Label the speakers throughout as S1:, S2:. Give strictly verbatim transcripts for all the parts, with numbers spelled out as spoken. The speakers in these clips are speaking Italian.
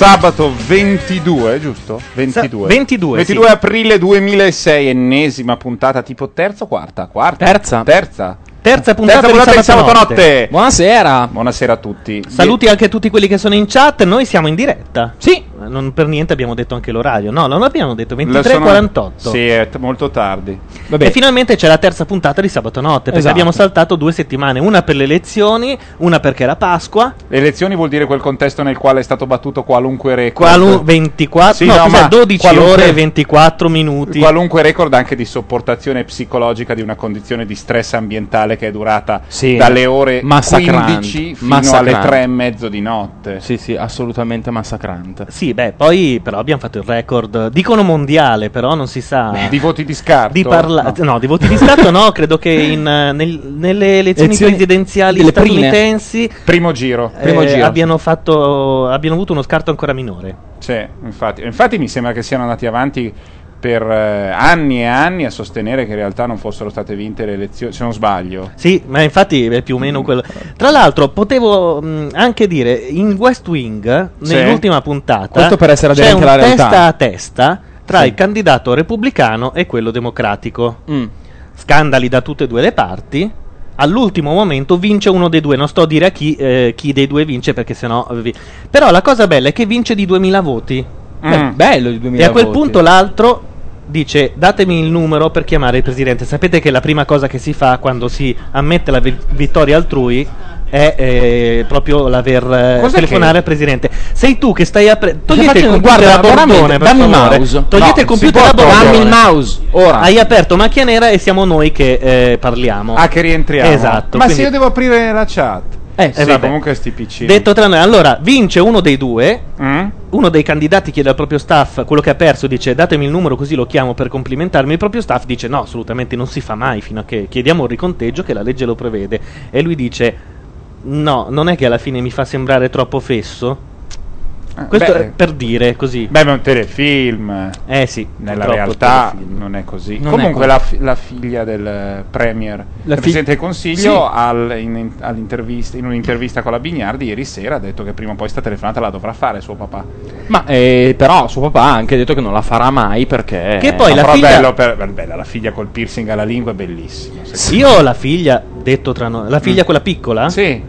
S1: Sabato ventidue, giusto? ventidue.
S2: Sa- ventidue,
S1: ventidue
S2: sì.
S1: aprile duemilasei, ennesima puntata, tipo terza o quarta? Quarta?
S3: Terza.
S1: Terza.
S2: Terza puntata,
S1: Terza puntata
S2: di
S1: di
S2: sabato
S1: sabato
S2: notte.
S1: notte.
S3: Buonasera.
S1: Buonasera a tutti.
S2: Saluti anche a tutti quelli che sono in chat. Noi siamo in diretta.
S3: Sì.
S2: Non per niente abbiamo detto anche l'orario. No, non l'abbiamo detto. ventitré e
S1: Sono-
S2: quarantotto.
S1: Sì, è t- molto tardi.
S3: Vabbè.
S2: E finalmente c'è la terza puntata di sabato notte. Perché
S3: Esatto.
S2: abbiamo saltato due settimane. Una per le elezioni, una perché era Pasqua.
S1: Le elezioni vuol dire quel contesto nel quale è stato battuto qualunque record.
S2: Qualu- ventiquattro,
S1: Sì,
S2: no,
S1: no,
S2: cos'è?
S1: ma
S2: dodici
S1: qualunque-
S2: ore e ventiquattro minuti.
S1: Qualunque record anche di sopportazione psicologica di una condizione di stress ambientale che è durata
S3: Sì.
S1: dalle ore
S3: Massacrante.
S1: quindici fino
S3: Massacrante.
S1: alle tre e mezzo di notte.
S3: Sì, sì, assolutamente massacrante.
S2: Sì, beh, poi però abbiamo fatto il record, dicono mondiale, però non si sa.
S1: Di voti di scarto?
S2: Di parla-
S1: No.
S2: no. di voti di scarto no, credo che in, eh, nel- nelle elezioni
S3: Elezioni
S2: presidenziali
S3: delle prime.
S2: statunitensi
S1: Primo giro.
S2: eh,
S3: Primo giro.
S2: abbiano fatto abbiano avuto uno scarto ancora minore.
S1: Sì, infatti. Infatti mi sembra che siano andati avanti per eh, anni e anni a sostenere che in realtà non fossero state vinte le elezioni, se non sbaglio.
S2: Sì, ma infatti è più o meno quello. Tra l'altro, potevo mh, anche dire in West Wing,
S1: Sì.
S2: nell'ultima puntata,
S3: Questo per essere
S2: c'è
S3: aderenti
S2: un
S3: alla realtà.
S2: testa a testa tra
S3: Sì.
S2: il candidato repubblicano e quello democratico.
S3: Mm.
S2: Scandali da tutte e due le parti. All'ultimo momento vince uno dei due. Non sto a dire a chi, eh, chi dei due vince, perché sennò. vi- Però la cosa bella è che vince di duemila voti.
S3: Beh,
S1: Mm.
S3: bello di duemila
S2: E a quel
S3: voti.
S2: punto l'altro dice: datemi il numero per chiamare il presidente. Sapete che la prima cosa che si fa quando si ammette la vi- vittoria altrui è eh, proprio l'aver eh,
S1: Cos'è
S2: telefonare
S1: che-
S2: al presidente. Sei tu che stai aprendo. Togliete il
S3: facendo?
S2: computer
S3: Guarda,
S2: da Bordone,
S3: veramente,
S2: per
S3: dammi il
S2: favore.
S3: mouse.
S2: Togliete
S1: No,
S2: il computer
S1: si
S2: da
S1: può
S2: Bordone.
S3: Dammi il mouse, ora.
S2: Hai aperto macchia nera e siamo noi che eh, parliamo.
S1: Ah, che rientriamo.
S2: Esatto,
S1: Ma
S2: quindi-
S1: se io devo aprire la chat.
S3: Eh,
S2: Eh,
S1: sì,
S2: vabbè.
S1: comunque sti piccini.
S2: Detto tra noi, allora vince uno dei due.
S1: Mm?
S2: Uno dei candidati chiede al proprio staff, quello che ha perso, dice: datemi il numero così lo chiamo per complimentarmi. Il proprio staff dice: no, assolutamente non si fa mai fino a che chiediamo il riconteggio, che la legge lo prevede. E lui dice: no, non è che alla fine mi fa sembrare troppo fesso?
S1: Eh,
S2: Questo
S1: beh,
S2: è per dire così.
S1: Beh, ma è un telefilm.
S2: Eh sì,
S1: Nella
S2: purtroppo
S1: realtà
S2: telefilm.
S1: non è così.
S3: Non
S1: Comunque
S3: è
S1: la, fi- la figlia del eh, premier,
S3: La
S1: del
S3: fi-
S1: Presidente del Consiglio,
S3: Sì.
S1: al- in, in- all'intervista- in un'intervista con la Bignardi ieri sera ha detto che prima o poi sta telefonata la dovrà fare suo papà.
S3: Ma eh, però suo papà ha anche detto che non la farà mai perché
S2: Che poi
S1: No,
S2: la
S1: però
S2: figlia-
S1: bello per, beh, bella, la figlia col piercing alla lingua è bellissimo. secondo
S2: Io ho la figlia, detto tra noi, la figlia quella piccola?
S1: me. Sì.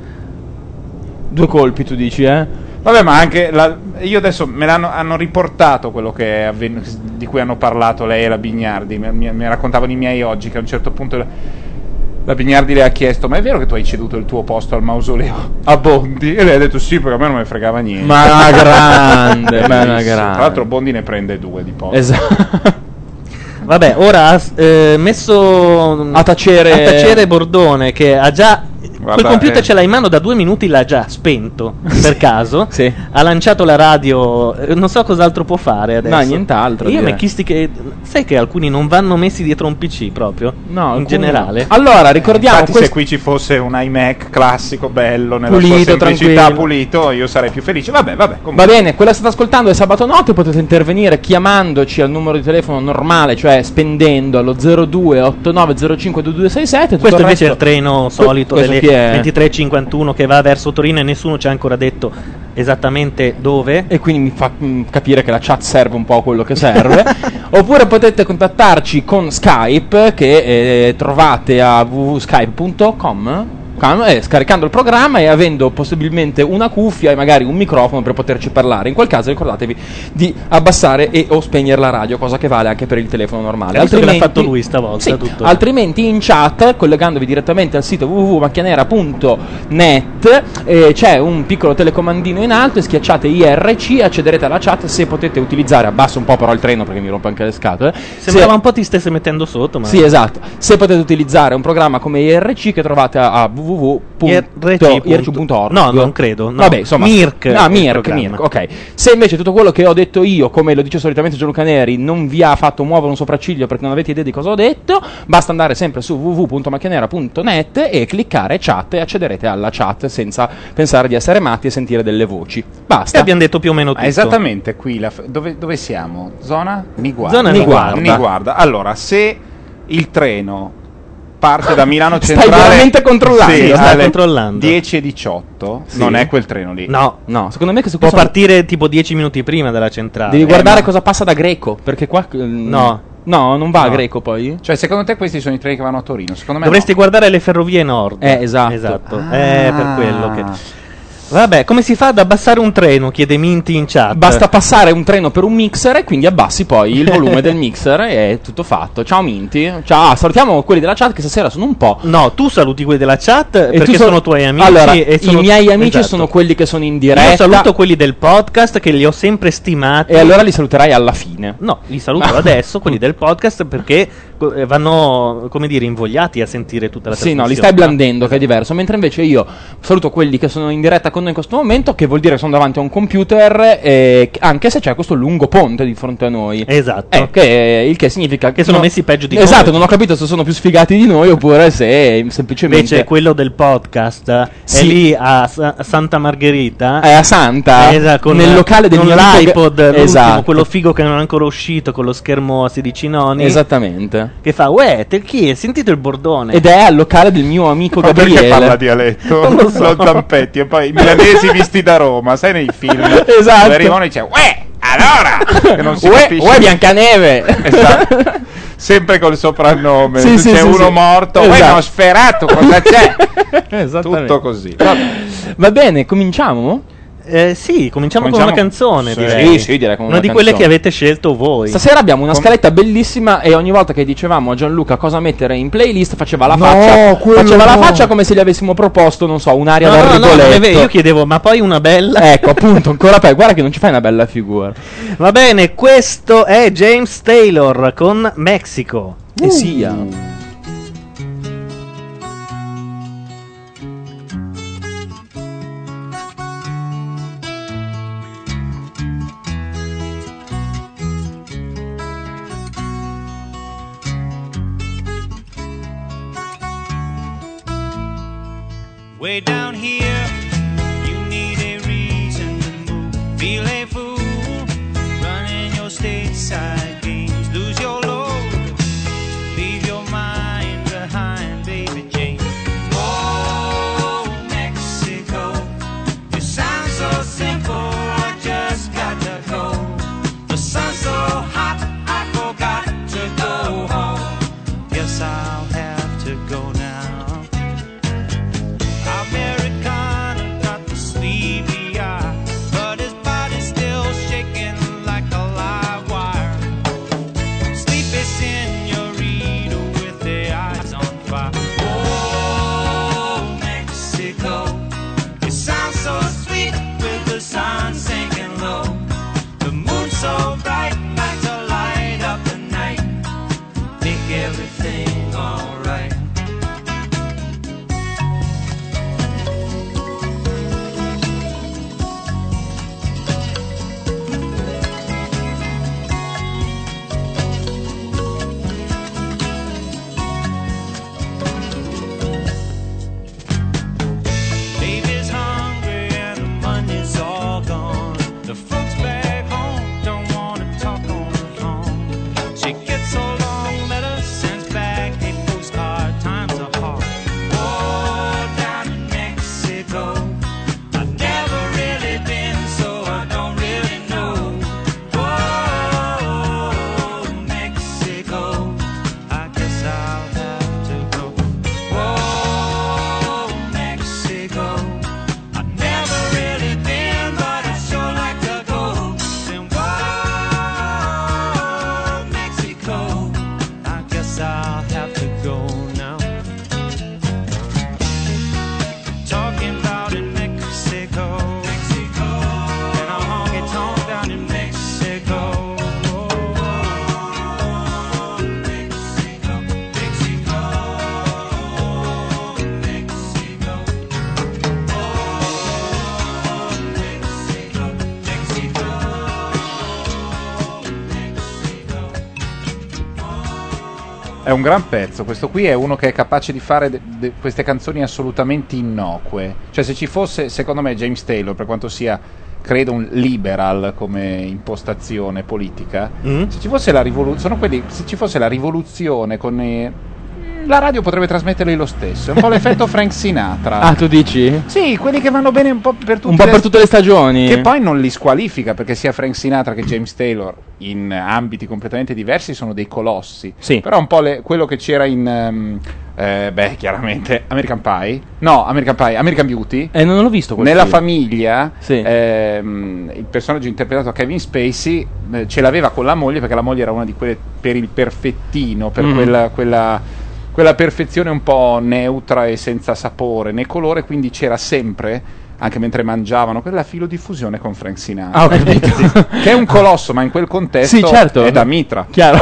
S3: due colpi tu dici, eh?
S1: Vabbè, ma anche la- io adesso me l'hanno hanno riportato quello che è avven- di cui hanno parlato lei e la Bignardi. Mi, mi- mi raccontavano i miei oggi che a un certo punto la, la Bignardi le ha chiesto: ma è vero che tu hai ceduto il tuo posto al mausoleo a Bondi? E lei ha detto sì, perché a me non me fregava niente.
S3: Ma è una grande, ma è una
S1: Bellissimo.
S3: grande.
S1: Tra l'altro Bondi ne prende due di posto.
S3: Esatto.
S2: Vabbè, ora ha eh, messo
S3: A tacere-
S2: a tacere Bordone, che ha già.
S1: Guarda,
S2: quel computer
S1: eh.
S2: ce l'ha in mano da due minuti, l'ha già spento per caso.
S3: Sì.
S2: Ha lanciato la radio, eh, non so cos'altro può fare adesso.
S3: No, nient'altro,
S2: Io mi
S3: direi.
S2: ho chiesti che. Sai che alcuni non vanno messi dietro un P C proprio?
S3: No,
S2: in
S3: alcuni
S2: generale.
S3: no. Allora, ricordiamo
S1: Infatti,
S3: questo-
S1: se qui ci fosse un iMac classico, bello, nella
S3: Pulito,
S1: sua semplicità,
S3: tranquillo.
S1: pulito, io sarei più felice. Vabbè, vabbè.
S3: Va
S1: comunque.
S3: bene, quella che state ascoltando è Sabato Notte, potete intervenire chiamandoci al numero di telefono normale, cioè spendendo allo zero due otto nove zero cinque due due sei sette. tutto
S2: Questo
S3: il
S2: invece è il
S3: resto-
S2: treno solito
S3: questo
S2: delle
S3: chi è?
S2: ventitré e cinquantuno che va verso Torino e nessuno ci ha ancora detto esattamente dove.
S3: E quindi mi fa mm, capire che la chat serve un po' a quello che serve. Oppure potete contattarci con Skype, che eh, trovate a w w w punto skype punto com, eh, scaricando il programma e avendo possibilmente una cuffia e magari un microfono per poterci parlare. In quel caso ricordatevi di abbassare e o spegnere la radio, cosa che vale anche per il telefono normale.
S2: Visto che l'ha fatto lui stavolta,
S3: sì,
S2: tutto.
S3: altrimenti in chat, collegandovi direttamente al sito w w w punto macchianera punto net, eh, c'è un piccolo telecomandino in alto e schiacciate I R C, accederete alla chat. Se potete utilizzare, abbasso un po' però il treno perché mi rompe anche le scatole.
S2: Sembrava
S3: Se-
S2: un po' ti stesse mettendo sotto, ma
S3: sì, esatto. Se potete utilizzare un programma come I R C che trovate a, a w w w punto i r c punto org.
S2: No, non credo, no.
S3: Vabbè, insomma,
S2: Mirk
S3: No,
S2: è il
S3: Mirk,
S2: programma.
S3: Mirk, ok. Se invece tutto quello che ho detto io, come lo dice solitamente Gianluca Neri, non vi ha fatto muovere un sopracciglio perché non avete idea di cosa ho detto, basta andare sempre su w w w punto macchianera punto net e cliccare chat e accederete alla chat senza pensare di essere matti e sentire delle voci.
S2: E
S3: Basta.
S2: abbiamo detto più o meno tutto.
S1: Ah, esattamente qui la f- dove, dove siamo? Zona? Mi guarda.
S2: Zona mi
S3: guarda.
S1: Mi guarda. Allora, se il treno parte da Milano Centrale.
S3: Stai veramente controllando?
S1: Sì,
S2: Stai
S1: alle
S2: controllando.
S1: dieci e diciotto.
S3: Sì.
S1: Non è quel treno lì.
S2: No,
S3: No, secondo me questo
S2: può
S3: qui sono-
S2: partire tipo dieci minuti prima dalla centrale.
S3: Devi
S1: Eh,
S3: guardare
S1: ma-
S3: cosa passa da Greco, perché qua eh,
S2: No.
S3: No, non va a
S1: No.
S3: Greco poi?
S1: Cioè, secondo te questi sono i treni che vanno a Torino? Secondo me
S2: Dovresti
S1: no.
S2: guardare le ferrovie nord.
S3: Eh, esatto.
S2: Esatto.
S1: Ah.
S2: Eh, per quello che... Vabbè, come si fa ad abbassare un treno? Chiede Minty in chat.
S3: Basta passare un treno per un mixer e quindi abbassi poi il volume del mixer e è tutto fatto. Ciao Minty. Ciao, ah, salutiamo quelli della chat che stasera sono un po'.
S2: No, tu saluti quelli della chat
S3: E
S2: perché
S3: tu so-
S2: sono tuoi amici.
S3: Allora,
S2: e sono...
S3: i miei amici
S2: Esatto.
S3: sono quelli che sono in diretta.
S2: Io saluto quelli del podcast che li ho sempre stimati.
S3: E allora li saluterai alla fine.
S2: No, li saluto adesso, quelli del podcast, perché eh, vanno, come dire, invogliati a sentire tutta la
S3: Sì, no,
S2: trasmissione.
S3: li stai blandendo, che è diverso. Mentre invece io saluto quelli che sono in diretta con noi in questo momento, che vuol dire che sono davanti a un computer, eh, anche se c'è questo lungo ponte di fronte a noi.
S2: Esatto.
S3: Eh, che, il che significa
S2: Che sono
S3: no-
S2: messi peggio di
S3: Esatto,
S2: noi.
S3: non ho capito se sono più sfigati di noi oppure se semplicemente.
S2: Invece quello del podcast è
S3: Sì.
S2: lì a, Sa- a Santa Margherita.
S3: È a Santa,
S2: Esatto, con,
S3: nel locale del
S2: con
S3: mio amico
S2: l'iPod,
S3: Ga-
S2: l'ultimo,
S3: esatto.
S2: quello figo che non è ancora uscito, con lo schermo a sedici noni.
S3: Esattamente.
S2: Che fa, uè, te chi è? Sentite il bordone.
S3: Ed è al locale del mio amico
S1: Ma perché
S3: Gabriele.
S1: parla dialetto?
S2: Non lo so.
S1: Lo Zampetti e poi i milanesi visti da Roma, sai nei film.
S3: Esatto.
S1: Dove arrivano e dice uè, allora! Che non si
S3: Uè,
S1: capisce.
S3: uè, Biancaneve.
S1: Esatto. Sempre col soprannome.
S3: Sì, sì,
S1: c'è
S3: sì,
S1: uno
S3: sì.
S1: morto, uè,
S3: Esatto.
S1: non ho sferato, cosa c'è?
S3: Esattamente.
S1: Tutto così. Vabbè.
S3: Va bene, cominciamo?
S2: Eh, sì, cominciamo,
S1: Cominciamo-
S2: con una canzone,
S1: Sì,
S2: direi.
S3: sì, direi con
S2: una
S3: una
S2: di quelle
S3: canzone.
S2: che avete scelto voi.
S3: Stasera abbiamo una
S1: Com-
S3: scaletta bellissima e ogni volta che dicevamo a Gianluca cosa mettere in playlist faceva la
S1: No,
S3: faccia.
S1: quello
S3: Faceva la
S1: no.
S3: faccia come se gli avessimo proposto, non so, un'aria
S2: No,
S3: da
S2: no, no, non è
S3: Rigoletto.
S2: vero, io chiedevo, ma poi una bella.
S3: Ecco, appunto, ancora peggio. Guarda che non ci fai una bella figura.
S2: Va bene, questo è James Taylor con Mexico.
S3: E sia.
S4: Way down here, you need a reason to move. Feel a fool, running your stateside games. Lose your load, leave your mind behind, baby Jane. Oh, Mexico, you sound so simple, I just got to go. The sun's so hot, I forgot to go home. Guess I'll have to go now. Americana got the sleepy eye, but his body's still shaking like a live wire. Sleepy senorita with the eyes on fire. Oh, Mexico, you sound so sweet with the sun sinking low. The moon's so bright, like to light up the night, make everything alright. Baby's hungry and the money's all gone. The folks back home don't wanna talk on the phone. She gets a long letter, sends back a postcard. Times are hard. Oh, down in Mexico, I've never really been, so I don't really know. Oh, Mexico, I guess I'll have to go. Oh, Mexico, I've never really been, but I sure like to go. Then whoa, Mexico, I guess I'll have to go now. Talking about in Mexico, Mexico, and a honky tonk down in Mexico. Mexico, Mexico, Mexico.
S1: È un gran pezzo, questo qui è uno che è capace di fare de- de- queste canzoni assolutamente innocue. Cioè se ci fosse, secondo me, James Taylor, per quanto sia, credo, un liberal come impostazione politica,
S2: Mm?
S1: se ci fosse la rivoluzione, sono quelli, se ci fosse la rivoluzione con i- la radio potrebbe trasmetterli lo stesso. È un po' l'effetto Frank Sinatra.
S3: Ah, tu dici?
S1: Sì, quelli che vanno bene un po' per tutte,
S3: Un po'
S1: le...
S3: per tutte le stagioni.
S1: Che poi non li squalifica, perché sia Frank Sinatra che James Taylor, in ambiti completamente diversi, sono dei colossi.
S3: Sì.
S1: Però un po' le... quello che c'era in... Um, eh, beh, chiaramente American Pie. No, American Pie, American Beauty.
S3: Eh, non l'ho visto quel
S1: Nella
S3: film.
S1: famiglia,
S3: Sì.
S1: ehm, il personaggio interpretato da Kevin Spacey eh, ce l'aveva con la moglie, perché la moglie era una di quelle per il perfettino, per
S3: Mm.
S1: quella, quella, quella perfezione un po' neutra e senza sapore né colore, quindi c'era sempre, anche mentre mangiavano, quella filodiffusione con Frank Sinatra.
S3: Ah, ho capito.
S1: Che è un colosso, ma in quel contesto
S3: Sì, certo.
S1: è da mitra.
S3: Chiaro.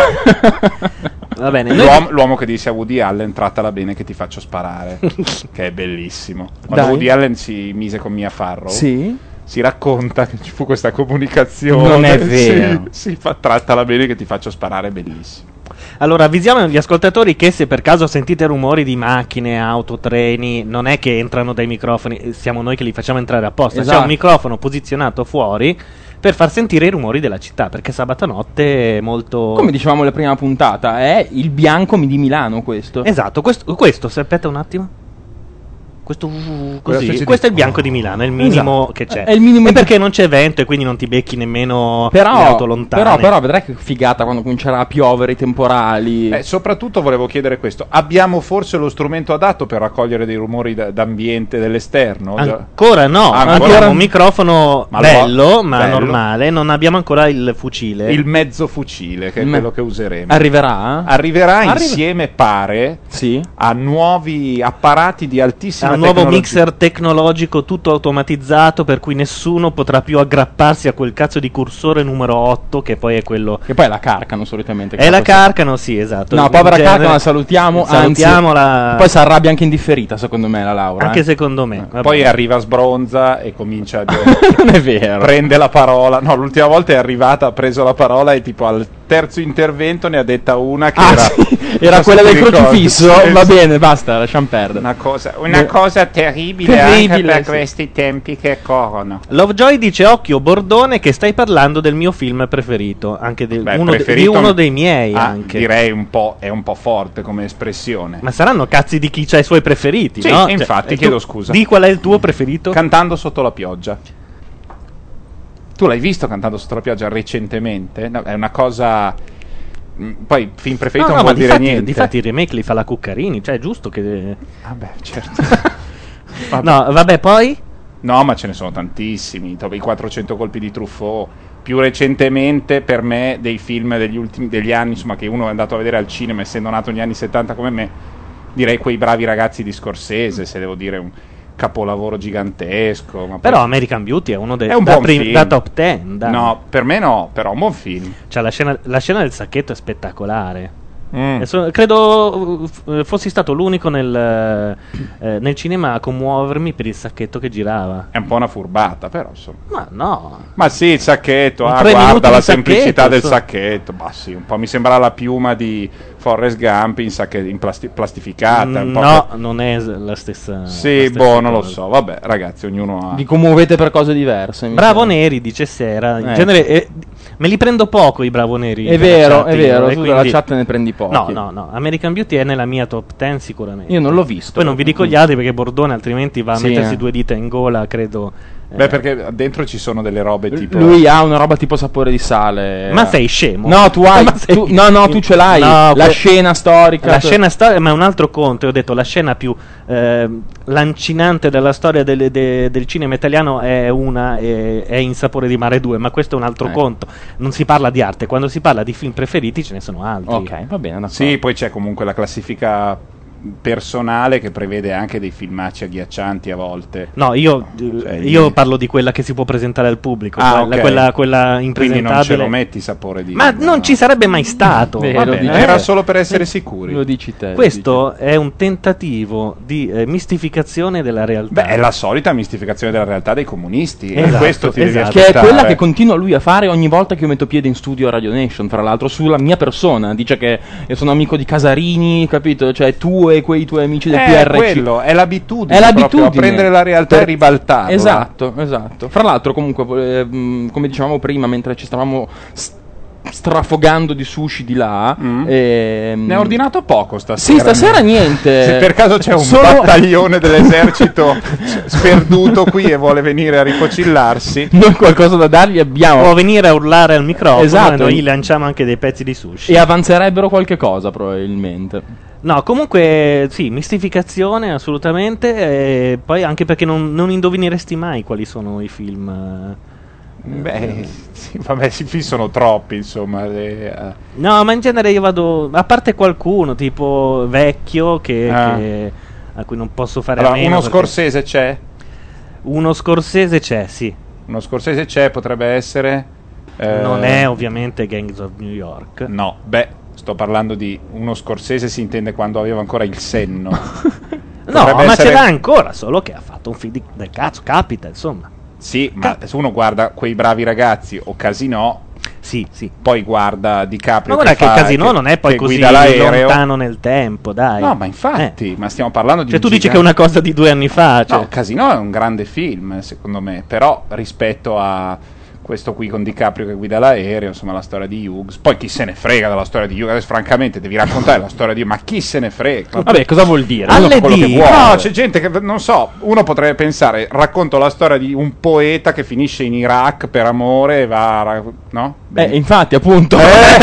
S2: Va bene, noi-
S1: L'uomo, l'uomo che disse a Woody Allen: trattala bene che ti faccio sparare. Che è bellissimo. Quando
S3: Dai.
S1: Woody Allen si mise con Mia Farrow,
S3: Sì.
S1: si racconta che ci fu questa comunicazione.
S3: Non è vero.
S1: Sì, sì, fa, trattala bene che ti faccio sparare, bellissimo.
S2: Allora, avvisiamo gli ascoltatori che se per caso sentite rumori di macchine, auto, treni, non è che entrano dai microfoni, eh, siamo noi che li facciamo entrare apposta. C'è
S3: Esatto.
S2: un microfono posizionato fuori per far sentire i rumori della città, perché sabato notte è molto...
S3: Come dicevamo la prima puntata, è il bianco di Milano questo.
S2: Esatto, questo, questo se aspetta un attimo. Questo, uh,
S1: Quella
S2: così,
S1: specie di-
S2: questo è il bianco di Milano, è il minimo
S3: Esatto.
S2: che c'è.
S3: È il minimo
S2: e
S3: di-
S2: perché non c'è vento e quindi non ti becchi nemmeno le
S3: Però,
S2: auto lontane.
S3: però, però vedrai che figata quando comincerà a piovere i temporali.
S1: Eh, soprattutto volevo chiedere questo: abbiamo forse lo strumento adatto per raccogliere dei rumori d- d'ambiente dell'esterno? Già-
S2: Ancora no,
S1: Ancora-
S2: abbiamo un microfono
S1: Ma
S2: bello,
S1: lo-
S2: ma
S1: bello.
S2: normale, non abbiamo ancora il fucile.
S1: Il mezzo fucile, che è
S3: Me-
S1: quello che useremo.
S3: Arriverà?
S1: Arriverà
S3: Arriva-
S1: insieme, pare,
S3: Sì.
S1: a nuovi apparati di altissima
S2: Ha un nuovo
S1: tecnologia.
S2: mixer tecnologico tutto automatizzato, per cui nessuno potrà più aggrapparsi a quel cazzo di cursore numero otto, che poi è quello...
S3: Che poi è la Carcano solitamente.
S2: È la
S3: Questo-
S2: Carcano, sì, esatto.
S3: No,
S2: In
S3: povera
S2: genere-
S3: Carcano, la salutiamo.
S2: Salutiamola.
S3: Anzi, poi si arrabbia anche in differita, secondo me, la Laura.
S2: Anche
S3: eh.
S2: secondo me. vabbè.
S1: Poi arriva sbronza e comincia a dire,
S3: Non è vero.
S1: prende la parola. No, l'ultima volta è arrivata, ha preso la parola e tipo al terzo intervento ne ha detta una che
S3: Ah,
S1: era,
S3: sì, era
S1: non so
S3: quella
S1: se
S3: del
S1: ti ricordi.
S3: crocifisso.
S1: Sì,
S3: Va
S1: sì.
S3: bene, basta, lasciamo perdere.
S1: Una cosa, una
S3: Beh,
S1: cosa terribile,
S3: terribile,
S1: anche per
S3: sì.
S1: questi tempi che corrono.
S2: Lovejoy dice: occhio Bordone che stai parlando del mio film preferito, anche del-
S1: Beh,
S2: uno de-
S1: preferito-
S2: di uno dei miei
S1: Ah,
S2: anche.
S1: direi un po', è un po' forte come espressione.
S2: Ma saranno cazzi di chi ha i suoi preferiti,
S1: Sì,
S2: no?
S1: infatti,
S2: e tu-
S1: chiedo scusa.
S2: Di qual è il tuo preferito?
S1: Cantando sotto la pioggia. Tu l'hai visto Cantando sotto la pioggia recentemente? No, è una cosa. mm, Poi film preferito
S2: no,
S1: non
S2: no,
S1: vuol
S2: ma
S1: dire
S2: difatti,
S1: niente.
S2: difatti il remake li fa la Cuccarini, cioè è giusto che...
S1: Vabbè, certo. Vabbè.
S2: No, vabbè, poi...
S1: No, ma ce ne sono tantissimi. Tipo i quattrocento colpi di Truffaut. Più recentemente, per me, dei film degli ultimi degli anni, insomma, che uno è andato a vedere al cinema, essendo nato negli anni settanta come me, direi Quei bravi ragazzi di Scorsese, se devo dire un capolavoro gigantesco. Ma
S2: Però
S1: poi-
S2: American Beauty è uno dei
S1: è un
S2: da,
S1: buon
S2: prim-
S1: film.
S2: da top ten. dai.
S1: No, per me no, però un buon film.
S2: Cioè, la scena, la scena del sacchetto è spettacolare.
S1: Mm.
S2: E so- credo uh, f- eh, fossi stato l'unico nel, eh, nel cinema a commuovermi per il sacchetto che girava.
S1: È un po' una furbata, però insomma.
S2: Ma no,
S1: Ma sì, il sacchetto,
S2: Un
S1: ah,
S2: tre minuti
S1: guarda
S2: di
S1: la semplicità
S2: sacchetto,
S1: del
S2: so.
S1: sacchetto. Bah, sì, un po' mi sembra la piuma di Forrest Gump in, sacche- in plasti- plastificata. un po'
S2: no, non è s- la stessa.
S1: Sì,
S2: la stessa
S1: boh, non lo
S2: cosa.
S1: so. Vabbè, ragazzi, ognuno ha.
S3: Vi commuovete per cose diverse. mi
S2: Bravo
S3: sembra.
S2: Neri, dice Sera. In
S3: Eh.
S2: genere eh, me li prendo poco i Bravo Neri.
S3: È
S2: dalla
S3: vero,
S2: chat
S3: è
S2: io,
S3: vero.
S2: e
S3: Tu
S2: quindi-
S3: dalla chat ne prendi pochi.
S2: No, no, no. American Beauty è nella mia top ten sicuramente.
S3: Io non l'ho visto.
S2: Poi non vi dico gli altri perché Bordone altrimenti va a
S3: Sì,
S2: mettersi
S3: eh.
S2: due dita in gola, credo. eh.
S1: Beh, perché dentro ci sono delle robe tipo.
S3: Lui ha una roba tipo sapore di sale.
S2: Ma sei scemo?
S3: No, tu hai.
S2: Ma sei-
S3: tu- no, no, tu ce l'hai.
S2: No,
S3: la
S2: que-
S3: scena storica.
S2: La scena storica, ma è un altro conto. Io ho detto la scena più eh, lancinante della storia del, de- del cinema italiano è una, è, è In Sapore di Mare due, ma questo è un altro
S3: Eh.
S2: conto. Non si parla di arte, quando si parla di film preferiti ce ne sono altri.
S3: Ok, va bene. d'accordo.
S1: Sì, poi c'è comunque la classifica personale che prevede anche dei filmacci agghiaccianti a volte.
S2: No, io,
S1: Cioè,
S2: io
S1: lì-
S2: parlo di quella che si può presentare al pubblico,
S1: Ah,
S2: quella,
S1: ok.
S2: quella, quella
S1: Quindi
S2: impresentabile.
S1: non ce lo metti sapore di.
S2: Ma
S1: no.
S2: non ci sarebbe mai stato.
S3: Vero,
S2: Va bene,
S3: dici-
S2: eh.
S1: Era solo per essere sicuri.
S3: Lo dici te. lo
S2: Questo è un tentativo di eh, mistificazione della realtà.
S1: Beh, è la solita mistificazione della realtà dei comunisti. e
S2: Esatto,
S1: questo ti devi
S2: esatto.
S3: Che è
S1: aspettare.
S3: quella che continua lui a fare ogni volta che io metto piede in studio a Radio Nation, tra l'altro sulla mia persona. Dice che io sono amico di Casarini, capito? Cioè tu e quei tuoi amici del
S1: È
S3: P R C.
S1: quello, è l'abitudine.
S3: È l'abitudine
S1: proprio, a prendere la realtà
S3: Per-
S1: e ribaltarla.
S3: Esatto, esatto. Fra l'altro, comunque, eh, mh, come dicevamo prima, mentre ci stavamo s- strafogando di sushi di là.
S1: Mm.
S3: E,
S1: Ne ha ordinato poco stasera.
S3: Sì, stasera niente.
S1: Se per caso c'è un
S3: Solo-
S1: battaglione dell'esercito sperduto qui e vuole venire a rifocillarsi,
S3: noi qualcosa da dargli abbiamo.
S2: Può venire a urlare al microfono
S3: Esatto.
S2: e noi gli lanciamo anche dei pezzi di sushi.
S3: E avanzerebbero qualche cosa probabilmente.
S2: No, comunque sì, mistificazione assolutamente. E poi anche perché non, non indovineresti mai quali sono i film. eh.
S1: beh, sì, vabbè, sì, qui sono troppi, insomma. eh, eh.
S2: No, ma in genere io vado. A parte qualcuno, tipo vecchio, che,
S1: Ah.
S2: che- a cui non posso fare
S1: Allora,
S2: a meno.
S1: uno
S2: perché-
S1: Scorsese c'è?
S2: Uno Scorsese c'è, sì.
S1: Uno Scorsese c'è, potrebbe essere. eh,
S2: Non è ovviamente Gangs of New York.
S1: No, beh, sto parlando di uno Scorsese, si intende quando aveva ancora il senno.
S2: No,
S1: Potrebbe
S2: ma
S1: essere-
S2: ce l'ha ancora, solo che ha fatto un film di, del cazzo, capita, insomma.
S1: Sì, ma se uno guarda Quei bravi ragazzi o Casino,
S2: Sì, sì.
S1: poi guarda DiCaprio
S2: Ma guarda che il
S1: fa-
S2: Casino
S1: che-
S2: non è poi
S1: che
S2: così
S1: guida l'aereo.
S2: lontano nel tempo, dai.
S1: No, ma infatti,
S2: Eh.
S1: ma stiamo parlando di
S2: Cioè
S1: un
S2: tu dici che è
S1: gigante-
S2: una cosa di due anni fa, cioè.
S1: No, Casino è un grande film, secondo me, però rispetto a questo qui con DiCaprio che guida l'aereo, insomma, la storia di Hughes. Poi chi se ne frega della storia di Hughes? Adesso, francamente, devi raccontare la storia di Hughes, ma chi se ne frega?
S3: Vabbè, cosa vuol dire?
S1: Uno fa
S2: Alle
S1: quello che
S2: D.
S1: vuole. No,
S2: No,
S1: c'è gente che, non so, uno potrebbe pensare, racconto la storia di un poeta che finisce in Iraq per amore e va a... ra- no?
S3: Eh, infatti, appunto.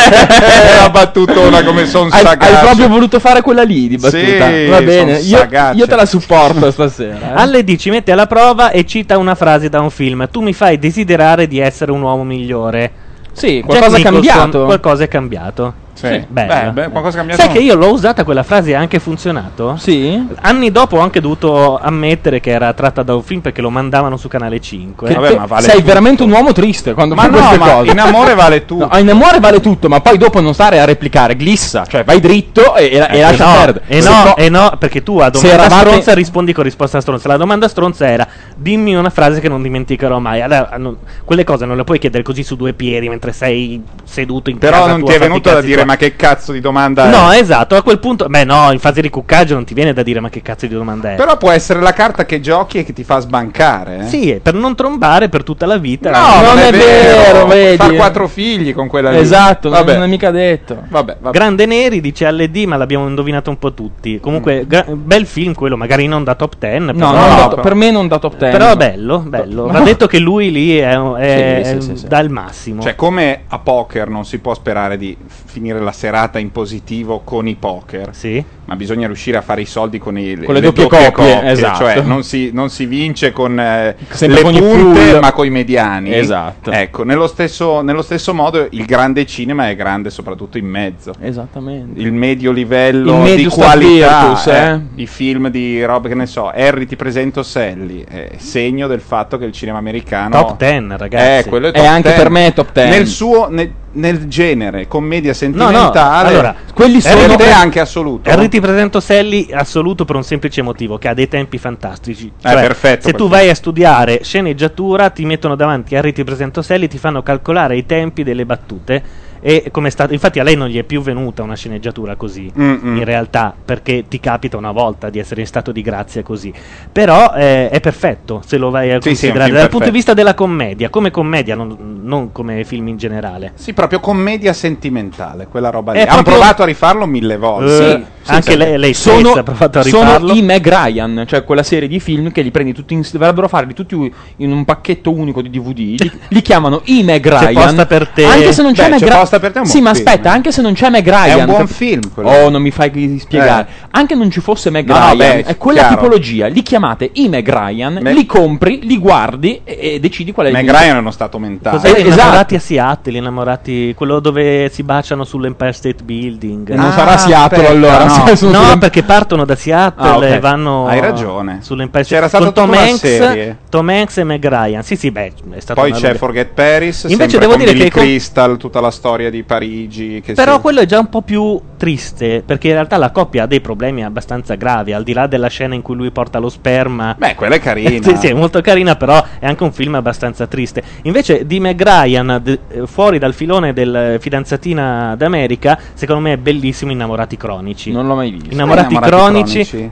S1: Eh, la battutona come son
S3: hai,
S1: sagace.
S3: hai proprio voluto fare quella lì di battuta.
S1: Sì,
S3: Va bene,
S1: son
S3: io,
S1: sagace.
S3: io te la supporto stasera. eh.
S2: Alle D ci mette alla prova e cita una frase da un film. Tu mi fai desiderare di essere un uomo migliore.
S3: Sì,
S2: Jack
S3: qualcosa è
S2: Nicholson,
S3: cambiato.
S2: Qualcosa è cambiato.
S1: Sì.
S2: Bello.
S1: Beh, beh, qualcosa è cambiato.
S2: Sai che io l'ho usata quella frase e ha anche funzionato?
S3: Sì.
S2: Anni dopo ho anche dovuto ammettere che era tratta da un film perché lo mandavano su Canale cinque.
S3: Che
S1: Vabbè,
S3: te-
S1: ma vale
S3: sei
S1: tutto.
S3: veramente un uomo triste quando
S1: Ma
S3: fai
S1: no,
S3: queste
S1: ma
S3: cose.
S1: in amore vale tutto.
S3: No, in amore vale tutto, ma poi dopo non stare a replicare, glissa, cioè vai dritto e, e- e
S2: Eh,
S3: lascia
S2: no,
S3: perdere.
S2: E
S3: Se
S2: no,
S3: no-
S2: e no, perché tu a
S3: se
S2: domanda
S3: eravate-
S2: stronza rispondi con risposta stronza. La domanda stronza era: dimmi una frase che non dimenticherò mai. Allora, non- quelle cose non le puoi chiedere così su due piedi mentre sei seduto in
S1: Però
S2: casa
S1: non
S2: tua
S1: ti è
S2: a farti
S1: venuto
S2: i
S1: da
S2: cazzi
S1: dire
S2: tuoi.
S1: ma che cazzo di domanda
S2: No,
S1: è?
S2: esatto, a quel punto, beh, no, in fase di cuccaggio non ti viene da dire ma che cazzo di domanda è.
S1: Però può essere la carta che giochi e che ti fa sbancare. eh.
S2: Sì, per non trombare per tutta la vita.
S1: No,
S3: non è vero, vedi.
S1: Fa quattro figli con quella lì.
S3: Esatto,
S1: vabbè.
S3: non è mica detto.
S1: Vabbè, vabbè.
S2: Grande Neri dice alle D, ma l'abbiamo indovinato un po' tutti. Comunque, gra- bel film quello, magari non da top ten.
S3: No,
S2: però,
S3: non
S1: no,
S3: da-
S1: però-
S3: per me non da top ten.
S2: però bello, bello.
S3: No.
S2: Va detto che lui lì è, è-
S3: Sì, sì, sì, sì.
S2: dà il massimo.
S1: Cioè, come a poker non si può sperare di f- finire la serata in positivo con i poker,
S2: Sì.
S1: ma bisogna riuscire a fare i soldi con, i,
S3: Con le doppie coppie, esatto.
S1: Cioè, non si, non si vince con eh,
S3: Sempre
S1: le
S3: con i
S1: punte,
S3: full.
S1: ma con i mediani.
S3: Esatto.
S1: Ecco, nello stesso, nello stesso modo il grande cinema è grande soprattutto in mezzo.
S3: Esattamente.
S1: Il medio livello
S3: Il
S1: di
S3: medio sta
S1: qualità,
S3: virtus,
S1: eh.
S3: eh.
S1: I film di roba che ne so, Harry ti presento Sally, è segno del fatto che il cinema americano
S2: Top ten, ragazzi.
S1: Eh, quello è
S3: E
S1: top
S3: anche
S1: ten.
S3: per me è top ten.
S1: Nel suo nel, nel genere commedia
S2: No,
S1: sentimentale.
S2: no, allora,
S3: quelli
S1: sono
S3: sono-
S1: per te anche assoluto.
S2: Harry ti presento Sally assoluto per un semplice motivo, che ha dei tempi fantastici.
S1: Eh,
S2: Cioè,
S1: perfetto,
S2: se tu
S1: perfetto.
S2: vai a studiare sceneggiatura, ti mettono davanti Harry ti presento Sally, ti fanno calcolare i tempi delle battute. E come è stato, infatti a lei non gli è più venuta una sceneggiatura così,
S1: Mm-mm.
S2: in realtà, perché ti capita una volta di essere in stato di grazia così. Però eh, è perfetto se lo vai a
S1: Sì, sì, è un
S2: considerare
S1: film
S2: dal punto di
S1: perfetto.
S2: vista della commedia, come commedia, non, non come film in generale.
S1: Sì, proprio commedia sentimentale, quella roba lì.
S2: È
S1: Hanno
S2: proprio-
S1: provato a rifarlo mille volte.
S2: Eh,
S1: Sì, sì,
S2: anche
S1: sì.
S2: lei, lei
S3: sono,
S2: stessa ha provato a
S3: sono
S2: rifarlo.
S3: i Meg Ryan, cioè quella serie di film che li prendi tutti in, dovrebbero farli tutti in un pacchetto unico di D V D. Li, li chiamano i Meg
S2: C'è
S3: Ryan.
S2: posta per te.
S3: Anche se non c'è
S1: Beh,
S3: Meg
S1: c'è
S3: Ryan.
S1: posta per te è un
S3: Sì,
S1: buon
S3: ma
S1: film,
S3: aspetta,
S1: eh.
S3: anche se non c'è Meg Ryan.
S1: È un buon
S3: cap-
S1: film quello.
S3: Oh, non mi fai spiegare.
S1: Eh.
S3: Anche non ci fosse Meg
S1: No,
S3: Ryan,
S1: beh,
S3: è quella
S1: chiaro.
S3: tipologia. Li chiamate i Meg Ryan,
S1: Meg-
S3: li compri, li guardi e, e decidi qual è
S1: Meg
S3: il
S1: Ryan è uno stato mentale.
S2: Cos'è?
S3: Eh,
S2: Innamorati
S3: esatto.
S2: a Seattle, innamorati quello dove si baciano sull'Empire State Building.
S3: E non
S1: Ah,
S3: sarà Seattle
S1: aspetta,
S3: allora.
S1: no.
S3: se sono
S2: No,
S3: sulle-
S2: perché partono da Seattle
S1: Ah, ok.
S2: e vanno
S1: Hai ragione.
S2: sull'Empire
S1: C'era
S2: State
S1: stata
S2: con
S1: tutta
S2: Tom
S1: una
S2: Hanks,
S1: serie.
S2: Tom Hanks e Meg Ryan. Sì, sì, beh, è stato
S1: Poi
S2: una
S1: c'è
S2: roba-
S1: Forget Paris,
S2: Invece
S1: sempre
S2: devo
S1: con
S2: dire
S1: Billy
S2: che con-
S1: Crystal, tutta la storia di Parigi che
S2: Però
S1: si-
S2: quello è già un po' più triste, perché in realtà la coppia ha dei problemi abbastanza gravi, al di là della scena in cui lui porta lo sperma.
S1: Beh, quella è carina.
S2: Sì, sì, è molto carina, però è anche un film abbastanza triste. Invece di Meg Ryan, d- eh, fuori dal filone del Fidanzatina d'America, secondo me è bellissimo Innamorati Cronici.
S3: Non l'ho mai visto.
S2: Innamorati,
S1: Innamorati
S2: cronici,
S1: cronici.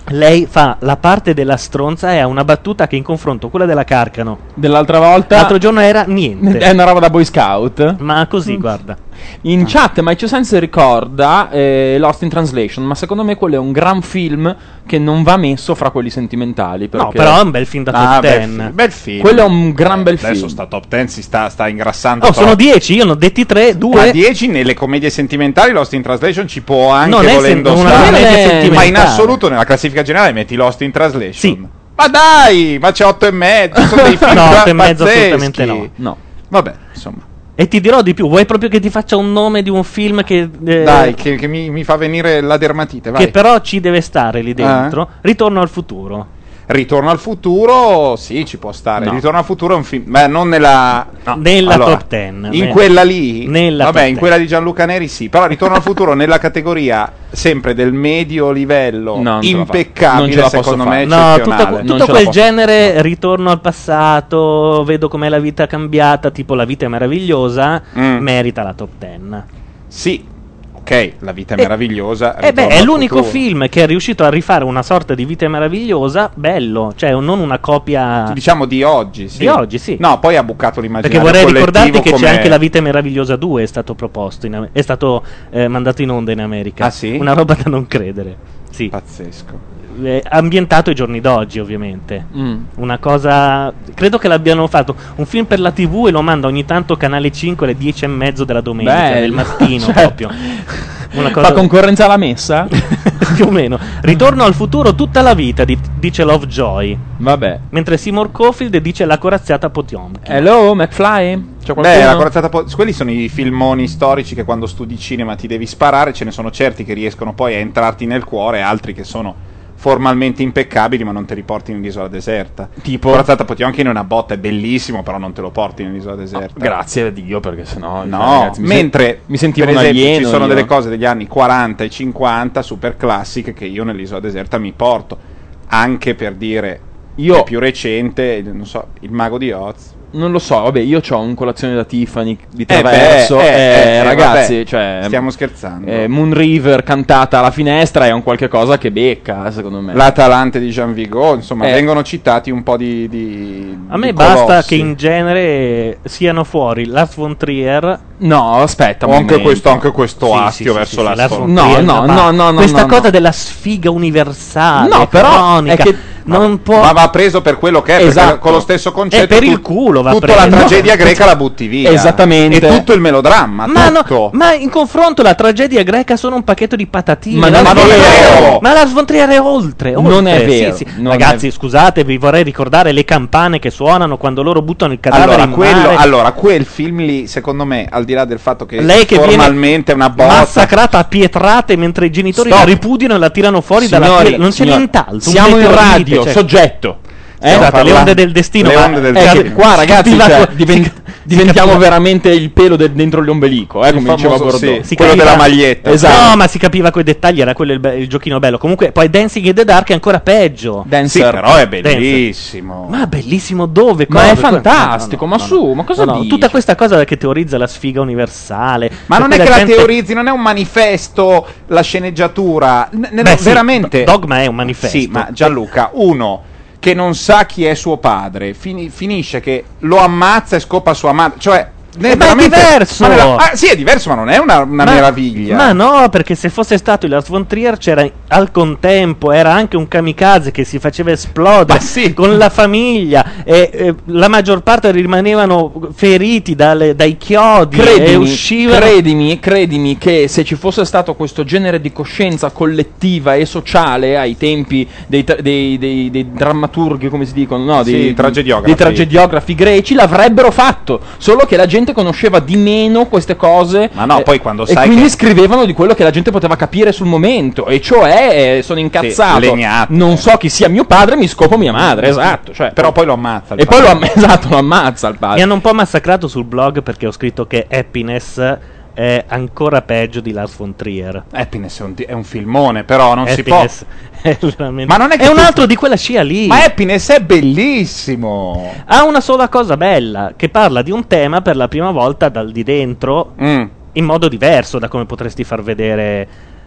S2: lei fa la parte della stronza e ha una battuta che in confronto quella della Carcano
S3: dell'altra volta
S2: l'altro giorno era niente.
S3: È una roba da Boy Scout.
S2: Ma così, mm. guarda.
S3: In ah. chat Mike Sense ricorda eh, Lost in Translation, ma secondo me quello è un gran film che non va messo fra quelli sentimentali.
S2: No, però è un bel film da
S1: ah,
S2: top
S1: bel
S2: ten.
S1: Film, bel film.
S3: Quello è un gran
S1: eh,
S3: bel
S1: adesso
S3: film.
S1: Adesso sta top ten, si sta, sta ingrassando.
S2: Oh,
S1: troppo.
S2: sono dieci, io ne ho detti tre, due.
S1: A dieci nelle commedie sentimentali Lost in Translation ci può anche
S2: non
S1: volendo
S2: è sen- una
S1: stare.
S2: commedia sentimentale.
S1: Ma in assoluto nella classifica generale metti Lost in Translation.
S2: Sì.
S1: Ma dai, ma c'è otto e mezzo, sono dei film
S2: no, otto e mezzo
S1: pazzeschi.
S2: assolutamente no.
S3: No.
S1: Vabbè, insomma.
S2: E ti dirò di più, vuoi proprio che ti faccia un nome di un film che... Eh,
S1: Dai, che, che mi, mi fa venire la dermatite, vai.
S2: Che però ci deve stare lì dentro. Eh? Ritorno al futuro.
S1: Ritorno al futuro, sì, ci può stare.
S2: No.
S1: Ritorno al futuro è un film, beh, non nella
S2: no, nella
S1: allora,
S2: top ten.
S1: In
S2: beh.
S1: quella lì,
S2: nella
S1: vabbè,
S2: top
S1: in
S2: ten.
S1: quella di Gianluca Neri sì, però Ritorno al futuro nella categoria sempre del medio livello,
S3: no,
S1: impeccabile, secondo me,
S2: no, tutto, tutto quel genere,
S1: no.
S2: ritorno al passato, vedo com'è la vita cambiata, tipo La vita è meravigliosa, mm. merita la top ten.
S1: Sì. Ok, La vita è meravigliosa.
S2: Eh beh, è l'unico futuro. film che è riuscito a rifare una sorta di vita è meravigliosa, bello, cioè non una copia.
S1: Diciamo di oggi, sì.
S2: Di oggi, sì.
S1: No, poi ha bucato l'immaginario.
S2: Perché vorrei ricordarti che
S1: come...
S2: c'è anche La vita è meravigliosa due, è stato proposto, in, è stato eh, mandato in onda in America.
S1: Ah sì?
S2: Una roba da non credere. Sì.
S1: Pazzesco.
S2: Eh, ambientato ai giorni d'oggi, ovviamente.
S3: Mm.
S2: Una cosa. Credo che l'abbiano fatto un film per la tivù e lo manda ogni tanto Canale cinque alle dieci e mezzo della domenica,
S3: Bello.
S2: del mattino,
S3: certo.
S2: proprio. Una cosa...
S3: Fa concorrenza alla messa?
S2: Più o meno. Ritorno al futuro tutta la vita, di- dice Lovejoy.
S3: Vabbè.
S2: Mentre Seymour Cofield dice La corazziata Potiomkin.
S3: Hello, McFly? C'è qualcuno?
S1: Beh, la corazzata po- quelli sono i filmoni storici che quando studi cinema ti devi sparare. Ce ne sono certi che riescono poi a entrarti nel cuore, altri che sono formalmente impeccabili ma non te li porti nell'isola deserta.
S3: Tipo
S1: Corazzata Potiomkin è una botta, è bellissimo, però non te lo porti nell'isola deserta.
S3: Oh, grazie a Dio, perché sennò
S1: no,
S3: ragazzi, mi
S1: mentre
S3: se- mi sentivo
S1: per
S3: un
S1: esempio
S3: alieno,
S1: ci sono
S3: io.
S1: delle cose degli anni quaranta e cinquanta super classiche che io nell'isola deserta mi porto, anche per dire io è più recente, non so, Il Mago di Oz.
S3: Non lo so, vabbè, io ho un colazione da Tiffany di
S1: Eh
S3: traverso,
S1: beh, eh,
S3: eh,
S1: eh,
S3: ragazzi,
S1: vabbè,
S3: cioè
S1: stiamo scherzando.
S3: eh, Moon River cantata alla finestra è un qualche cosa che becca, secondo me.
S1: L'Atalante di Jean Vigo, insomma,
S3: Eh.
S1: vengono citati un po' di, di
S2: A me
S1: di
S2: basta
S1: colossi.
S2: che in genere siano fuori Lars von Trier.
S3: No, aspetta, un
S1: O anche
S3: momento.
S1: questo, anche questo
S2: Sì,
S1: astio
S2: sì, sì,
S1: verso
S2: sì,
S1: la
S2: Lars
S1: storia.
S2: von
S3: No,
S2: Trier,
S3: no,
S2: ma-
S3: no, no, no,
S2: Questa
S3: no,
S2: cosa
S3: no.
S2: della sfiga universale,
S3: No, però
S2: cronica,
S3: è che-
S2: non può.
S1: Ma va preso per quello che è,
S3: Esatto.
S1: perché con lo stesso concetto
S2: Eh, per il
S1: tut-
S2: culo va
S1: tutta
S2: preso.
S1: la tragedia
S2: No.
S1: greca la butti via.
S3: Esattamente.
S1: E tutto il melodramma,
S2: Ma, no,
S1: tutto.
S2: ma in confronto la tragedia greca sono un pacchetto di patatine.
S3: Ma non
S2: Lars
S1: è
S2: von Trier-
S1: vero.
S2: Ma Lars von Trier è oltre, oltre.
S3: Non è vero,
S2: Sì, sì.
S3: non
S2: Ragazzi,
S3: è-
S2: scusate, vi vorrei ricordare le campane che suonano quando loro buttano il cadavere
S1: Allora
S2: in
S1: quello,
S2: mare.
S1: allora, quel film lì, secondo me, al di là del fatto che
S2: Lei che
S1: formalmente è una botta,
S2: massacrata a pietrate mentre i genitori
S1: Stop.
S2: la ripudiano e la tirano fuori dalla
S3: Signori,
S2: pietra. Non c'è
S3: signori,
S2: nient'altro. un
S3: Siamo in
S2: meteorite,
S3: radio,
S2: cioè.
S3: soggetto. Eh?
S1: Stiamo
S2: Scusate, le
S1: parlando-
S2: onde del destino.
S1: le
S2: ma-
S1: onde del
S2: eh,
S1: destino.
S3: Eh, qua ragazzi,
S2: capiva
S3: cioè,
S2: que-
S3: diven-
S2: si-
S3: diventiamo
S2: si capiva-
S3: veramente il pelo de- dentro l'ombelico, eh,
S1: Il
S3: come diceva
S1: famoso-
S3: Bordeaux.
S1: sì,
S2: Si
S1: quello
S2: capiva-
S1: della maglietta.
S3: Esatto.
S2: No, ma si capiva quei dettagli, era quello il, be- il giochino bello. Comunque, poi Dancing in the Dark è ancora peggio.
S1: Sì,
S3: Dancer.
S1: però è bellissimo.
S2: Ma bellissimo dove?
S3: Ma è
S2: Cosa?
S3: fantastico, ma su, ma cosa dici?
S2: Tutta questa cosa che teorizza la sfiga universale.
S1: Ma
S2: per
S1: non è
S2: cui
S1: che la
S2: gente-
S1: teorizzi, non è un manifesto la sceneggiatura. N- n-
S2: Beh, sì,
S1: veramente.
S2: Dogma è un manifesto.
S1: Sì, ma Gianluca, uno che non sa chi è suo padre, fini- finisce che lo ammazza e scopa sua madre. Cioè, ne-
S2: Eh, ma è
S1: veramente-
S2: diverso!
S1: ma nella- ah, sì, è diverso, ma non è una, una
S2: Ma-
S1: meraviglia.
S2: Ma no, perché se fosse stato il Lars von Trier c'era al contempo, era anche un kamikaze che si faceva esplodere
S1: Ma sì.
S2: con la famiglia e, e la maggior parte rimanevano feriti dalle- dai chiodi e
S3: Credimi,
S2: uscivano.
S3: credimi, credimi che se ci fosse stato questo genere di coscienza collettiva e sociale ai tempi dei, tra- dei, dei, dei drammaturghi, come si dicono, no?
S1: Sì,
S3: Dei,
S1: tragediografi.
S3: dei tragediografi greci, l'avrebbero fatto. Solo che la gente conosceva di meno queste cose.
S1: Ma no,
S3: eh,
S1: poi quando
S3: e
S1: sai
S3: quindi
S1: che-
S3: scrivevano di quello che la gente poteva capire sul momento. E cioè, eh, sono incazzato.
S1: legnato.
S3: Non so chi sia mio padre, mi scopo mia madre. Esatto. Cioè,
S1: Però poi lo ammazza. il
S3: e poi lo,
S1: padre.
S3: am- esatto, lo ammazza il
S2: Mi
S3: padre.
S2: hanno un po' massacrato sul blog perché ho scritto che Happiness è ancora peggio di Lars von Trier.
S1: Happiness è un, è un filmone, però non si può.
S2: Happiness è veramente-
S1: Ma non è che
S2: è un
S1: tu-
S2: altro di quella scia lì.
S1: Ma Happiness è bellissimo.
S2: Ha una sola cosa bella, che parla di un tema per la prima volta dal di dentro
S1: Mm.
S2: in modo diverso da come potresti far vedere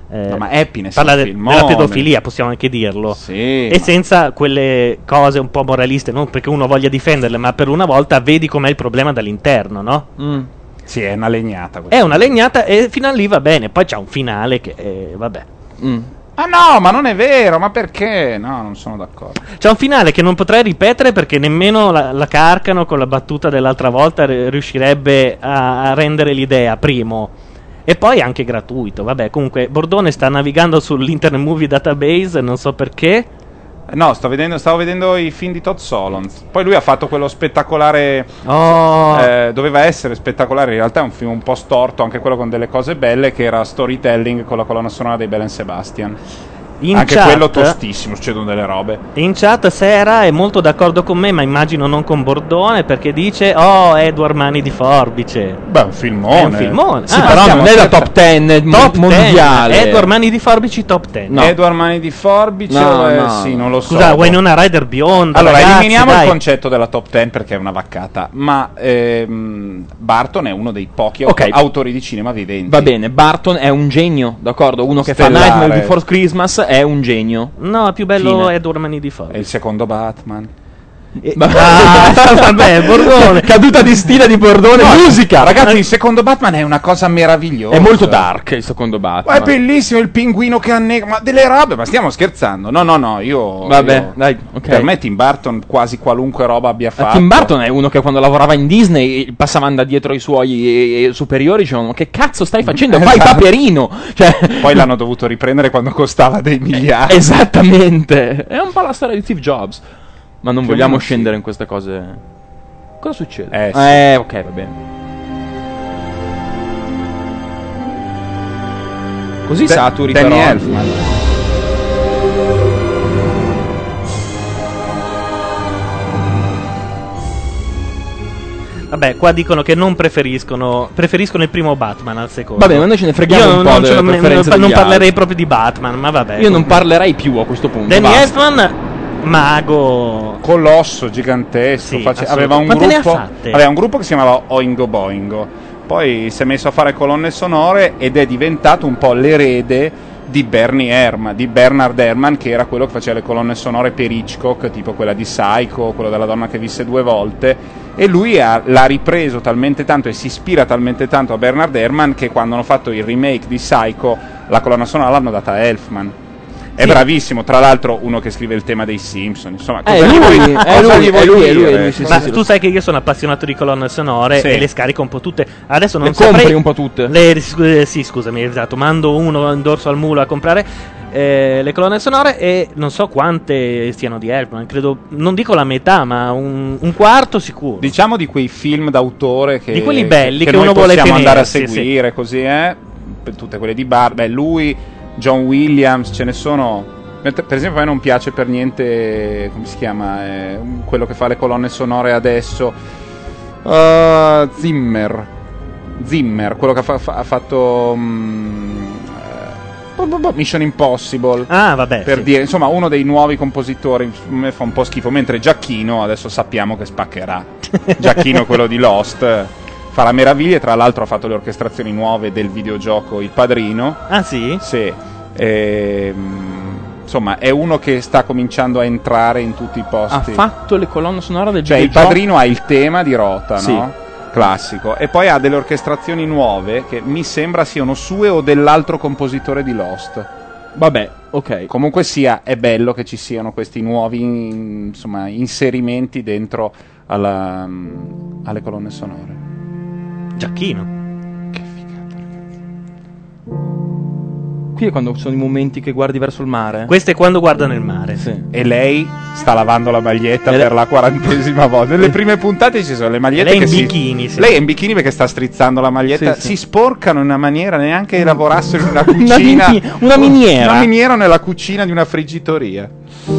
S2: Eh,
S1: No, ma Happiness
S2: parla
S1: è un
S2: de-
S1: filmone.
S2: della pedofilia, possiamo anche dirlo.
S1: Sì,
S2: E
S1: ma-
S2: senza quelle cose un po' moraliste, non perché uno voglia difenderle, ma per una volta vedi com'è il problema dall'interno, no?
S3: Mm.
S1: Sì, è una legnata questa.
S2: È una legnata e fino a lì va bene, poi c'è un finale che, eh, vabbè.
S3: Mm.
S1: Ah no, ma non è vero, ma perché? No, non sono d'accordo.
S2: C'è un finale che non potrei ripetere perché nemmeno la, la Carcano con la battuta dell'altra volta r- riuscirebbe a, a rendere l'idea, primo. E poi anche gratuito. Vabbè, comunque Bordone sta navigando sull'Internet Movie Database, non so perché.
S1: No, sto vedendo, stavo vedendo i film di Todd Solondz. Poi lui ha fatto quello spettacolare.
S2: Oh,
S1: eh, doveva essere spettacolare, in realtà è un film un po' storto, anche quello con delle cose belle, che era Storytelling con la colonna sonora dei Bell and Sebastian.
S2: in
S1: Anche
S2: chat,
S1: quello tostissimo, succedono delle robe.
S2: In chat Sera è molto d'accordo con me, ma immagino non con Bordone, perché dice "Oh, Edward Mani di Forbice".
S1: Beh, un filmone.
S2: È un filmone.
S3: Sì,
S2: Ah,
S3: però
S1: stiamo
S3: non è da
S1: scherzando.
S3: top ten mo-
S2: Top
S3: mondiale.
S2: ten. Edward Mani di Forbici top ten.
S3: No.
S1: Edward Mani di Forbice,
S3: No,
S1: eh,
S3: no,
S1: sì,
S3: no.
S1: non lo so.
S2: Scusa, Winona Ryder bionda.
S1: Allora,
S2: ragazzi,
S1: eliminiamo
S2: dai.
S1: il concetto della top ten perché è una vaccata, ma ehm, Barton è uno dei pochi
S3: Ok.
S1: auto- autori di cinema viventi.
S3: Va bene, Barton è un genio, d'accordo? Uno che
S1: Stellare.
S3: fa Nightmare Before Christmas è un genio.
S2: No, è più bello
S3: Fine.
S2: Edward Mani di
S1: È
S2: Forbice.
S1: il secondo Batman.
S2: Eh, ah, vabbè, Bordone.
S3: Caduta di stile di Bordone.
S1: No,
S3: musica,
S1: Ragazzi, il secondo Batman è una cosa meravigliosa.
S3: È molto dark il secondo
S1: Ma
S3: Batman.
S1: è bellissimo il pinguino che annega. Ma delle robe, ma stiamo scherzando? No, no, no, io.
S3: Vabbè,
S1: io-
S3: dai, ok.
S1: Per me Tim Burton quasi qualunque roba abbia
S3: Ma
S1: fatto.
S3: Tim Burton è uno che quando lavorava in Disney passava da dietro i suoi eh, superiori, dicevano: che cazzo stai facendo? Fai
S1: Esatto.
S3: Paperino! Cioè,
S1: Poi l'hanno dovuto riprendere quando costava dei miliardi.
S3: esattamente. È un po' la storia di Steve Jobs. Ma non
S1: Più o
S3: vogliamo
S1: meno sì.
S3: scendere in queste cose. Cosa succede?
S1: Eh, sì.
S3: Eh, ok, va bene. Così
S1: Da-
S3: saturi
S1: Danny
S3: però.
S1: Elfman.
S2: Vabbè, qua dicono che non preferiscono preferiscono il primo Batman al secondo.
S3: Vabbè, ma noi ce ne freghiamo
S2: Io
S3: un po'
S2: non,
S3: delle
S2: ce lo-
S3: preferenze
S2: non
S3: degli
S2: parlerei
S3: altri.
S2: proprio di Batman, ma vabbè.
S3: Io non parlerei più a questo punto.
S2: Danny
S3: basta.
S2: Elfman, mago.
S1: Colosso gigantesco.
S2: Sì,
S1: face- aveva, un
S2: Quante ne ha
S1: gruppo,
S2: fatte?
S1: aveva un gruppo che si chiamava Oingo Boingo. Poi si è messo a fare colonne sonore ed è diventato un po' l'erede di Bernie Herrmann, di Bernard Herrmann, che era quello che faceva le colonne sonore per Hitchcock, tipo quella di Psycho, quello della donna che visse due volte. E lui ha, l'ha ripreso talmente tanto e si ispira talmente tanto a Bernard Herrmann che quando hanno fatto il remake di Psycho la colonna sonora l'hanno data a Elfman. È
S2: Sì.
S1: bravissimo, tra l'altro uno che scrive il tema dei Simpson, insomma,
S3: Eh,
S1: cosa gli
S3: lui,
S1: vuoi-
S3: è
S1: cosa
S3: lui,
S1: gli vuoi
S3: è lui, è lui,
S1: dire?
S3: è lui, sì,
S2: Ma
S3: sì,
S2: tu sai che io sono appassionato di colonne sonore
S1: Sì.
S2: e le scarico un po' tutte. Adesso non
S3: Le
S2: saprei.
S3: compri un po' tutte.
S2: Le, scu- eh, sì, scusami, esatto. Mando uno in dorso al mulo a comprare eh, le colonne sonore e non so quante siano di Elfman. Credo, non dico la metà, ma un, un quarto sicuro.
S1: Diciamo di quei film d'autore che,
S2: Di quelli belli che
S1: noi
S2: uno vuole
S1: possiamo andare a
S2: tenersi,
S1: seguire, così eh? Per tutte quelle di Bar, beh, lui, John Williams, ce ne sono. Per esempio a me non piace per niente, come si chiama, eh, quello che fa le colonne sonore adesso, uh, Zimmer. Zimmer, quello che ha, fa- fa- ha fatto mm, eh, Mission Impossible.
S2: Ah, vabbè.
S1: Per
S2: sì.
S1: dire, insomma, uno dei nuovi compositori, a me fa un po' schifo, mentre Giacchino adesso sappiamo che spaccherà. Giacchino, quello di Lost, farà meraviglie, tra l'altro ha fatto le orchestrazioni nuove del videogioco Il Padrino.
S2: Ah, sì?
S1: Sì. Ehm, insomma, è uno che sta cominciando a entrare in tutti i
S3: Ha
S1: posti.
S3: fatto le colonne sonore del
S1: Cioè, Il
S3: videogioco.
S1: Padrino ha il tema di Rota,
S3: Sì.
S1: no? Classico. E poi ha delle orchestrazioni nuove che mi sembra siano sue o dell'altro compositore di Lost.
S3: Vabbè, ok.
S1: Comunque sia, è bello che ci siano questi nuovi in- insomma, inserimenti dentro alla, mm, alle colonne sonore.
S2: Giacchino.
S1: Che figata, ragazzi.
S3: Qui è quando sono i momenti che guardi verso il mare.
S2: Questo è quando guardano il mare.
S3: Sì.
S1: E lei sta lavando la maglietta
S3: E
S1: per
S3: lei-
S1: la quarantesima volta. Nelle prime puntate ci sono le magliette
S2: Lei
S1: che
S2: in
S1: si...
S2: bikini, sì.
S1: Lei è in bikini perché sta strizzando la maglietta.
S3: Sì, sì.
S1: Si sporcano in una maniera neanche lavorassero in una
S3: Una
S1: cucina.
S3: mini- una miniera.
S1: Una miniera nella cucina di una friggitoria.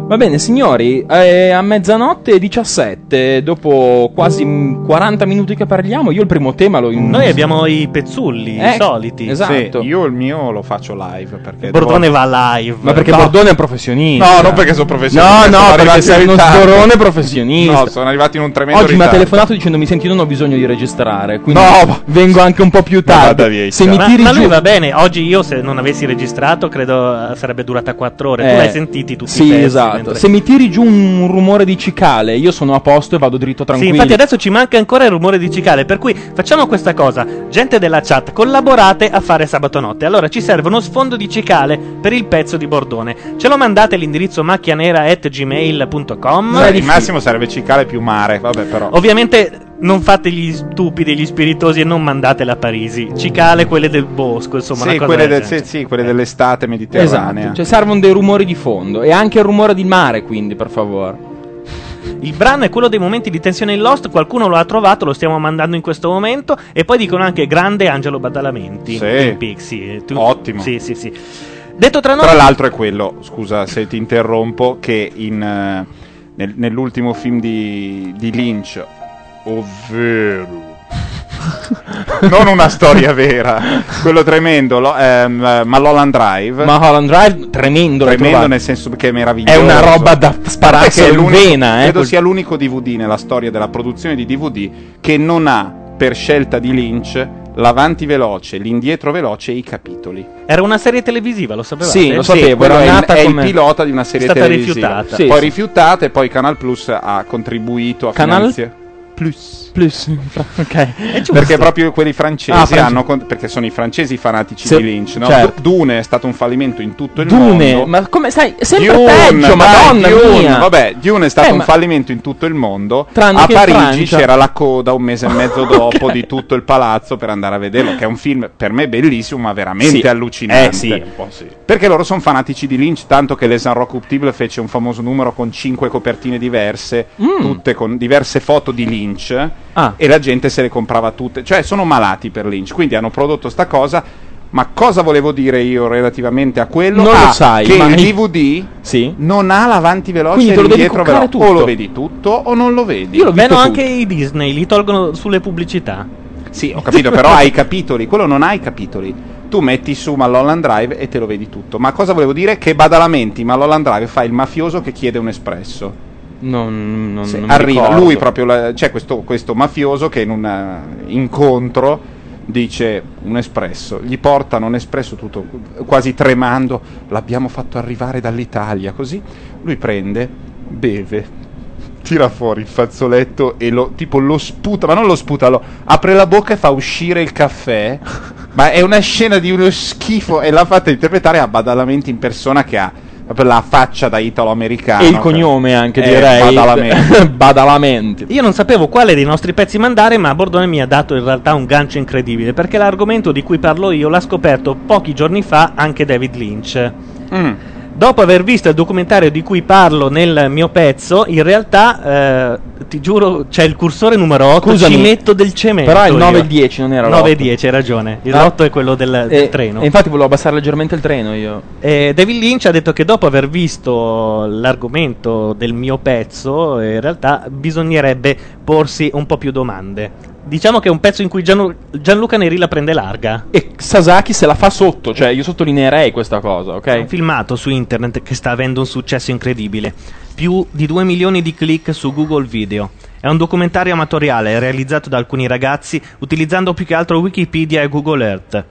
S3: Va bene signori, è a mezzanotte e diciassette, dopo quasi quaranta minuti che parliamo, io il primo tema lo... In...
S2: Noi abbiamo i pezzulli,
S3: Eh,
S2: i soliti.
S3: esatto.
S1: Sì, io il mio lo faccio live perché
S2: Bordone
S1: devo-
S2: va live.
S3: Ma perché
S1: No.
S3: Bordone è un professionista.
S1: No, non perché sono professionista.
S3: No, no,
S1: sono
S3: perché
S1: arrivati
S3: sei
S1: in
S3: uno
S1: ritardo.
S3: sborone professionista.
S1: No, sono arrivati in un tremendo
S3: Oggi mi ha
S1: ritardo.
S3: telefonato dicendo mi senti non ho bisogno di registrare, quindi
S1: No, ma-
S3: vengo anche un po' più
S1: Ma
S3: tardi.
S1: vada via,
S3: Se mi
S2: Ma,
S3: tiri
S2: ma
S3: giù
S2: lui va bene, oggi io se non avessi registrato credo eh, sarebbe durata quattro ore. Tu
S3: Eh,
S2: l'hai sentiti tutti
S3: sì,
S2: i pezzi,
S3: esatto.
S2: mentre-
S3: Se mi tiri giù un rumore di cicale, io sono a posto e vado dritto
S2: Sì,
S3: tranquillo.
S2: infatti adesso ci manca ancora il rumore di cicale, per cui facciamo questa cosa. Gente della chat, collaborate a fare sabato notte. Allora ci serve uno sfondo di cicale per il pezzo di Bordone. Ce lo mandate all'indirizzo macchianera at gmail punto com.
S1: Beh, il massimo sarebbe cicale più mare. Vabbè, però.
S2: Ovviamente non fate gli stupidi, gli spiritosi e non mandatele a Parisi. Cicale, quelle del bosco, insomma,
S1: sì,
S2: una cosa
S1: quelle,
S2: del
S1: del-
S2: genere.
S1: sì, sì, quelle dell'estate mediterranea.
S3: Esatto, cioè servono dei rumori di fondo e anche il rumore di mare, quindi per favore.
S2: Il brano è quello dei momenti di tensione in Lost, qualcuno lo ha trovato, lo stiamo mandando in questo momento. E poi dicono anche grande Angelo Badalamenti.
S1: Sì.
S2: in Pixie. Tu-
S1: Ottimo.
S2: Sì, sì, sì. Detto tra noi,
S1: Tra l'altro è quello, scusa se ti interrompo, che in, eh, nel- nell'ultimo film di, di Lynch, ovvero non una storia vera, quello tremendo, lo, ehm, Mulholland Drive.
S3: Ma Holland Drive tremendo, l'hai
S1: Tremendo
S3: trovato.
S1: nel senso che è meraviglioso.
S3: È una roba da
S1: Perché
S3: spararsi
S1: è
S3: in
S1: l'unico-
S3: vena, eh.
S1: Credo
S3: quel-
S1: sia l'unico D V D nella storia della produzione di D V D che non ha, per scelta di Lynch, l'avanti veloce, l'indietro veloce e i capitoli.
S2: era una serie televisiva, lo sapevate?
S3: Sì, lo
S1: Sì,
S3: sapevo,
S1: quello
S3: era
S1: è, il,
S3: nata
S1: è il
S3: come-
S1: pilota di una serie
S2: È stata
S1: televisiva.
S2: rifiutata.
S3: Sì,
S1: poi
S3: sì.
S1: rifiutata e poi Canal Plus ha contribuito a
S3: Canal?
S1: finanziare. Plus.
S3: Plus. Ok.
S1: Perché proprio quelli francesi
S3: Ah, francesi.
S1: hanno con- perché sono i francesi fanatici
S3: Sì,
S1: di Lynch, no?
S3: certo.
S1: Du- Dune è stato un fallimento in tutto il
S3: Dune,
S1: mondo.
S3: ma come sai, sempre
S1: Dune,
S3: peggio,
S1: dai,
S3: madonna
S1: Dune,
S3: mia.
S1: Vabbè, Dune è stato
S3: Eh,
S1: un
S3: ma-
S1: fallimento in tutto il mondo.
S3: Tranne
S1: A
S3: che in
S1: Parigi
S3: Francia.
S1: c'era la coda un mese e mezzo dopo di tutto il palazzo per andare a vederlo, che è un film per me bellissimo, ma veramente
S3: Sì.
S1: allucinante.
S3: Eh sì, un po' sì.
S1: Perché loro sono fanatici di Lynch, tanto che Les Inrecuptibles fece un famoso numero con cinque copertine diverse,
S3: Mm.
S1: tutte con diverse foto di Lynch,
S3: Ah.
S1: e la gente se le comprava tutte. Cioè, sono malati per Lynch, quindi hanno prodotto sta cosa. Ma cosa volevo dire io relativamente a quello?
S3: Non
S1: Ah,
S3: lo sai,
S1: che
S3: ma-
S1: il D V D
S3: Sì.
S1: non ha l'avanti veloce
S3: Quindi
S1: e
S3: te lo devi
S1: l'indietro
S3: cuccare
S1: veloce. O
S3: tutto.
S1: lo vedi tutto o non lo vedi.
S3: Io l'ho visto
S2: Bene,
S3: tutto.
S2: anche i Disney li tolgono sulle pubblicità.
S1: Sì, ho capito, però hai i capitoli, quello non ha i capitoli. Tu metti su Mulholland Drive e te lo vedi tutto. Ma cosa volevo dire? Che Badalamenti, Mulholland Drive fa il mafioso che chiede un espresso.
S3: Non, non,
S1: Sì,
S3: non mi
S1: arriva
S3: ricordo.
S1: lui proprio, la- c'è questo, questo mafioso che in un eh, incontro dice un espresso, gli portano un espresso tutto quasi tremando, l'abbiamo fatto arrivare dall'Italia, così lui prende, beve, tira fuori il fazzoletto e lo, tipo lo sputa, ma non lo sputa, lo apre la bocca e fa uscire il caffè. Ma è una scena di uno schifo e l'ha fatta interpretare a Badalamenti in persona, che ha proprio la faccia da italo-americano.
S3: E il cognome anche,
S1: Eh,
S3: direi.
S1: Badalamenti.
S3: Badalamenti.
S2: Io non sapevo quale dei nostri pezzi mandare, ma Bordone mi ha dato in realtà un gancio incredibile, perché l'argomento di cui parlo io l'ha scoperto pochi giorni fa anche David Lynch.
S1: Mm.
S2: Dopo aver visto il documentario di cui parlo nel mio pezzo, in realtà, eh, ti giuro, c'è il cursore numero otto,
S3: Scusami,
S2: ci metto del cemento.
S3: però il
S2: io.
S3: nove e il dieci non era
S2: nove e
S3: l'otto.
S2: dieci, hai ragione. Il
S3: Ah.
S2: otto è quello del, del
S3: E,
S2: treno.
S3: e infatti volevo abbassare leggermente il treno io.
S2: Eh, David Lynch ha detto che dopo aver visto l'argomento del mio pezzo, eh, in realtà bisognerebbe porsi un po' più domande. Diciamo che è un pezzo in cui Gianlu- Gianluca Neri la prende larga.
S3: E Sasaki se la fa sotto, cioè io sottolineerei questa cosa, ok?
S2: È un filmato su internet che sta avendo un successo incredibile. Più di due milioni di click su Google Video. È un documentario amatoriale realizzato da alcuni ragazzi utilizzando più che altro Wikipedia e Google Earth.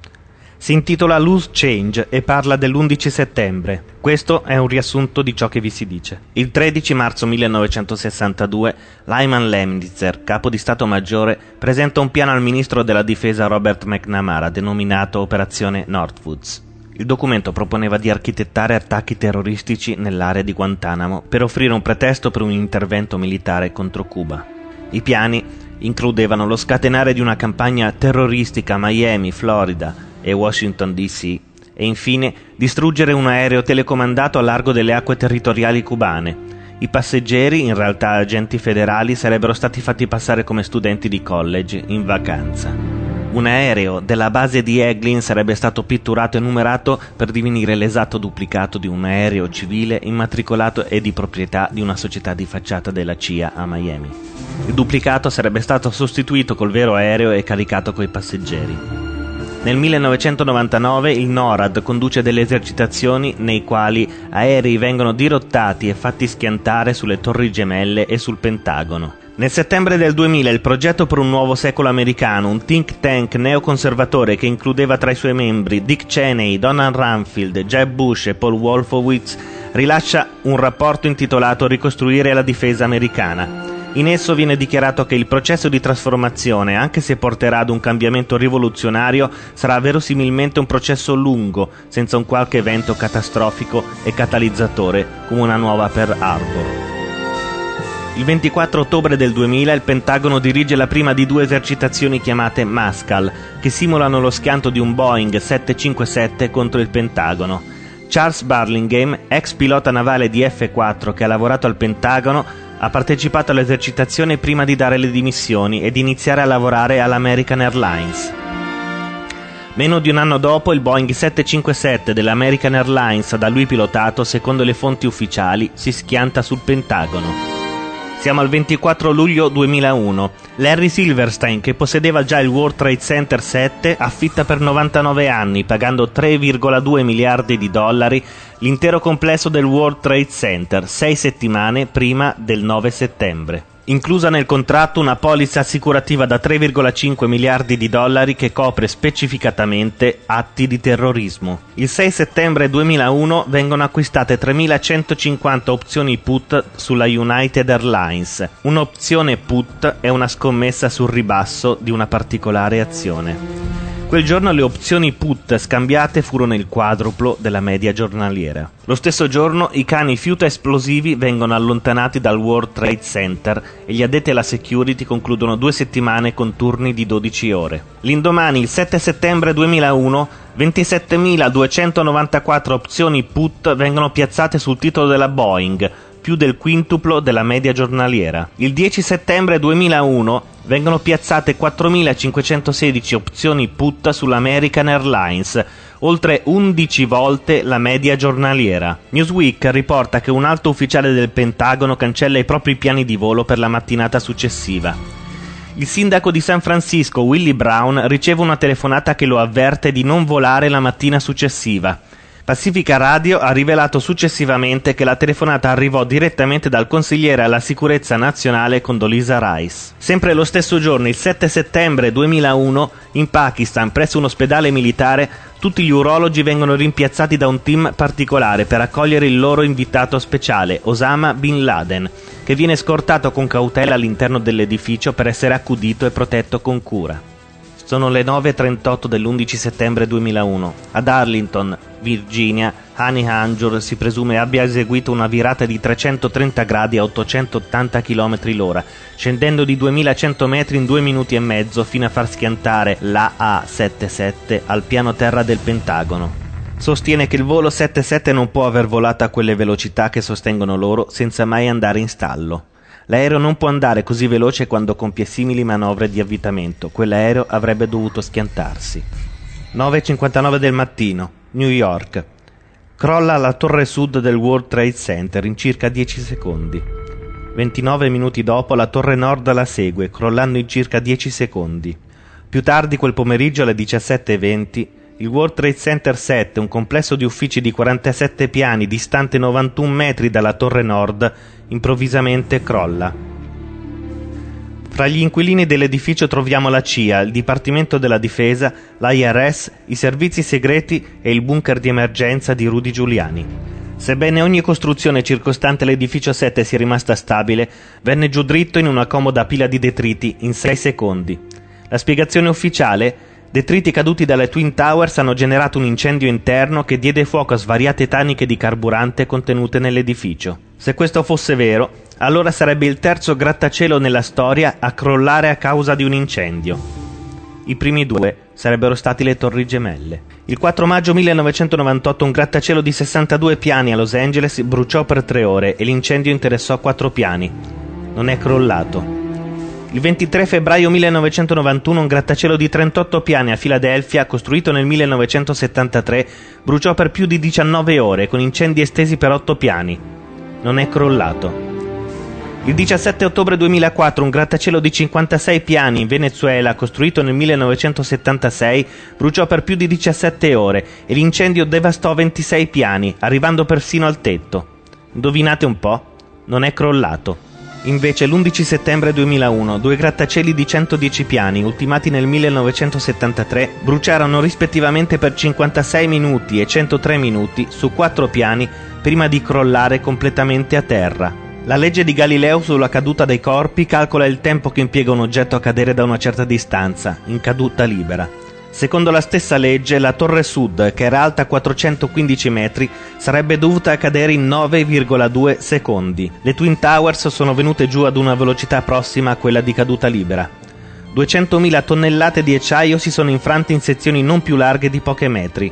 S2: Si intitola Loose Change e parla dell'undici settembre. Questo è un riassunto di ciò che vi si dice. Il tredici marzo millenovecentosessantadue, Lyman Lemnitzer, capo di Stato Maggiore, presenta un piano al ministro della difesa Robert McNamara, denominato Operazione Northwoods. Il documento proponeva di architettare attacchi terroristici nell'area di Guantanamo per offrire un pretesto per un intervento militare contro Cuba. I piani includevano lo scatenare di una campagna terroristica a Miami, Florida e Washington D C e infine distruggere un aereo telecomandato a largo delle acque territoriali cubane. I passeggeri, in realtà agenti federali, sarebbero stati fatti passare come studenti di college in vacanza. Un aereo della base di Eglin sarebbe stato pitturato e numerato per divenire l'esatto duplicato di un aereo civile immatricolato e di proprietà di una società di facciata della C I A a Miami. Il duplicato sarebbe stato sostituito col vero aereo e caricato coi passeggeri. Nel millenovecentonovantanove il NORAD conduce delle esercitazioni nei quali aerei vengono dirottati e fatti schiantare sulle Torri Gemelle e sul Pentagono. Nel settembre del duemila il Progetto per un nuovo secolo americano, un think tank neoconservatore che includeva tra i suoi membri Dick Cheney, Donald Rumsfeld, Jeb Bush e Paul Wolfowitz, rilascia un rapporto intitolato Ricostruire la difesa americana. In esso viene dichiarato che il processo di trasformazione, anche se porterà ad un cambiamento rivoluzionario, sarà verosimilmente un processo lungo, senza un qualche evento catastrofico e catalizzatore come una nuova Pearl Harbor. Il ventiquattro ottobre del duemila il Pentagono dirige la prima di due esercitazioni chiamate Mascal, che simulano lo schianto di un Boeing sette cinquantasette contro il Pentagono. Charles Burlingame, ex pilota navale di F quattro che ha lavorato al Pentagono, ha partecipato all'esercitazione prima di dare le dimissioni ed iniziare a lavorare all'American Airlines. Meno di un anno dopo, il Boeing sette cinquantasette dell'American Airlines, da lui pilotato, secondo le fonti ufficiali, si schianta sul Pentagono. Siamo al ventiquattro luglio duemilauno. Larry Silverstein, che possedeva già il World Trade Center sette, affitta per novantanove anni, pagando tre virgola due miliardi di dollari, l'intero complesso del World Trade Center, sei settimane prima del nove settembre. Inclusa nel contratto una polizza assicurativa da tre virgola cinque miliardi di dollari che copre specificatamente atti di terrorismo. Il sei settembre duemilauno vengono acquistate tremilacentocinquanta opzioni put sulla United Airlines. Un'opzione put è una scommessa sul ribasso di una particolare azione. Quel giorno le opzioni put scambiate furono il quadruplo della media giornaliera. Lo stesso giorno i cani fiuta esplosivi vengono allontanati dal World Trade Center e gli addetti alla security concludono due settimane con turni di dodici ore. L'indomani, il sette settembre duemilauno, ventisettemiladuecentonovantaquattro opzioni put vengono piazzate sul titolo della Boeing, più del quintuplo della media giornaliera. Il dieci settembre duemilauno vengono piazzate quattromilacinquecentosedici opzioni put sull'American Airlines, oltre undici volte la media giornaliera. Newsweek riporta che un alto ufficiale del Pentagono cancella i propri piani di volo per la mattinata successiva. Il sindaco di San Francisco, Willie Brown, riceve una telefonata che lo avverte di non volare la mattina successiva. Pacifica Radio ha rivelato successivamente che la telefonata arrivò direttamente dal consigliere alla sicurezza nazionale Condoleezza Rice. Sempre lo stesso giorno, il sette settembre duemilauno, in Pakistan, presso un ospedale militare, tutti gli urologi vengono rimpiazzati da un team particolare per accogliere il loro invitato speciale, Osama Bin Laden, che viene scortato con cautela all'interno dell'edificio per essere accudito e protetto con cura. Sono le nove e trentotto dell'undici settembre duemilauno. Ad Arlington, Virginia, Hani Hanjour si presume abbia eseguito una virata di trecentotrenta gradi a ottocentottanta chilometri l'ora, scendendo di duemilacento metri in due minuti e mezzo fino a far schiantare l'A A settantasette al piano terra del Pentagono. Sostiene che il volo settantasette non può aver volato a quelle velocità che sostengono loro senza mai andare in stallo. L'aereo non può andare così veloce quando compie simili manovre di avvitamento. Quell'aereo avrebbe dovuto schiantarsi. nove e cinquantanove del mattino, New York. Crolla la torre sud del World Trade Center in circa dieci secondi. ventinove minuti dopo la torre nord la segue, crollando in circa dieci secondi. Più tardi quel pomeriggio alle diciassette e venti, il World Trade Center sette, un complesso di uffici di quarantasette piani distante novantuno metri dalla torre nord, improvvisamente crolla. Fra gli inquilini dell'edificio troviamo la C I A, il Dipartimento della Difesa, l'I R S, i servizi segreti e il bunker di emergenza di Rudy Giuliani. Sebbene ogni costruzione circostante l'edificio sette sia rimasta stabile, venne giù dritto in una comoda pila di detriti in sei secondi. La spiegazione ufficiale: detriti caduti dalle Twin Towers hanno generato un incendio interno che diede fuoco a svariate taniche di carburante contenute nell'edificio. Se questo fosse vero, allora sarebbe il terzo grattacielo nella storia a crollare a causa di un incendio. I primi due sarebbero stati le Torri Gemelle. Il quattro maggio millenovecentonovantotto un grattacielo di sessantadue piani a Los Angeles bruciò per tre ore e l'incendio interessò quattro piani. Non è crollato. Il ventitré febbraio millenovecentonovantuno un grattacielo di trentotto piani a Filadelfia, costruito nel millenovecentosettantatré, bruciò per più di diciannove ore, con incendi estesi per otto piani. Non è crollato. Il diciassette ottobre duemilaquattro un grattacielo di cinquantasei piani in Venezuela, costruito nel millenovecentosettantasei, bruciò per più di diciassette ore e l'incendio devastò ventisei piani, arrivando persino al tetto. Indovinate un po'? Non è crollato. Invece l'undici settembre duemilauno due grattacieli di centodieci piani, ultimati nel millenovecentosettantatré, bruciarono rispettivamente per cinquantasei minuti e centotré minuti su quattro piani prima di crollare completamente a terra. La legge di Galileo sulla caduta dei corpi calcola il tempo che impiega un oggetto a cadere da una certa distanza, in caduta libera. Secondo la stessa legge, la Torre Sud, che era alta quattrocentoquindici metri, sarebbe dovuta cadere in nove virgola due secondi. Le Twin Towers sono venute giù ad una velocità prossima a quella di caduta libera. duecentomila tonnellate di acciaio si sono infrante in sezioni non più larghe di pochi metri.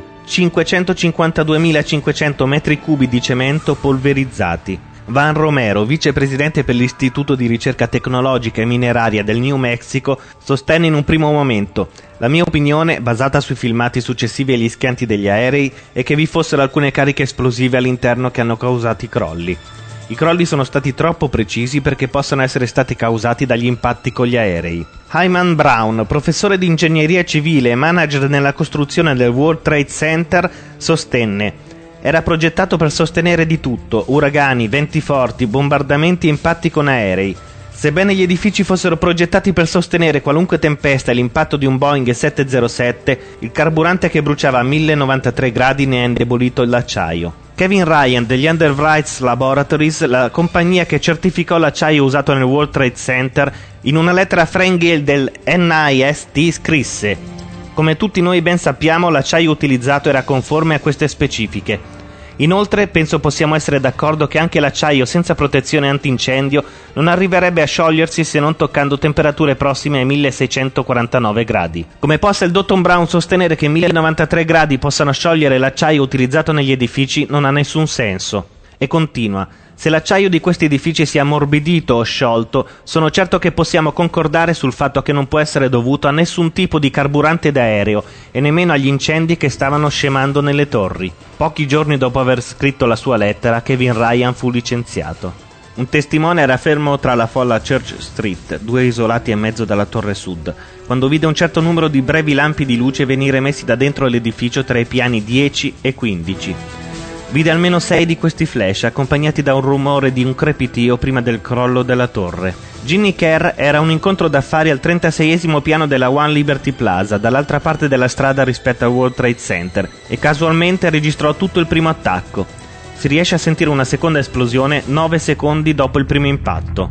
S2: cinquecentocinquantaduemilacinquecento metri cubi di cemento polverizzati. Van Romero, vicepresidente per l'Istituto di Ricerca Tecnologica e Mineraria del New Mexico, sostenne in un primo momento: la mia opinione, basata sui filmati successivi agli schianti degli aerei, è che vi fossero alcune cariche esplosive all'interno che hanno causato i crolli. I crolli sono stati troppo precisi perché possano essere stati causati dagli impatti con gli aerei. Hyman Brown, professore di ingegneria civile e manager nella costruzione del World Trade Center, sostenne: era progettato per sostenere di tutto: uragani, venti forti, bombardamenti e impatti con aerei. Sebbene gli edifici fossero progettati per sostenere qualunque tempesta e l'impatto di un Boeing settecentosettantasette, il carburante che bruciava a mille novantatré gradi ne ha indebolito l'acciaio. Kevin Ryan degli Underwrights Laboratories, la compagnia che certificò l'acciaio usato nel World Trade Center, in una lettera a Frank Gale del N I S T scrisse: come tutti noi ben sappiamo, l'acciaio utilizzato era conforme a queste specifiche. Inoltre, penso possiamo essere d'accordo che anche l'acciaio senza protezione antincendio non arriverebbe a sciogliersi se non toccando temperature prossime ai milleseicentoquarantanove gradi. Come possa il dottor Brown sostenere che mille novantatré gradi possano sciogliere l'acciaio utilizzato negli edifici non ha nessun senso. E continua: se l'acciaio di questi edifici si è ammorbidito o sciolto, sono certo che possiamo concordare sul fatto che non può essere dovuto a nessun tipo di carburante d'aereo e nemmeno agli incendi che stavano scemando nelle torri. Pochi giorni dopo aver scritto la sua lettera, Kevin Ryan fu licenziato. Un testimone era fermo tra la folla a Church Street, due isolati e mezzo dalla Torre Sud, quando vide un certo numero di brevi lampi di luce venire messi da dentro l'edificio tra i piani dieci e quindici. Vide almeno sei di questi flash, accompagnati da un rumore di un crepitio prima del crollo della torre. Ginny Kerr era a un incontro d'affari al trentaseiesimo piano della One Liberty Plaza, dall'altra parte della strada rispetto al World Trade Center, e casualmente registrò tutto il primo attacco. Si riesce a sentire una seconda esplosione nove secondi dopo il primo impatto.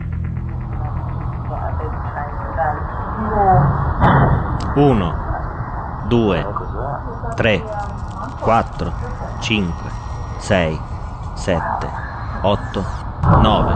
S2: Uno, due, tre, quattro, cinque, sei, sette, otto, nove.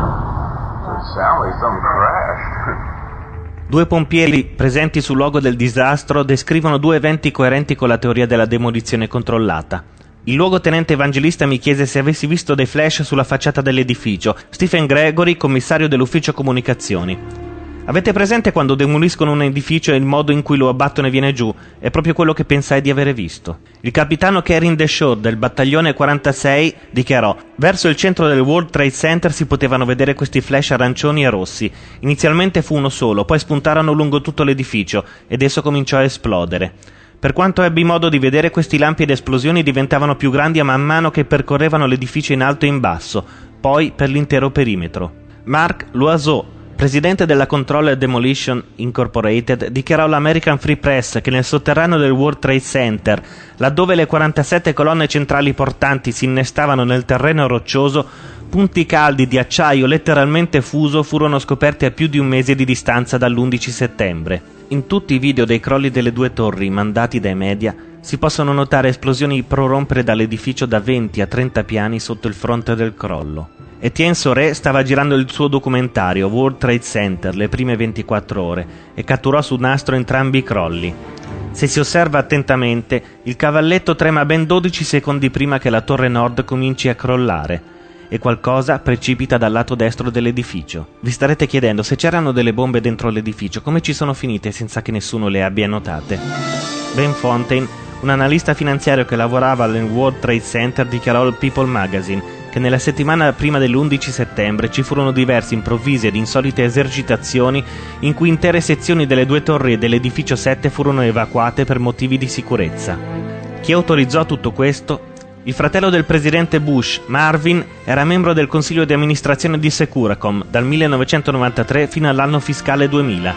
S2: Due pompieri presenti sul luogo del disastro descrivono due eventi coerenti con la teoria della demolizione controllata. Il luogotenente evangelista mi chiese se avessi visto dei flash sulla facciata dell'edificio. Stephen Gregory, commissario dell'ufficio comunicazioni. Avete presente quando demoliscono un edificio e il modo in cui lo abbattono e viene giù? È proprio quello che pensai di avere visto. Il capitano Karin Deshaw del battaglione quarantasei dichiarò: verso il centro del World Trade Center si potevano vedere questi flash arancioni e rossi. Inizialmente fu uno solo, poi spuntarono lungo tutto l'edificio ed esso cominciò a esplodere. Per quanto ebbi modo di vedere, questi lampi ed esplosioni diventavano più grandi a man mano che percorrevano l'edificio in alto e in basso, poi per l'intero perimetro. Mark Loiseau, presidente della Control Demolition Incorporated, dichiarò all'American Free Press che nel sotterraneo del World Trade Center, laddove le quarantasette colonne centrali portanti si innestavano nel terreno roccioso, punti caldi di acciaio letteralmente fuso furono scoperti a più di un mese di distanza dall'undici settembre. In tutti i video dei crolli delle due torri mandati dai media si possono notare esplosioni prorompere dall'edificio da venti a trenta piani sotto il fronte del crollo. Etienne Soré stava girando il suo documentario World Trade Center le prime ventiquattro ore e catturò su nastro entrambi i crolli. Se si osserva attentamente, il cavalletto trema ben dodici secondi prima che la torre nord cominci a crollare. e qualcosa precipita dal lato destro dell'edificio. Vi starete chiedendo, se c'erano delle bombe dentro l'edificio, come ci sono finite senza che nessuno le abbia notate? Ben Fontaine, un analista finanziario che lavorava al World Trade Center, dichiarò al People Magazine che nella settimana prima dell'undici settembre ci furono diverse improvvise ed insolite esercitazioni in cui intere sezioni delle due torri dell'edificio sette furono evacuate per motivi di sicurezza. Chi autorizzò tutto questo? Il fratello del presidente Bush, Marvin, era membro del consiglio di amministrazione di Securacom dal millenovecentonovantatré fino all'anno fiscale duemila.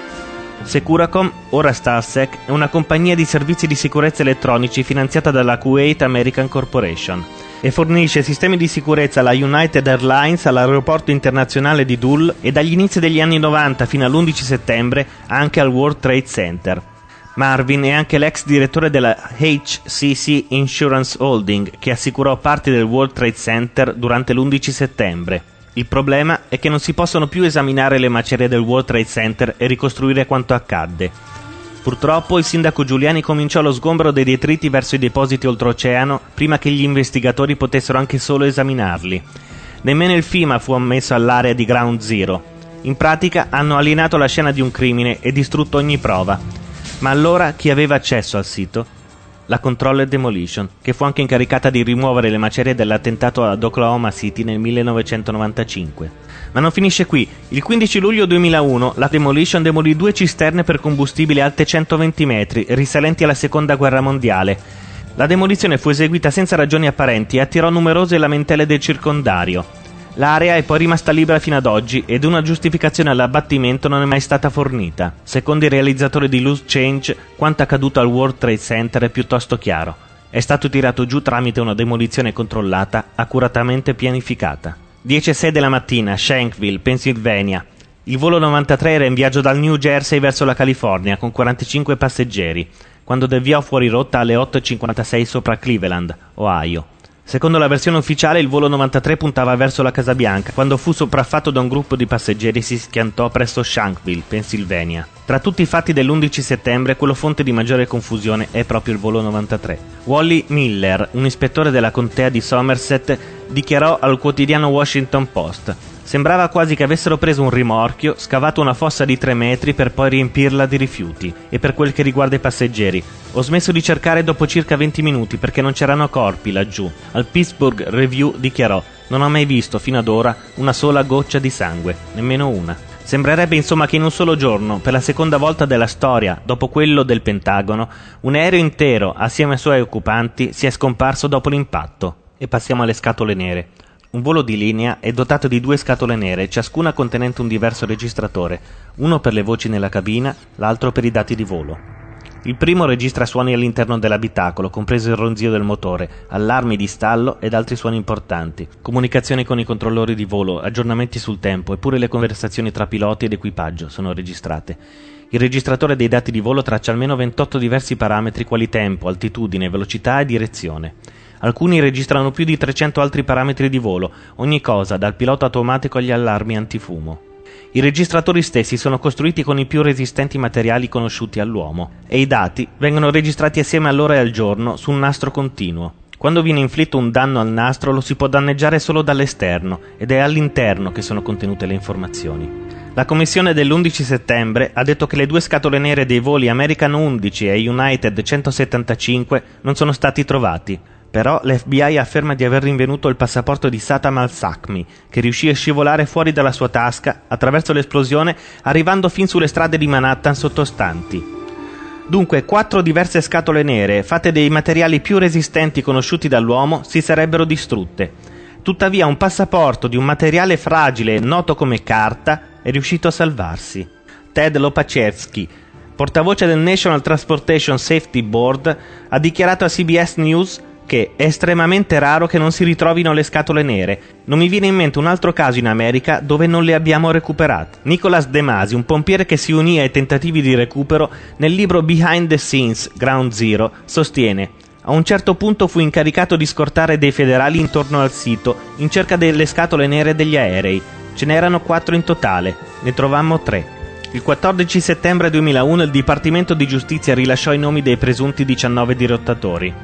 S2: Securacom, ora Starsec, è una compagnia di servizi di sicurezza elettronici finanziata dalla Kuwait American Corporation e fornisce sistemi di sicurezza alla United Airlines, all'aeroporto internazionale di Dulles e dagli inizi degli anni novanta fino all'undici settembre anche al World Trade Center. Marvin è anche l'ex direttore della H C C Insurance Holding, che assicurò parti del World Trade Center durante l'undici settembre. Il problema è che non si possono più esaminare le macerie del World Trade Center e ricostruire quanto accadde. Purtroppo il sindaco Giuliani cominciò lo sgombero dei detriti verso i depositi oltreoceano prima che gli investigatori potessero anche solo esaminarli. Nemmeno il FEMA fu ammesso all'area di Ground Zero. In pratica hanno alienato la scena di un crimine e distrutto ogni prova. Ma allora chi aveva accesso al sito? La Controller Demolition, che fu anche incaricata di rimuovere le macerie dell'attentato ad Oklahoma City nel millenovecentonovantacinque. Ma non finisce qui. Il quindici luglio duemilauno la Demolition demolì due cisterne per combustibile alte centoventi metri, risalenti alla seconda guerra mondiale. La demolizione fu eseguita senza ragioni apparenti e attirò numerose lamentele del circondario. L'area è poi rimasta libera fino ad oggi ed una giustificazione all'abbattimento non è mai stata fornita. Secondo i realizzatori di Loose Change, quanto accaduto al World Trade Center è piuttosto chiaro. È stato tirato giù tramite una demolizione controllata, accuratamente pianificata. dieci e sei della mattina, Shanksville, Pennsylvania. Il volo novantatré era in viaggio dal New Jersey verso la California con quarantacinque passeggeri, quando deviò fuori rotta alle otto e cinquantasei sopra Cleveland, Ohio. Secondo la versione ufficiale, il volo novantatré puntava verso la Casa Bianca, quando fu sopraffatto da un gruppo di passeggeri e si schiantò presso Shanksville, Pennsylvania. Tra tutti i fatti dell'undici settembre, quello fonte di maggiore confusione è proprio il volo novantatré. Wally Miller, un ispettore della contea di Somerset, dichiarò al quotidiano Washington Post: sembrava quasi che avessero preso un rimorchio, scavato una fossa di tre metri per poi riempirla di rifiuti. E per quel che riguarda i passeggeri, ho smesso di cercare dopo circa venti minuti perché non c'erano corpi laggiù. Al Pittsburgh Review dichiarò: non ho mai visto fino ad ora una sola goccia di sangue, nemmeno una. Sembrerebbe insomma che in un solo giorno, per la seconda volta della storia, dopo quello del Pentagono, un aereo intero, assieme ai suoi occupanti, sia scomparso dopo l'impatto. E passiamo alle scatole nere. Un volo di linea è dotato di due scatole nere, ciascuna contenente un diverso registratore, uno per le voci nella cabina, l'altro per i dati di volo. Il primo registra suoni all'interno dell'abitacolo, compreso il ronzio del motore, allarmi di stallo ed altri suoni importanti, comunicazioni con i controllori di volo, aggiornamenti sul tempo e pure le conversazioni tra piloti ed equipaggio sono registrate. Il registratore dei dati di volo traccia almeno ventotto diversi parametri quali tempo, altitudine, velocità e direzione. Alcuni registrano più di trecento altri parametri di volo, ogni cosa, dal pilota automatico agli allarmi antifumo. I registratori stessi sono costruiti con i più resistenti materiali conosciuti all'uomo e i dati vengono registrati assieme all'ora e al giorno su un nastro continuo. Quando viene inflitto un danno al nastro lo si può danneggiare solo dall'esterno ed è all'interno che sono contenute le informazioni. La commissione dell'undici settembre ha detto che le due scatole nere dei voli American undici e United centosettantacinque non sono stati trovati. Però l'F B I afferma di aver rinvenuto il passaporto di Satam al-Sakmi, che riuscì a scivolare fuori dalla sua tasca attraverso l'esplosione, arrivando fin sulle strade di Manhattan sottostanti. Dunque, quattro diverse scatole nere, fatte dei materiali più resistenti conosciuti dall'uomo, si sarebbero distrutte. Tuttavia un passaporto di un materiale fragile noto come carta è riuscito a salvarsi. Ted Lopachevsky, portavoce del National Transportation Safety Board, ha dichiarato a C B S News che è estremamente raro che non si ritrovino le scatole nere. Non mi viene in mente un altro caso in America dove non le abbiamo recuperate. Nicholas De Masi, un pompiere che si unì ai tentativi di recupero, nel libro Behind the Scenes, Ground Zero, sostiene: a un certo punto fu incaricato di scortare dei federali intorno al sito in cerca delle scatole nere degli aerei. Ce n'erano quattro in totale, ne trovammo tre. Il quattordici settembre duemilauno il Dipartimento di Giustizia rilasciò i nomi dei presunti diciannove dirottatori.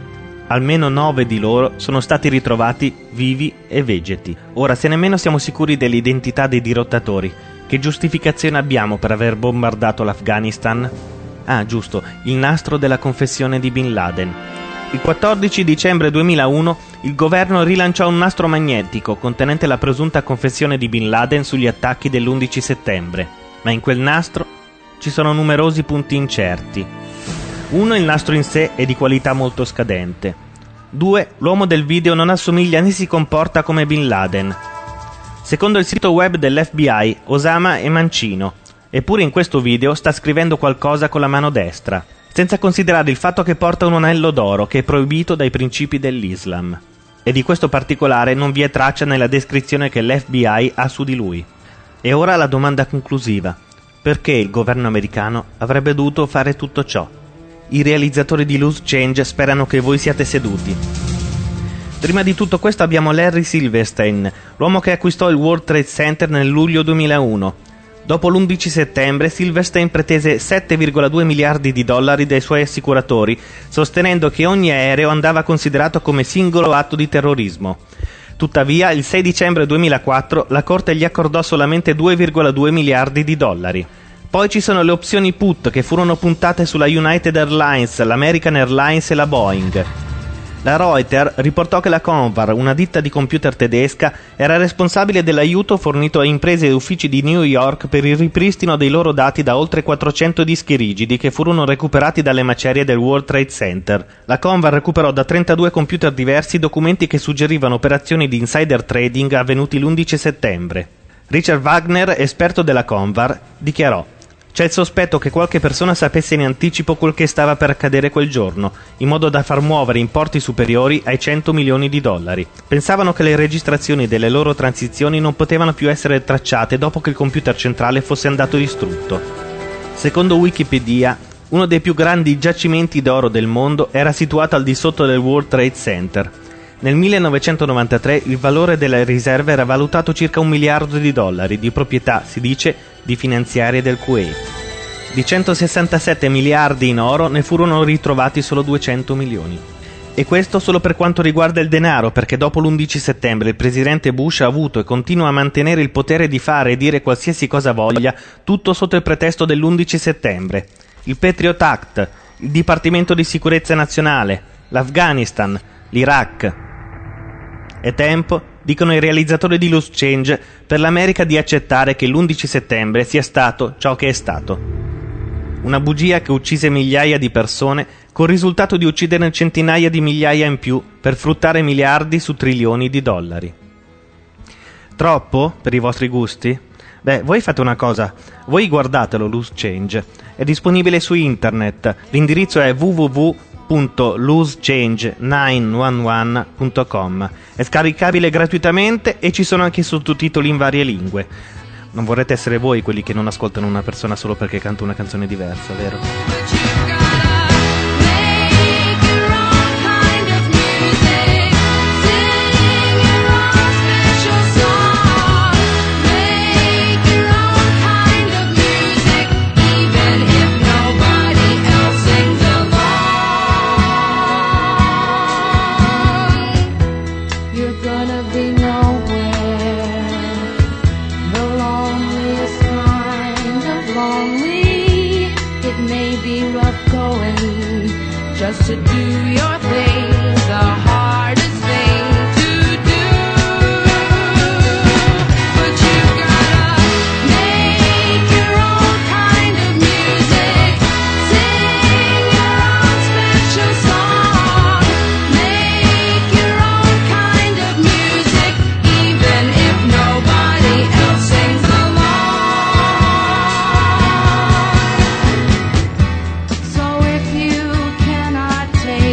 S2: Almeno nove di loro sono stati ritrovati vivi e vegeti. Ora, se nemmeno siamo sicuri dell'identità dei dirottatori, che giustificazione abbiamo per aver bombardato l'Afghanistan? Ah, giusto, il nastro della confessione di Bin Laden. Il quattordici dicembre duemilauno il governo rilanciò un nastro magnetico contenente la presunta confessione di Bin Laden sugli attacchi dell'undici settembre. Ma in quel nastro ci sono numerosi punti incerti. Uno, il nastro in sé è di qualità molto scadente. Due, l'uomo del video non assomiglia né si comporta come Bin Laden. Secondo il sito web dell'F B I, Osama è mancino, eppure in questo video sta scrivendo qualcosa con la mano destra, senza considerare il fatto che porta un anello d'oro che è proibito dai principi dell'Islam. E di questo particolare non vi è traccia nella descrizione che l'F B I ha su di lui. E ora la domanda conclusiva: perché il governo americano avrebbe dovuto fare tutto ciò? I realizzatori di Loose Change sperano che voi siate seduti. Prima di tutto questo abbiamo Larry Silverstein, l'uomo che acquistò il World Trade Center nel luglio duemilauno. Dopo l'undici settembre, Silverstein pretese sette virgola due miliardi di dollari dai suoi assicuratori, sostenendo che ogni aereo andava considerato come singolo atto di terrorismo. Tuttavia, il sei dicembre duemilaquattro, la Corte gli accordò solamente due virgola due miliardi di dollari. Poi ci sono le opzioni put che furono puntate sulla United Airlines, l'American Airlines e la Boeing. La Reuters riportò che la Convar, una ditta di computer tedesca, era responsabile dell'aiuto fornito a imprese e uffici di New York per il ripristino dei loro dati da oltre quattrocento dischi rigidi che furono recuperati dalle macerie del World Trade Center. La Convar recuperò da trentadue computer diversi documenti che suggerivano operazioni di insider trading avvenuti l'undici settembre. Richard Wagner, esperto della Convar, dichiarò: c'è il sospetto che qualche persona sapesse in anticipo quel che stava per accadere quel giorno, in modo da far muovere importi superiori ai cento milioni di dollari. Pensavano che le registrazioni delle loro transizioni non potevano più essere tracciate dopo che il computer centrale fosse andato distrutto. Secondo Wikipedia, uno dei più grandi giacimenti d'oro del mondo era situato al di sotto del World Trade Center. Nel millenovecentonovantatré il valore delle riserve era valutato circa un miliardo di dollari, di proprietà, si dice, di finanziarie del Kuwait. Di centosessantasette miliardi in oro ne furono ritrovati solo duecento milioni. E questo solo per quanto riguarda il denaro, perché dopo l'undici settembre il presidente Bush ha avuto e continua a mantenere il potere di fare e dire qualsiasi cosa voglia, tutto sotto il pretesto dell'undici settembre. Il Patriot Act, il Dipartimento di Sicurezza Nazionale, l'Afghanistan, l'Iraq. È tempo, dicono i realizzatori di Loose Change, per l'America di accettare che l'undici settembre sia stato ciò che è stato. Una bugia che uccise migliaia di persone, col risultato di uccidere centinaia di migliaia in più per fruttare miliardi su trilioni di dollari. Troppo per i vostri gusti? Beh, voi fate una cosa, voi guardatelo Loose Change, è disponibile su internet, l'indirizzo è w w w punto loose change nove uno uno punto com, è scaricabile gratuitamente e ci sono anche i sottotitoli in varie lingue. Non vorrete essere voi quelli che non ascoltano una persona solo perché canta una canzone diversa, vero?
S5: Just to do your thing, the hardest thing to do. But you gotta make your own kind of music, sing your own special song, make your own kind of music, even if nobody else sings along. So if you take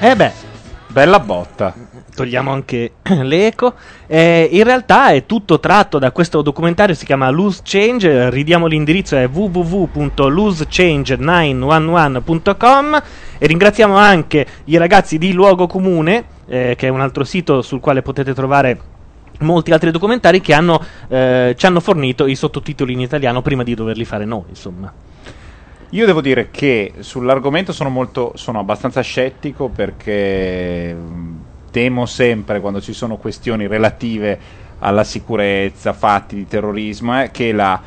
S2: Eh beh,
S1: bella botta.
S2: Togliamo anche l'eco. Eh, in realtà è tutto tratto da questo documentario, si chiama Loose Change. Ridiamo l'indirizzo, è w w w punto loose change nine one one punto com. E ringraziamo anche i ragazzi di Luogo Comune, eh, che è un altro sito sul quale potete trovare molti altri documentari, che hanno, eh, ci hanno fornito i sottotitoli in italiano prima di doverli fare noi, insomma.
S1: Io devo dire che sull'argomento sono molto sono abbastanza scettico, perché temo sempre, quando ci sono questioni relative alla sicurezza, fatti di terrorismo, eh, che la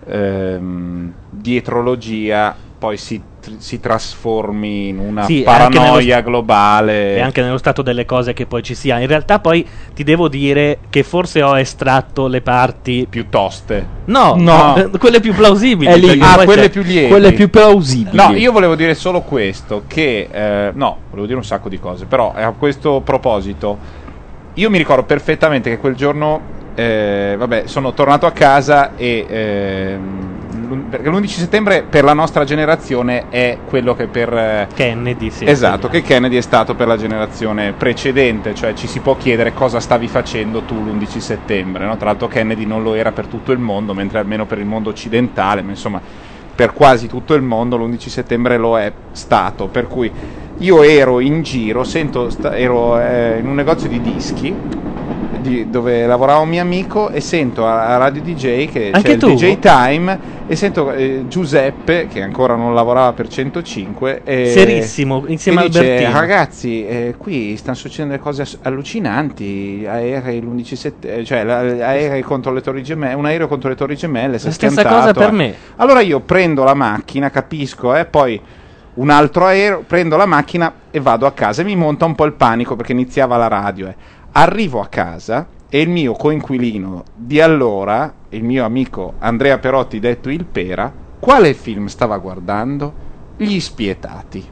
S1: ehm, dietrologia poi si, tr- si trasformi in una
S2: Sì,
S1: paranoia
S2: nello,
S1: globale.
S2: E anche nello stato delle cose che poi ci sia. In realtà poi ti devo dire che forse ho estratto le parti
S1: più toste.
S2: No,
S3: No.
S2: eh, quelle più plausibili.
S3: È lì.
S2: perché
S1: Ah,
S2: poi
S1: quelle
S2: c'è-
S1: più lievi.
S3: Quelle più plausibili.
S1: No, io volevo dire solo questo, che eh, no, volevo dire un sacco di cose, però a questo proposito io mi ricordo perfettamente che quel giorno eh, vabbè, sono tornato a casa e ehm, l'un- perché l'undici settembre per la nostra generazione è quello che per eh,
S2: Kennedy, sì.
S1: esatto, che Kennedy è stato per la generazione precedente, cioè ci si può chiedere cosa stavi facendo tu l'undici settembre, no? Tra l'altro Kennedy non lo era per tutto il mondo, mentre almeno per il mondo occidentale, ma insomma per quasi tutto il mondo l'undici settembre lo è stato, per cui io ero in giro, sento, sta- ero eh, in un negozio di dischi di- dove lavorava un mio amico e sento a, a Radio D J che
S2: Anche
S1: c'è il
S2: tu?
S1: D J Time e sento eh, Giuseppe che ancora non lavorava per centocinque e
S2: Serissimo, insieme
S1: che
S2: a
S1: dice,
S2: Albertino.
S1: ragazzi eh, qui stanno succedendo delle cose ass- allucinanti, aerei l'undici settembre, cioè la- aerei contro le torri gemelle, un aereo contro le torri gemelle si è
S2: La stessa
S1: schiantato,
S2: cosa per
S1: eh.
S2: me.
S1: Allora io prendo la macchina, capisco, eh, poi un altro aereo, prendo la macchina e vado a casa e mi monta un po' il panico perché iniziava la radio. Eh. Arrivo a casa e il mio coinquilino di allora, il mio amico Andrea Perotti, detto il Pera, quale film stava guardando? Gli Spietati.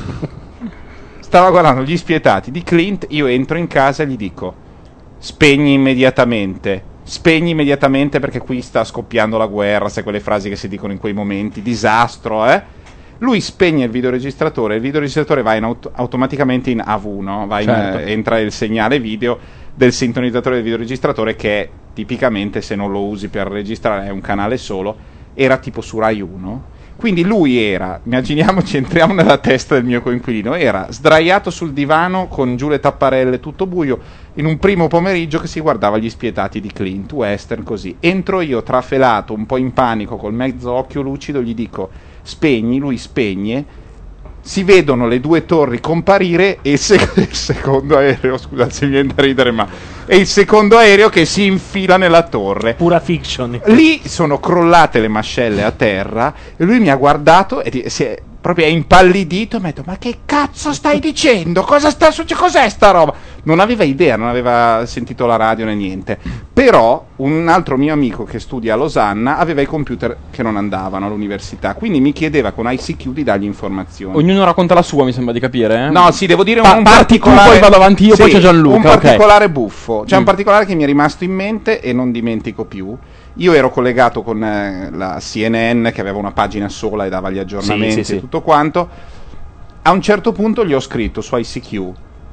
S1: Stava guardando Gli Spietati di Clint. Io entro in casa e gli dico: spegni immediatamente. Spegni immediatamente perché qui sta scoppiando la guerra, sai quelle frasi che si dicono in quei momenti, disastro, eh? Lui spegne il videoregistratore, il videoregistratore va in auto- automaticamente in A V, no? Va in,
S3: Certo.
S1: eh, entra il segnale video del sintonizzatore del videoregistratore, che è tipicamente, se non lo usi per registrare, è un canale solo, era tipo su Rai uno. Quindi lui era, immaginiamoci, entriamo nella testa del mio coinquilino, era sdraiato sul divano con giù le tapparelle, tutto buio, in un primo pomeriggio che si guardava Gli Spietati di Clint, western così. Entro io trafelato, un po' in panico, col mezzo occhio lucido, gli dico: spegni, lui spegne, si vedono le due torri comparire e il, sec- il secondo aereo, scusate se mi viene da ridere, ma è il secondo aereo che si infila nella torre.
S2: Pura fiction.
S1: Lì sono crollate le mascelle a terra e lui mi ha guardato e di- si è proprio è impallidito e mi ha detto: ma che cazzo stai dicendo? Cosa sta succedendo? Cos'è sta roba? Non aveva idea, non aveva sentito la radio né niente. Però un altro mio amico che studia a Losanna aveva i computer che non andavano all'università, quindi mi chiedeva con I C Q di dargli informazioni.
S3: Ognuno racconta la sua, mi sembra di capire. Eh?
S1: No, sì, devo dire
S3: Pa-
S1: un
S3: parti tu,
S1: particolare.
S3: poi vado avanti io, poi c'è Gianluca,
S1: Un
S3: ok.
S1: particolare buffo. C'è
S3: Mm.
S1: un particolare che mi è rimasto in mente e non dimentico più. Io ero collegato con eh, la C N N che aveva una pagina sola e dava gli aggiornamenti
S3: Sì, sì, sì.
S1: e tutto quanto. A un certo punto gli ho scritto su I C Q: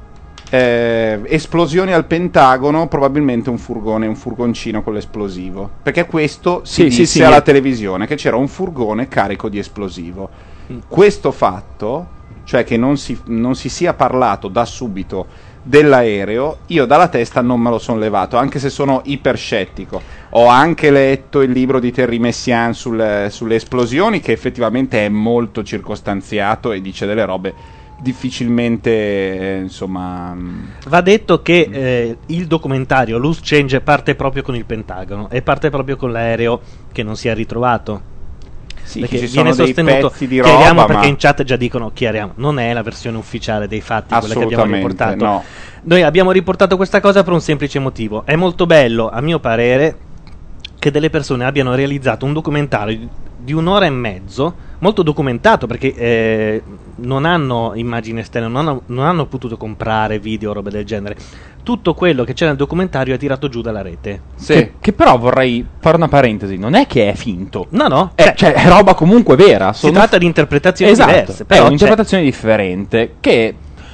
S1: eh, esplosioni al Pentagono, probabilmente un furgone, un furgoncino con l'esplosivo. Perché questo si
S3: Sì, sì,
S1: disse
S3: sì.
S1: alla televisione che c'era un furgone carico di esplosivo. Questo fatto, cioè che non si, non si sia parlato da subito dell'aereo, io dalla testa non me lo sono levato, anche se sono iperscettico. Ho anche letto il libro di Terry Messiaen sul- sulle esplosioni, che effettivamente è molto circostanziato e dice delle robe difficilmente, eh, insomma...
S2: Va detto che eh, il documentario Loose Change parte proprio con il Pentagono e parte proprio con l'aereo che non si è ritrovato.
S1: Sì,
S2: Perché
S1: che ci
S2: viene
S1: sono dei
S2: sostenuto,
S1: pezzi di
S2: chiariamo
S1: roba,
S2: perché
S1: ma
S2: in chat già dicono chiariamo, non è la versione ufficiale dei fatti quella che abbiamo
S1: assolutamente
S2: riportato.
S1: no.
S2: Noi abbiamo riportato questa cosa per un semplice motivo. È molto bello, a mio parere, che delle persone abbiano realizzato un documentario di- di un'ora e mezzo, molto documentato, perché eh, non hanno immagini esterne, non hanno, non hanno potuto comprare video o robe del genere. Tutto quello che c'è nel documentario è tirato giù dalla rete.
S1: Sì.
S3: Che, che però vorrei fare una parentesi, non è che è finto.
S2: No, no,
S3: Eh,
S2: cioè,
S3: cioè, è roba comunque vera.
S2: si
S3: sono-
S2: tratta di interpretazioni
S3: esatto,
S2: diverse.
S3: è
S2: Però c'è-
S3: un'interpretazione differente che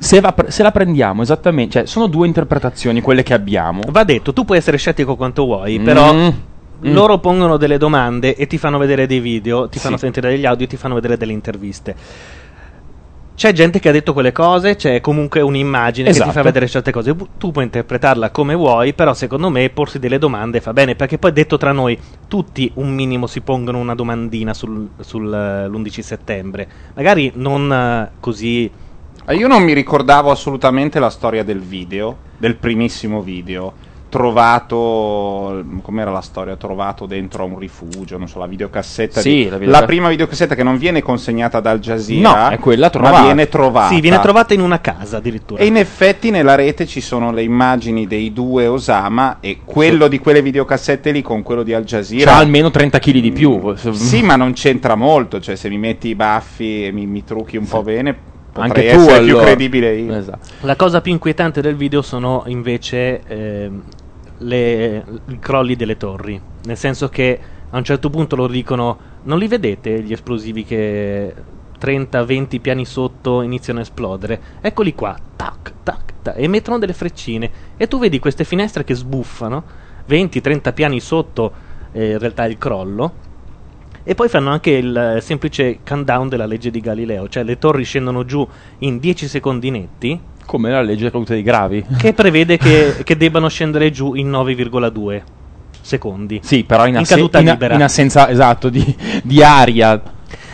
S3: se, va pre- se la prendiamo esattamente, cioè sono due interpretazioni quelle che abbiamo.
S2: Va detto, tu puoi essere scettico quanto vuoi, però
S3: Mm. Mm.
S2: loro pongono delle domande e ti fanno vedere dei video, ti fanno
S1: Sì.
S2: sentire degli audio, ti fanno vedere delle interviste. C'è gente che ha detto quelle cose, c'è comunque un'immagine che
S3: Esatto.
S2: ti fa vedere certe cose. Bu- Tu puoi interpretarla come vuoi, però secondo me porsi delle domande fa bene, perché poi detto tra noi, tutti un minimo si pongono una domandina sul, sul, eh, l'undici settembre. Magari non eh, così.
S1: Eh, Io non mi ricordavo assolutamente la storia del video, del primissimo video. Trovato, com'era la storia? Trovato dentro a un rifugio, non so, la videocassetta.
S3: Sì,
S1: di-
S3: la
S1: la,
S3: videocassetta.
S1: prima videocassetta che non viene consegnata da Al Jazeera,
S3: No, è quella
S1: ma
S3: trovata.
S1: viene trovata.
S2: Sì, viene trovata in una casa addirittura.
S1: E in effetti nella rete ci sono le immagini dei due Osama e quello di quelle videocassette lì con quello di Al Jazeera.
S3: C'ha almeno trenta chili di più.
S1: Sì, ma non c'entra molto, cioè se mi metti i baffi e mi, mi trucchi un po' bene, potrei
S3: Anche tu
S1: essere più
S3: allora.
S1: credibile io.
S3: Esatto.
S2: La cosa più inquietante del video sono invece ehm, le, i crolli delle torri. Nel senso che a un certo punto loro dicono: non li vedete gli esplosivi che trenta venti piani sotto iniziano a esplodere? Eccoli qua, tac, tac, tac, e mettono delle freccine. E tu vedi queste finestre che sbuffano, venti trenta piani sotto eh, in realtà il crollo. E poi fanno anche il eh, semplice countdown della legge di Galileo, cioè le torri scendono giù in dieci secondi netti,
S3: Come la legge delle cadute dei gravi.
S2: che prevede che, che debbano scendere giù in nove virgola due secondi.
S3: Sì, però in,
S2: In
S3: asse-
S2: caduta
S3: in-
S2: libera.
S3: in assenza, esatto, di, di aria.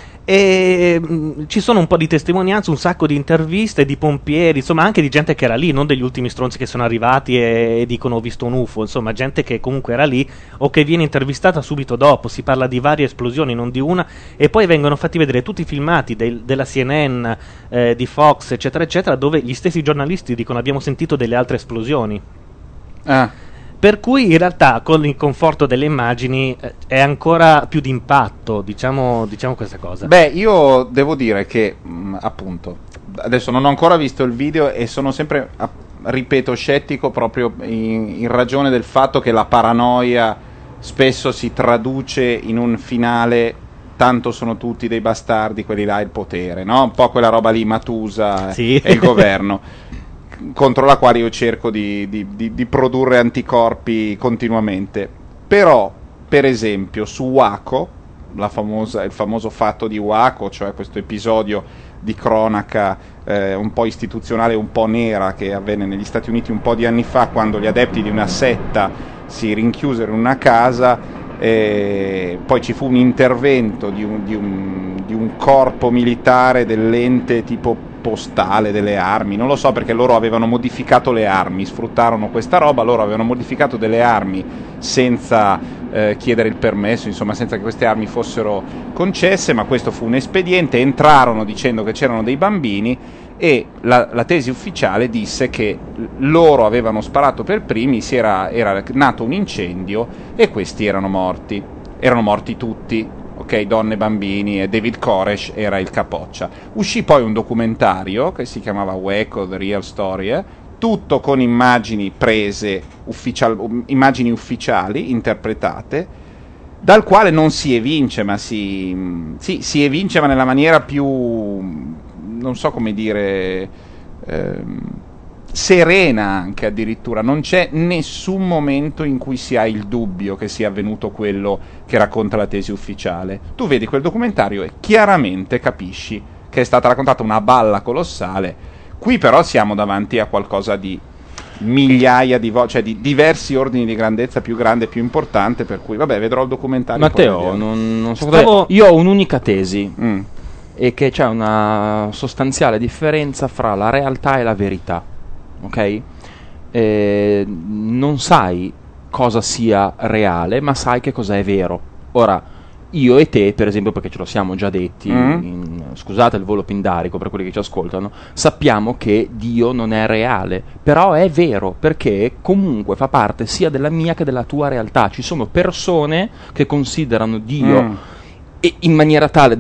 S2: E mh, ci sono un po' di testimonianze, un sacco di interviste di pompieri, insomma anche di gente che era lì, non degli ultimi stronzi che sono arrivati e, e dicono ho visto un U F O, insomma gente che comunque era lì o che viene intervistata subito dopo. Si parla di varie esplosioni, non di una, e poi vengono fatti vedere tutti i filmati del- della C N N, eh, di Fox eccetera eccetera, dove gli stessi giornalisti dicono abbiamo sentito delle altre esplosioni.
S1: Ah.
S2: Per cui in realtà con il conforto delle immagini eh, è ancora più d'impatto, diciamo, diciamo questa cosa.
S1: Beh, io devo dire che, mh, appunto, adesso non ho ancora visto il video e sono sempre, a- ripeto, scettico proprio in, in ragione del fatto che la paranoia spesso si traduce in un finale, tanto sono tutti dei bastardi, quelli là, il potere, no? Un po' quella roba lì, Matusa
S2: Sì.
S1: e il governo, contro la quale io cerco di, di- di- di produrre anticorpi continuamente. Però, per esempio, su Waco, la famosa, il famoso fatto di Waco, cioè questo episodio di cronaca eh, un po' istituzionale, un po' nera, che avvenne negli Stati Uniti un po' di anni fa, quando gli adepti di una setta si rinchiusero in una casa, e poi ci fu un intervento di un, di un- di un corpo militare dell'ente tipo postale delle armi, non lo so, perché loro avevano modificato le armi, sfruttarono questa roba, loro avevano modificato delle armi senza eh, chiedere il permesso, insomma senza che queste armi fossero concesse, ma questo fu un espediente, entrarono dicendo che c'erano dei bambini e la, la tesi ufficiale disse che loro avevano sparato per primi, si era, era nato un incendio e questi erano morti, erano morti tutti. Ok, donne, bambini, e David Koresh era il capoccia. Uscì poi un documentario che si chiamava Waco, The Real Story, eh, tutto con immagini prese, ufficial- immagini ufficiali, interpretate, dal quale non si evince, ma si, sì, si evince ma nella maniera più, non so come dire, ehm, serena anche addirittura, non c'è nessun momento in cui si ha il dubbio che sia avvenuto quello che racconta la tesi ufficiale. Tu vedi quel documentario e chiaramente capisci che è stata raccontata una balla colossale. Qui però siamo davanti a qualcosa di migliaia di volte, cioè di diversi ordini di grandezza, più grande e più importante, per cui vabbè, vedrò il documentario. poi
S3: Matteo,
S1: vediamo.
S3: non, non so
S2: Stavo-
S3: cosa- io ho un'unica tesi,
S1: Mm.
S3: e che c'è una sostanziale differenza fra la realtà e la verità. Ok? Eh, non sai cosa sia reale, ma sai che cosa è vero. Ora, io e te, per esempio, perché ce lo siamo già detti,
S1: Mm.
S3: in- scusate il volo pindarico per quelli che ci ascoltano, sappiamo che Dio non è reale, però è vero, perché comunque fa parte sia della mia che della tua realtà. Ci sono persone che considerano Dio
S1: Mm.
S3: e in maniera tale da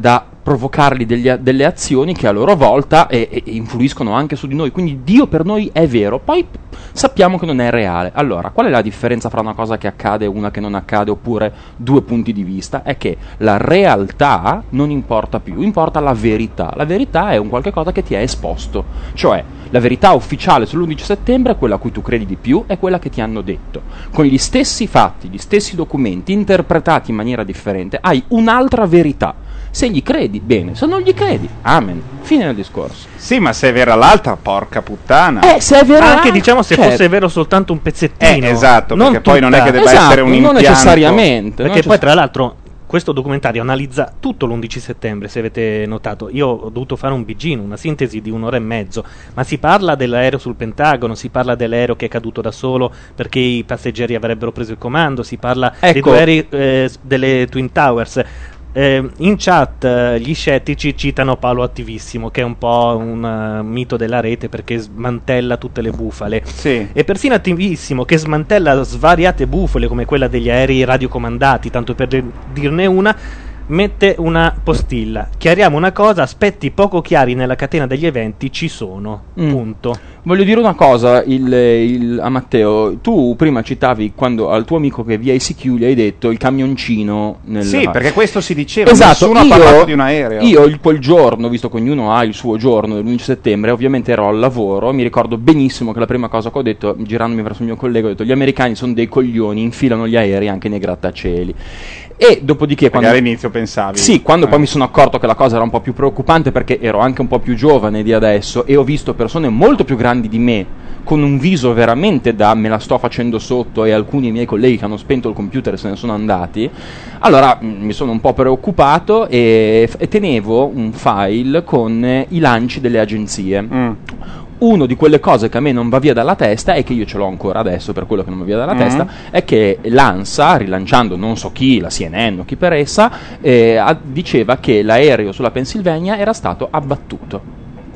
S3: provocargli degli, delle azioni che a loro volta e, e influiscono anche su di noi. Quindi Dio per noi è vero, poi sappiamo che non è reale. Allora, qual è la differenza fra una cosa che accade e una che non accade, oppure due punti di vista? È che la realtà non importa più, importa la verità. La verità è un qualche cosa che ti è esposto, cioè la verità ufficiale sull'undici settembre è quella a cui tu credi di più, è quella che ti hanno detto. Con gli stessi fatti, gli stessi documenti, interpretati in maniera differente, hai un'altra verità. Se gli credi, bene, se non gli credi, amen. Fine del discorso.
S1: Sì, ma se è vera l'altra, porca puttana.
S3: Eh, se è vera
S2: Anche
S3: l'altra,
S2: diciamo se
S3: certo.
S2: fosse vero soltanto un pezzettino.
S1: Eh, esatto,
S2: non
S1: perché poi non è che debba
S3: Esatto,
S1: essere un
S3: non
S1: impianto.
S3: necessariamente.
S2: Perché
S3: non
S2: poi tra l'altro questo documentario analizza tutto l'undici settembre, se avete notato. Io ho dovuto fare un bigino, una sintesi di un'ora e mezzo, ma si parla dell'aereo sul Pentagono, si parla dell'aereo che è caduto da solo perché i passeggeri avrebbero preso il comando, si parla dei
S3: Ecco.
S2: due aerei eh, delle Twin Towers. Eh, in chat eh, gli scettici citano Paolo Attivissimo, che è un po' un uh, mito della rete perché smantella tutte le bufale.
S1: Sì.
S2: E persino Attivissimo, che smantella svariate bufale come quella degli aerei radiocomandati, tanto per dir- dirne una, mette una postilla: chiariamo una cosa, aspetti poco chiari nella catena degli eventi ci sono,
S3: Mm.
S2: punto.
S3: Voglio dire una cosa il, il- a Matteo. Tu prima citavi quando al tuo amico che via I C Q gli hai detto il camioncino nel...
S1: Sì, perché questo si diceva,
S3: Esatto,
S1: nessuno ha
S3: io,
S1: parlato di un aereo.
S3: io il, quel giorno, visto che ognuno ha il suo giorno dell'undici settembre, ovviamente ero al lavoro, mi ricordo benissimo che la prima cosa che ho detto, girandomi verso il mio collega, ho detto: gli americani sono dei coglioni, infilano gli aerei anche nei grattacieli. E dopodiché
S1: Perché
S3: quando...
S1: all'inizio pensavi.
S3: Sì, quando
S1: Eh.
S3: poi mi sono accorto che la cosa era un po' più preoccupante, perché ero anche un po' più giovane di adesso e ho visto persone molto più grandi di me con un viso veramente da me la sto facendo sotto, e alcuni miei colleghi che hanno spento il computer e se ne sono andati. Allora mh, mi sono un po' preoccupato e, f- e tenevo un file con eh, i lanci delle agenzie.
S1: Mm.
S3: Uno di quelle cose che a me non va via dalla testa, e che io ce l'ho ancora adesso per quello che non va via dalla
S1: Mm.
S3: testa, è che l'ANSA, rilanciando non so chi, la C N N o chi per essa, eh, ha- diceva che l'aereo sulla Pennsylvania era stato abbattuto.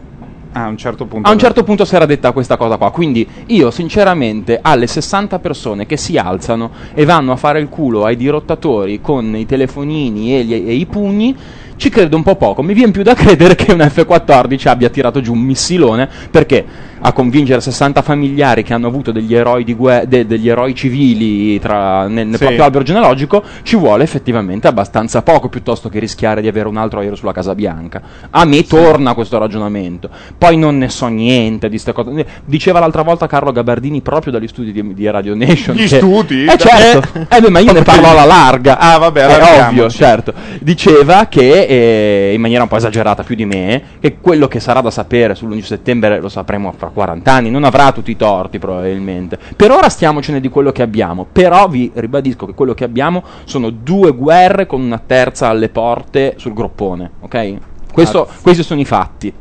S1: A un certo punto.
S3: A un certo punto si era detta questa cosa qua. Quindi io sinceramente alle sessanta persone che si alzano e vanno a fare il culo ai dirottatori con i telefonini e, gli- e i pugni, ci credo un po' poco. Mi viene più da credere che un F quattordici abbia tirato giù un missilone, perché a convincere sessanta familiari che hanno avuto degli eroi, di gue- de- degli eroi civili tra- nel, nel
S1: Sì.
S3: proprio albero genealogico ci vuole effettivamente abbastanza poco, piuttosto che rischiare di avere un altro aereo sulla Casa Bianca. A me torna questo ragionamento. Poi non ne so niente di ste cose. Diceva l'altra volta Carlo Gabardini proprio dagli studi di, di Radio Nation.
S1: Gli
S3: che-
S1: studi?
S3: Eh certo, eh, beh, ma io ne parlo alla larga.
S1: Ah, vabbè,
S3: è
S1: allarghiamoci.
S3: ovvio, certo. Diceva che, eh, in maniera un po' esagerata più di me, che quello che sarà da sapere sull'undici settembre lo sapremo fra quaranta anni. Non avrà tutti i torti probabilmente. Per ora stiamocene di quello che abbiamo. Però vi ribadisco che quello che abbiamo sono due guerre con una terza alle porte sul groppone, ok? Questo, questi sono i fatti.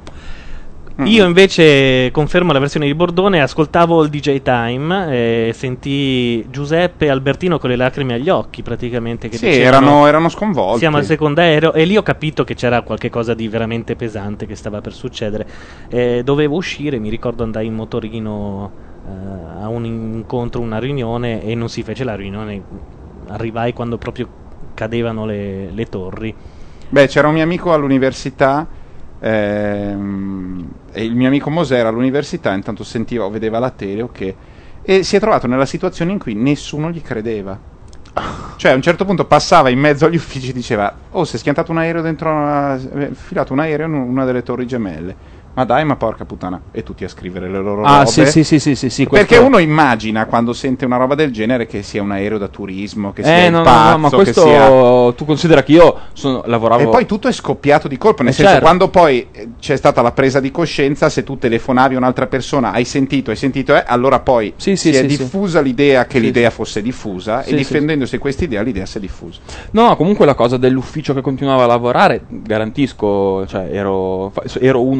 S2: Io invece confermo la versione di Bordone, ascoltavo il D J Time e sentì Giuseppe e Albertino con le lacrime agli occhi praticamente, che
S1: Sì,
S2: dicevano
S1: erano, erano sconvolti.
S2: siamo al secondo aereo, e lì ho capito che c'era qualche cosa di veramente pesante che stava per succedere. Eh, dovevo uscire, mi ricordo andai in motorino eh, a un incontro, una riunione, e non si fece la riunione, arrivai quando proprio cadevano le, le torri.
S1: Beh, c'era un mio amico all'università, ehm, e il mio amico Mosera all'università intanto sentiva o vedeva la tele, ok, e si è trovato nella situazione in cui nessuno gli credeva. Cioè a un certo punto passava in mezzo agli uffici e diceva: oh, si è schiantato un aereo dentro una, è filato un aereo in una delle torri gemelle. Ma dai, ma porca puttana. E tutti a scrivere le loro
S3: Ah,
S1: robe.
S3: sì, sì, sì, sì, sì, sì, questo-
S1: Perché uno immagina, quando sente una roba del genere, che sia un aereo da turismo, che sia
S3: Eh
S1: il
S3: no, no,
S1: pazzo,
S3: no, ma
S1: che
S3: questo
S1: sia...
S3: tu considera che io sono, lavoravo.
S1: E poi tutto è scoppiato di colpo, nel
S3: Eh,
S1: senso,
S3: certo.
S1: quando poi eh, c'è stata la presa di coscienza, se tu telefonavi a un'altra persona, hai sentito, hai sentito, eh, allora poi
S3: Sì,
S1: si
S3: sì,
S1: è
S3: sì, sì.
S1: diffusa l'idea che
S3: Sì,
S1: l'idea fosse diffusa,
S3: Sì,
S1: e
S3: sì,
S1: difendendosi questa idea, l'idea si è diffusa.
S3: No, no, comunque la cosa dell'ufficio che continuava a lavorare, garantisco, cioè ero, fa- ero uno di quelli.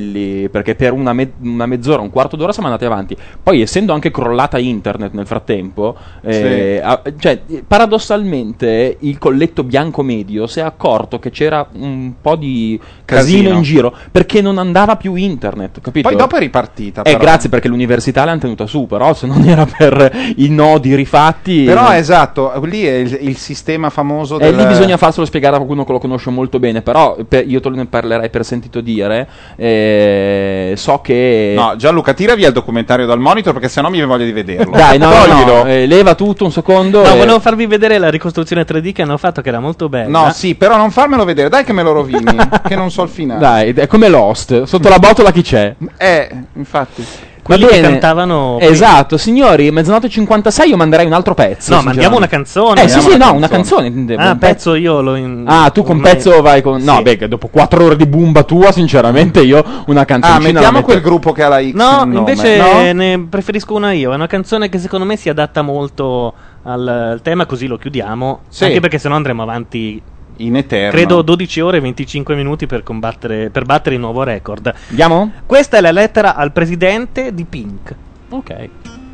S3: quelli, perché per una, me- una mezz'ora, un quarto d'ora siamo andati avanti. Poi, essendo anche crollata internet nel frattempo, eh,
S1: Sì.
S3: a- cioè, paradossalmente il colletto bianco medio si è accorto che c'era un po' di casino,
S1: Casino.
S3: in giro, perché non andava più internet, capito?
S1: Poi dopo è ripartita.
S3: Eh,
S1: però.
S3: grazie, perché l'università l'hanno tenuta su, però se non era per i nodi rifatti...
S1: Però esatto, lì è il, il sistema famoso
S3: E
S1: del...
S3: lì bisogna farselo spiegare a qualcuno che lo conosce molto bene, però per- io te ne parlerei per sentito dire, eh, so che...
S1: No, Gianluca, tira via il documentario dal monitor perché sennò mi viene voglia di vederlo.
S3: Dai, no, no,
S1: Toglilo.
S3: no, eh, leva tutto un secondo.
S2: No,
S3: e-
S2: volevo farvi vedere la ricostruzione tre D che hanno fatto, che era molto bella.
S1: No, sì, però non farmelo vedere, dai che me lo rovini, che non so il finale.
S3: Dai, è come Lost, sotto la botola chi c'è?
S1: Eh, infatti.
S2: Quelli
S3: Va
S2: che
S3: bene.
S2: cantavano prima.
S3: Esatto, signori, mezzanotte e cinquantasei io manderei un altro pezzo.
S2: No, mandiamo una
S3: sinceramente.
S2: canzone.
S3: Eh sì, sì,
S1: Mandiamo
S3: no,
S1: una
S3: una canzone. intendevo,
S2: Ah,
S3: un pezzo.
S2: pezzo io lo in...
S3: Ah, tu con
S2: un-
S3: pezzo vai con... No,
S2: Sì.
S3: beh, che dopo quattro ore di bomba tua, sinceramente, io una canzone.
S1: Ah, mettiamo quel gruppo che ha la X
S2: No,
S1: nel nome,
S2: invece
S1: no?
S2: ne preferisco una io. È una canzone che secondo me si adatta molto al, al tema, così lo chiudiamo.
S1: Sì.
S2: Anche perché sennò andremo avanti,
S1: In eterno.
S2: credo, dodici ore e venticinque minuti per combattere, per battere il nuovo record.
S3: Andiamo?
S2: Questa è la lettera al presidente di Pink.
S3: Ok.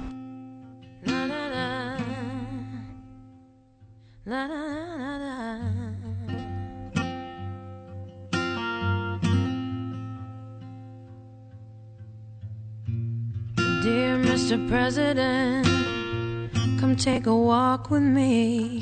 S5: Dear Mister President, come take a walk with me.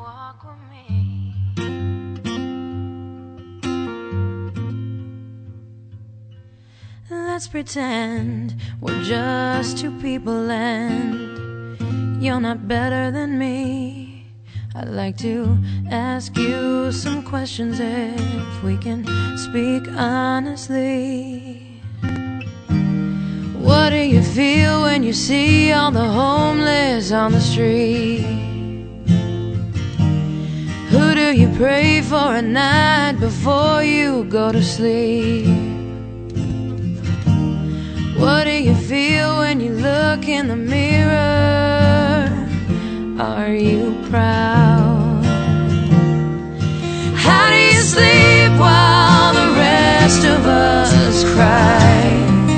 S5: Let's pretend we're just two people and you're not better than me. I'd like to ask you some questions if we can speak honestly. What do you feel when you see all the homeless on the street? Who do you pray for at night before you go to sleep? What do you feel when you look in the mirror? Are you proud? How do you sleep while the rest of us cry?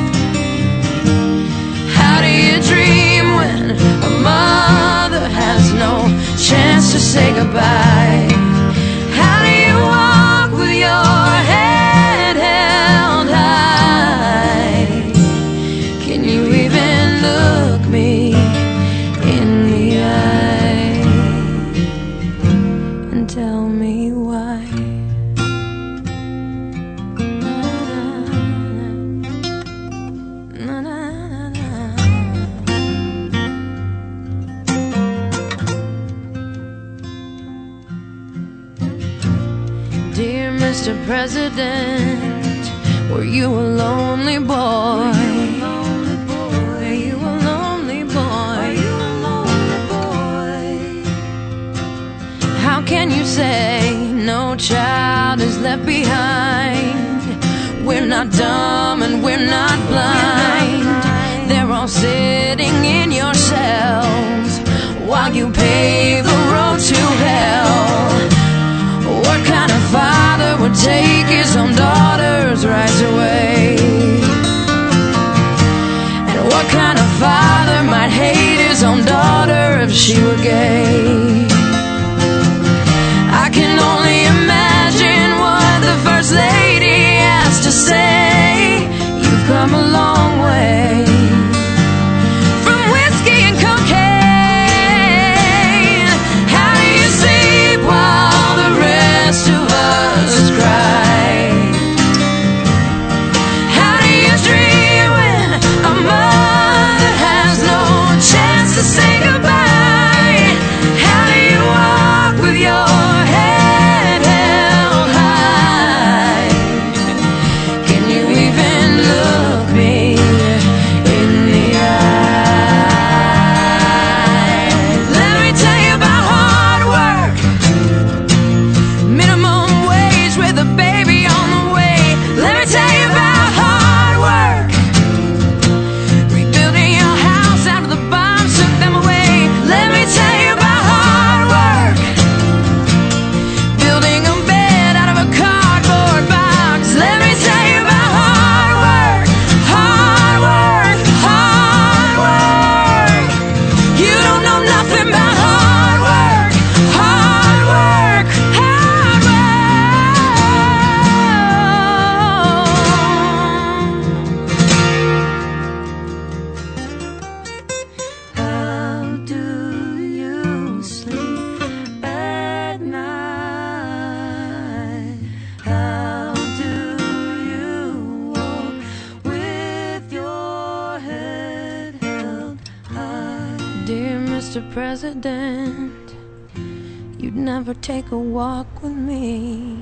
S5: How do you dream when a mother has no chance to say goodbye? How do you walk with your head held high? Can you even look me in the eye and tell me why? Na, na, na, na. Dear Mister President, were you a lonely boy? Were you a lonely boy? How can you say no child is left behind? We're not dumb and we're not blind. They're all sitting in your cells while you pave the road to hell. What kind of father would take his own daughter's rights away? And what kind of father might hate his own daughter if she were gay? I can only imagine what the First Lady has to say. You've come a long way from whiskey and cocaine. Mister President, you'd never take a walk with me.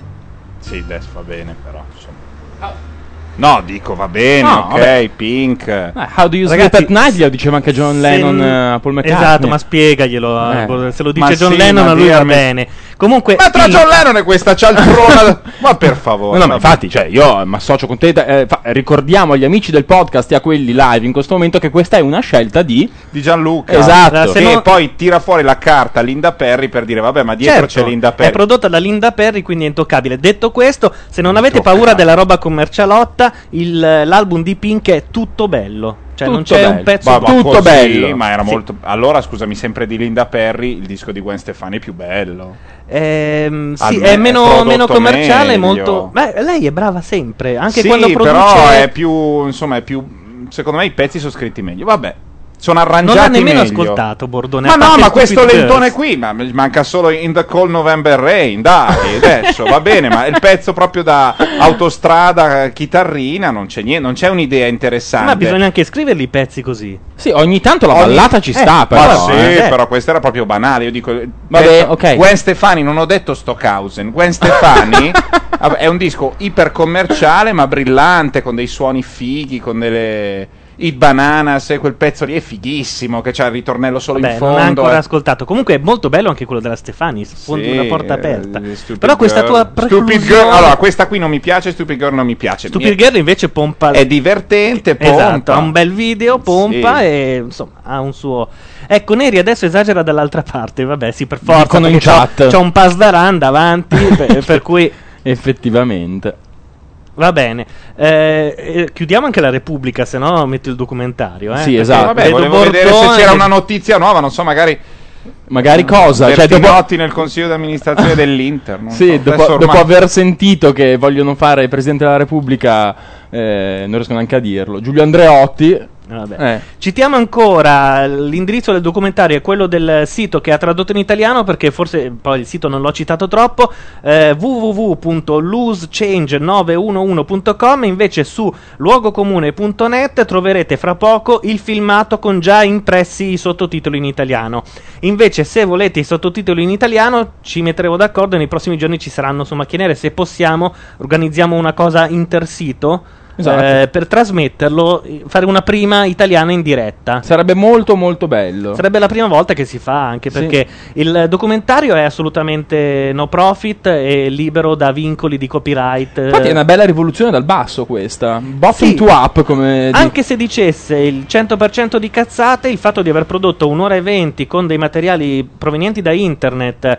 S1: Sì, adesso va bene, però insomma. No, dico va bene,
S3: No,
S1: ok,
S3: vabbè.
S1: Pink.
S3: Eh, How do you
S2: Ragazzi,
S3: sleep at night? Glielo diceva anche John
S2: se-
S3: Lennon eh, a Paul McCartney.
S2: Esatto, ma spiegaglielo.
S3: Eh.
S2: eh, Se lo
S1: Ma
S2: dice John
S1: sì,
S2: Lennon,
S1: ma
S2: a lui va
S1: dirmi-
S2: bene. Comunque,
S1: Ma tra
S2: il-
S1: John Lennon e questa cialtrona. Ma per favore.
S3: No, no, ma
S1: vabbè.
S3: infatti, cioè, io mi associo con te. eh, fa- ricordiamo agli amici del podcast e a quelli live in questo momento che questa è una scelta di.
S1: Di Gianluca.
S3: Esatto.
S2: Se
S1: Che
S2: no-
S1: poi tira fuori la carta Linda Perry per dire vabbè, ma dietro
S2: Certo,
S1: c'è Linda
S2: è
S1: Perry.
S2: prodotta da Linda Perry, quindi è intoccabile. Detto questo, se non avete
S1: Intoccabile.
S2: paura della roba commercialotta, il- l'album di Pink è tutto bello. Cioè, non
S3: Tutto
S2: c'è
S3: bello.
S2: un pezzo
S1: Ma- ma
S3: tutto
S1: così,
S3: bello.
S1: ma era
S2: Sì.
S1: molto. Allora, scusami, sempre di Linda Perry, il disco di Gwen Stefani è più bello.
S2: Ehm, sì,
S1: Almeno
S2: è
S1: è
S2: meno,
S1: prodotto
S2: meno commerciale,
S1: meglio.
S2: molto. Beh, lei è brava sempre, anche
S1: sì,
S2: quando produce.
S1: però è più. Insomma, è più. Secondo me i pezzi sono scritti meglio. Vabbè. Sono arrangiati
S2: Non ha nemmeno
S1: meglio.
S2: ascoltato Bordone.
S1: Ma
S2: a
S1: no,
S2: parte
S1: ma
S2: Stupid
S1: questo
S2: Girls.
S1: lentone qui, ma manca solo In the Cold November Rain, dai, adesso va bene, ma il pezzo proprio da autostrada, chitarrina, non c'è niente, non c'è un'idea interessante.
S2: Ma bisogna anche scriverli i pezzi così.
S3: Sì, ogni tanto la
S1: Ogni-
S3: ballata ci
S2: eh,
S3: sta,
S1: Ma
S3: però.
S1: sì,
S3: eh.
S2: eh.
S1: però questo era proprio banale. Io dico,
S3: Vabbè,
S1: detto-
S3: ok.
S1: Gwen Stefani, non ho detto Stockhausen. Gwen Stefani vabbè, è un disco iper commerciale, ma brillante, con dei suoni fighi, con delle. I Bananas, e quel pezzo lì è fighissimo, che c'ha il ritornello solo
S2: Vabbè,
S1: in
S2: non
S1: fondo.
S2: ha ancora
S1: eh.
S2: ascoltato. Comunque è molto bello anche quello della Stefani. Sfondi
S1: Sì,
S2: una porta aperta.
S1: eh, Stupid
S2: Però questa
S1: Girl.
S2: tua
S1: Stupid
S2: preclusione-
S1: Girl, allora questa qui non mi piace, Stupid Girl non mi piace.
S2: Stupid
S1: Mi-
S2: Girl invece pompa.
S1: È divertente, pompa.
S2: Esatto, ha un bel video, pompa
S1: Sì.
S2: e insomma ha un suo. Ecco, Neri adesso esagera dall'altra parte. Vabbè, sì, per forza.
S3: Dicono in
S2: perché c'ho-
S3: chat.
S2: C'ho un pass da run davanti. per, per cui
S3: Effettivamente.
S2: va bene. Eh, eh, chiudiamo anche la Repubblica, se no metto il documentario. Eh,
S3: Sì,
S2: perché
S3: esatto.
S1: Vabbè,
S2: vedo
S1: volevo vedere se
S2: Bordone
S1: c'era
S2: che-
S1: una notizia nuova, non so, magari
S3: Magari cosa? Cioè, dopo,
S1: Bertinotti nel consiglio di amministrazione dell'Inter. Non
S3: sì,
S1: so.
S3: dopo,
S1: Adesso ormai-
S3: dopo aver sentito che vogliono fare il Presidente della Repubblica, eh, non riesco neanche a dirlo. Giulio Andreotti.
S2: Vabbè.
S3: Eh.
S2: Citiamo ancora l'indirizzo del documentario, è quello del sito che ha tradotto in italiano, perché forse poi il sito non l'ho citato troppo, eh, w w w punto lose change nove uno uno punto com. Invece su luogocomune punto net troverete fra poco il filmato con già impressi i sottotitoli in italiano. Invece se volete i sottotitoli in italiano ci metteremo d'accordo e nei prossimi giorni ci saranno su Macchie Nere. Se possiamo organizziamo una cosa intersito.
S3: Esatto.
S2: Eh, per trasmetterlo, eh, fare una prima italiana in diretta.
S3: Sarebbe molto molto bello.
S2: Sarebbe la prima volta che si fa, anche
S3: Sì.
S2: perché il documentario è assolutamente no profit e libero da vincoli di copyright.
S3: Infatti è una bella rivoluzione dal basso questa. Bottom
S2: Sì.
S3: to up, come di-
S2: Anche se dicesse il cento per cento di cazzate, il fatto di aver prodotto un'ora e venti con dei materiali provenienti da internet,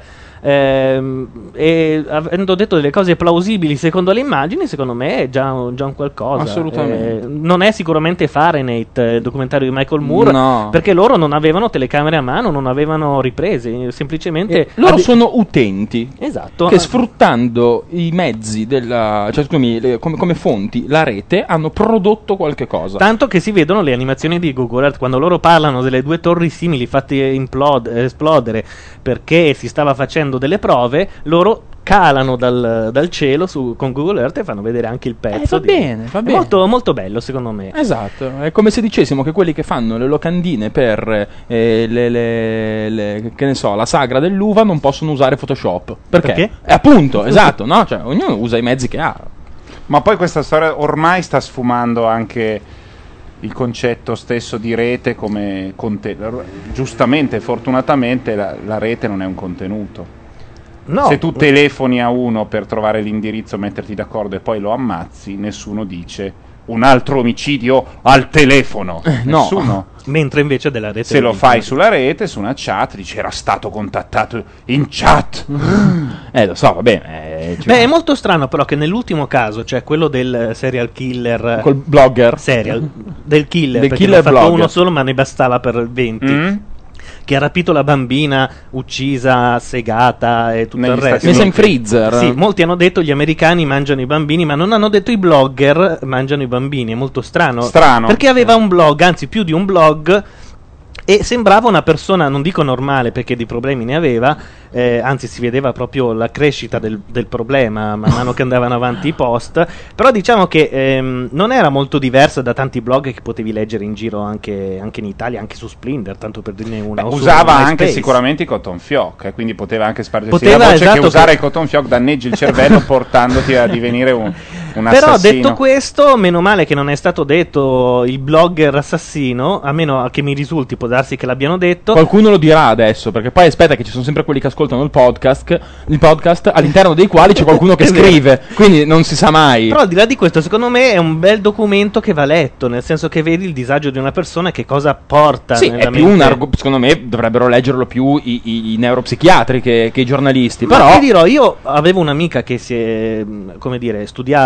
S2: ehm, e avendo detto delle cose plausibili secondo le immagini, secondo me è già, un- già un qualcosa.
S3: Assolutamente.
S2: Eh, non è sicuramente Fahrenheit, eh, il documentario di Michael Moore,
S3: No.
S2: perché loro non avevano telecamere a mano, non avevano riprese, semplicemente
S3: Eh, loro
S2: ade-
S3: sono utenti
S2: esatto.
S3: che sfruttando i mezzi della, cioè scusami, le- come, come fonti, la rete, hanno prodotto qualche cosa.
S2: Tanto che si vedono le animazioni di Google Earth quando loro parlano delle due torri simili fatte implod- eh, esplodere perché si stava facendo delle prove, loro calano dal, dal cielo su, con Google Earth e fanno vedere anche il pezzo.
S3: Eh, va
S2: di-
S3: bene, va
S2: È
S3: bene.
S2: molto, molto bello secondo me.
S3: Esatto, è come se dicessimo che quelli che fanno le locandine per eh, le, le- le- che ne so, la sagra dell'uva non possono usare Photoshop. Perché?
S2: Perché?
S3: Eh, appunto, esatto, no? Cioè, ognuno usa i mezzi che ha.
S1: Ma poi questa storia ormai sta sfumando anche il concetto stesso di rete come contenuto. Giustamente, fortunatamente, la, la rete non è un contenuto.
S2: No,
S1: Se tu telefoni a uno per trovare l'indirizzo, metterti d'accordo e poi lo ammazzi, nessuno dice un altro omicidio al telefono.
S3: no.
S1: Nessuno.
S2: mentre invece della rete
S1: Se lo
S2: dell'internet.
S1: fai sulla rete, su una chat, dice era stato contattato in chat.
S3: Eh, lo so, va bene. eh, ci
S2: Beh,
S3: va.
S2: è molto strano però che nell'ultimo caso, cioè quello del serial killer,
S3: Col blogger.
S2: serial del killer,
S3: Del
S2: perché
S3: killer
S2: ne ha fatto
S3: blogger.
S2: uno solo ma ne bastava per venti,
S1: Mm?
S2: che ha rapito la bambina, uccisa, segata e tutto
S1: Negli
S2: il
S1: Stati
S2: resto.
S3: Messa in
S1: Uniti.
S3: freezer.
S2: Sì, molti hanno detto gli americani mangiano i bambini, ma non hanno detto i blogger mangiano i bambini. È molto strano.
S1: Strano.
S2: Perché aveva un blog, anzi più di un blog, E sembrava una persona, non dico normale perché di problemi ne aveva, eh, anzi si vedeva proprio la crescita del, del problema man mano che andavano avanti i post, però diciamo che ehm, non era molto diversa da tanti blog che potevi leggere in giro anche, anche in Italia, anche su Splinter, tanto per dirne una.
S1: Beh,
S2: o su
S1: usava
S2: MySpace.
S1: anche sicuramente i cotton fioc, eh, quindi poteva anche spargersi
S2: Poteva,
S1: la voce
S2: esatto,
S1: che usare
S2: che-
S1: i cotton fioc danneggi il cervello portandoti a divenire un, un
S2: Però
S1: assassino.
S2: detto questo, meno male che non è stato detto il blogger assassino, a meno che mi risulti, può darsi che l'abbiano detto.
S3: Qualcuno lo dirà adesso, perché poi aspetta che ci sono sempre quelli che ascoltano il podcast, il podcast all'interno dei quali c'è qualcuno che
S2: È vero.
S3: scrive, quindi non si sa mai.
S2: Però al di là di questo, secondo me è un bel documento che va letto, nel senso che vedi il disagio di una persona, che cosa porta
S3: Sì,
S2: nella
S3: è più
S2: mente.
S3: un argo- secondo me dovrebbero leggerlo più i, i- i neuropsichiatri che, che i giornalisti.
S2: Ma
S3: Però
S2: ti dirò, io avevo un'amica che si è, mh, come dire,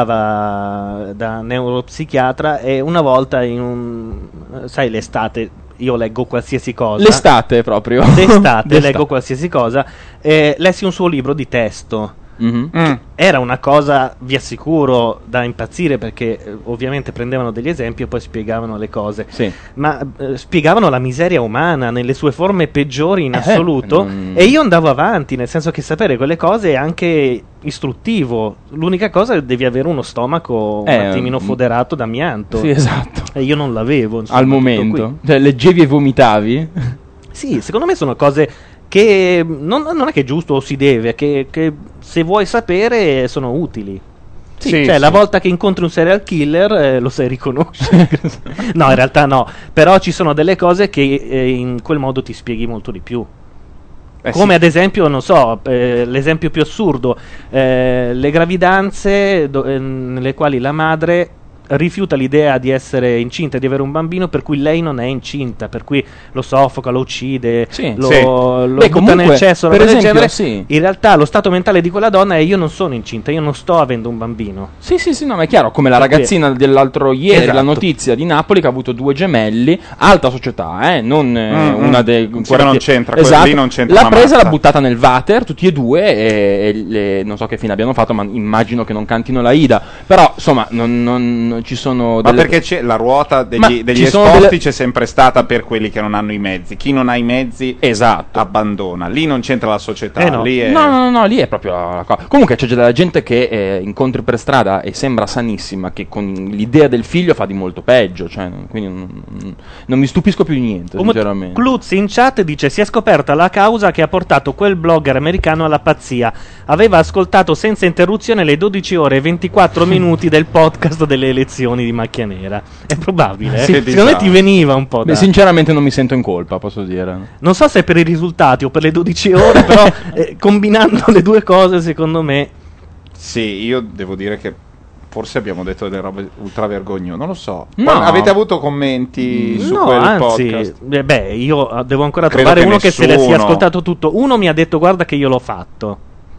S2: studiava da neuropsichiatra, e una volta in un, sai, l'estate, io leggo qualsiasi cosa.
S3: l'estate proprio.
S2: D'estate leggo qualsiasi cosa. Eh, lessi un suo libro di testo.
S3: Mhm.
S1: Mm.
S2: Era una cosa, vi assicuro, da impazzire, perché eh, ovviamente prendevano degli esempi e poi spiegavano le cose.
S3: Sì.
S2: Ma eh, spiegavano la miseria umana nelle sue forme peggiori in
S3: Eh,
S2: assoluto,
S3: non-
S2: e io andavo avanti, nel senso che sapere quelle cose è anche istruttivo. L'unica cosa è che devi avere uno stomaco un
S3: Eh,
S2: attimino
S3: mm.
S2: foderato d'amianto.
S3: Sì, esatto.
S2: E io non l'avevo, insomma,
S3: Al
S2: tutto qui.
S3: momento. Cioè, leggevi e vomitavi?
S2: Sì, secondo me sono cose che non, non è che è giusto o si deve, che, che se vuoi sapere sono utili.
S1: Sì,
S2: cioè,
S1: sì.
S2: la volta che incontri un serial killer eh, lo sai riconoscere. No, in realtà no. Però ci sono delle cose che eh, in quel modo ti spieghi molto di più.
S1: Eh,
S2: Come
S1: sì.
S2: ad esempio, non so, eh, l'esempio più assurdo, eh, le gravidanze do- eh, nelle quali la madre rifiuta l'idea di essere incinta e di avere un bambino, per cui lei non è incinta, per cui lo soffoca, lo uccide,
S3: Sì.
S2: lo,
S1: Sì.
S2: lo
S3: Beh,
S2: butta
S3: comunque,
S2: nel cesso,
S3: per
S2: roba del
S3: esempio,
S2: genere.
S3: sì.
S2: In realtà lo stato mentale di quella donna è: io non sono incinta, io non sto avendo un bambino.
S3: Sì, sì, sì, no, ma è chiaro, come la
S2: Perché-
S3: ragazzina dell'altro ieri,
S2: Esatto.
S3: la notizia di Napoli che ha avuto due gemelli, alta società, eh, non eh,
S1: Mm,
S3: una
S1: mm.
S3: dei
S1: Sì,
S3: quartieri-
S1: non c'entra, quella
S3: esatto.
S1: lì non c'entra
S3: L'ha
S1: una
S3: presa,
S1: mazza.
S3: l'ha buttata nel water, tutti e due, e, e le- non so che fine abbiano fatto, ma immagino che non cantino la Ida, però insomma non, non- non ci sono
S1: Ma
S3: delle...
S1: perché c'è la ruota degli,
S3: Ma
S1: degli
S3: ci sono
S1: esposti
S3: delle-
S1: c'è sempre stata per quelli che non hanno i mezzi. Chi non ha i mezzi
S3: Esatto.
S1: abbandona. Lì non c'entra la società.
S2: Eh no.
S1: Lì è...
S3: No, no, no, no, lì è proprio la cosa. Comunque c'è della gente che eh, incontri per strada e sembra sanissima, che con l'idea del figlio fa di molto peggio, cioè, non- quindi non, non- non mi stupisco più di niente,
S2: Um,
S3: sinceramente.
S2: Klutz in chat dice: si è scoperta la causa che ha portato quel blogger americano alla pazzia. Aveva ascoltato senza interruzione le dodici ore e ventiquattro minuti del podcast delle elezioni di Macchia Nera. È probabile, eh?
S1: Sì,
S2: Secondo me
S1: disastro.
S2: ti veniva un po'
S3: Beh,
S2: da...
S3: sinceramente non mi sento in colpa, posso dire.
S2: Non so se per i risultati o per le dodici ore, però eh, combinando le due cose, secondo me.
S1: Sì, io devo dire che forse abbiamo detto delle robe ultra vergognose. Non lo so.
S3: No.
S1: Qual- Avete avuto commenti su
S2: No,
S1: quel
S2: anzi,
S1: podcast?
S2: eh, beh, io eh, devo ancora
S1: Credo
S2: trovare
S1: che
S2: uno che se le sia
S1: nessuno-
S2: ascoltato tutto. Uno mi ha detto: guarda che io l'ho fatto.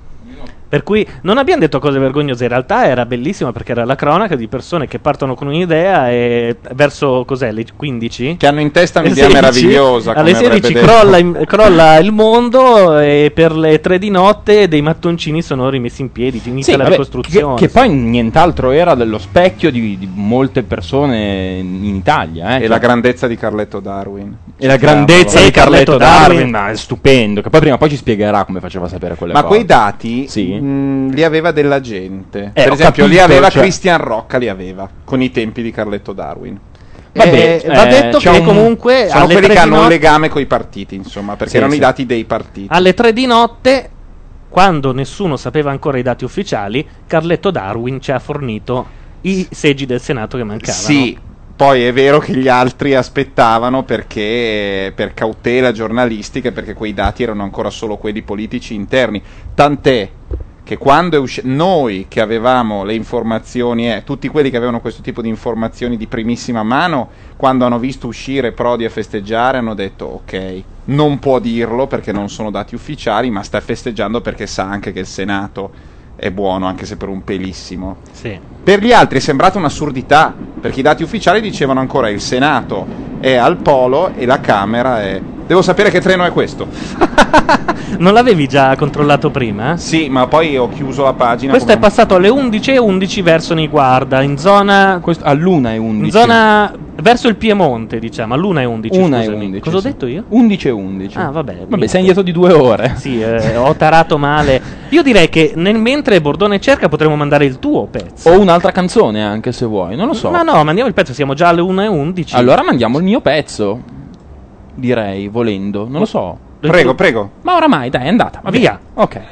S2: Per cui non abbiamo detto cose vergognose, in realtà era bellissima, perché era la cronaca di persone che partono con un'idea e verso, cos'è, le quindici?
S1: Che hanno in testa
S2: Alle
S1: un'idea
S2: sedici,
S1: meravigliosa.
S2: alle
S1: come avrebbe
S2: sedici
S1: detto.
S2: crolla, in- crolla il mondo, e per le tre di notte dei mattoncini sono rimessi in piedi, inizia
S3: Sì,
S2: la
S3: vabbè,
S2: ricostruzione.
S3: che, che poi nient'altro era dello specchio di, di molte persone in Italia. Eh,
S1: E
S3: cioè-
S1: la grandezza di Carletto Darwin.
S3: e la grandezza
S2: Sì,
S3: di Carletto
S2: Carletto
S3: Darwin,
S2: Darwin.
S3: ma è stupendo. Che poi prima o poi ci spiegherà come faceva a sapere quelle
S1: Ma
S3: cose.
S1: quei dati
S3: Sì.
S1: mh, li aveva della gente.
S3: Eh,
S1: per
S3: ho
S1: esempio, li
S3: capito,
S1: aveva
S3: cioè-
S1: Christian Rocca, li aveva con i tempi di Carletto Darwin.
S3: Vabbè,
S2: Eh, va
S3: eh,
S2: detto
S3: c'è
S2: che
S3: un-
S2: comunque
S1: Sono
S2: alle
S1: quelli
S2: tre
S1: che
S2: di
S1: hanno un
S2: notte-
S1: legame con i partiti, insomma, perché
S3: Sì,
S1: erano
S3: sì.
S1: i dati dei partiti.
S2: alle tre di notte, quando nessuno sapeva ancora i dati ufficiali, Carletto Darwin ci ha fornito i seggi del Senato che mancavano.
S1: Sì, poi è vero che gli altri aspettavano perché per cautela giornalistiche, perché quei dati erano ancora solo quelli politici interni. Tant'è che quando è usci- noi che avevamo le informazioni, eh, tutti quelli che avevano questo tipo di informazioni di primissima mano, quando hanno visto uscire Prodi a festeggiare, hanno detto: ok, non può dirlo perché non sono dati ufficiali, ma sta festeggiando perché sa anche che il Senato è buono, anche se per un pelissimo.
S2: Sì.
S1: Per gli altri è sembrata un'assurdità, perché i dati ufficiali dicevano ancora il Senato è al polo e la Camera è Devo sapere che treno è questo.
S2: Non l'avevi già controllato prima?
S1: Sì, ma poi ho chiuso la pagina.
S2: Questo è
S1: come-
S2: passato alle undici e undici verso Niguarda, in zona...
S3: Questo, all'una e undici.
S2: In zona... verso il Piemonte, diciamo, all'una e undici,
S3: Una e
S2: scusami.
S3: undici,
S2: Cosa ho
S3: sì.
S2: detto io?
S3: undici e undici.
S2: Ah, vabbè.
S3: Vabbè,
S2: niente.
S3: sei indietro di due ore.
S2: Sì, eh, ho tarato male. Io direi che nel mentre Bordone cerca potremmo mandare il tuo pezzo.
S3: O un'altra canzone anche se vuoi, non lo so.
S2: Ma no, mandiamo il pezzo, siamo già alle una e undici.
S3: Allora mandiamo il mio pezzo. Direi, volendo, non lo so.
S1: Prego, prego.
S3: Ma oramai, dai, è andata. Va
S2: Via.
S3: Ok.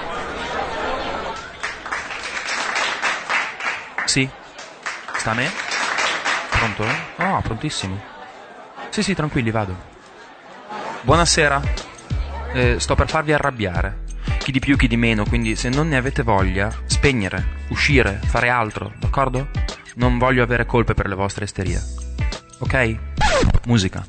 S6: Sì? Sta a me? Pronto? Oh, prontissimo. Sì, sì, tranquilli, vado. Buonasera. Eh, sto per farvi arrabbiare. Chi di più, chi di meno, quindi se non ne avete voglia, spegnere, uscire, fare altro, d'accordo? Non voglio avere colpe per le vostre isterie. Ok? Musica.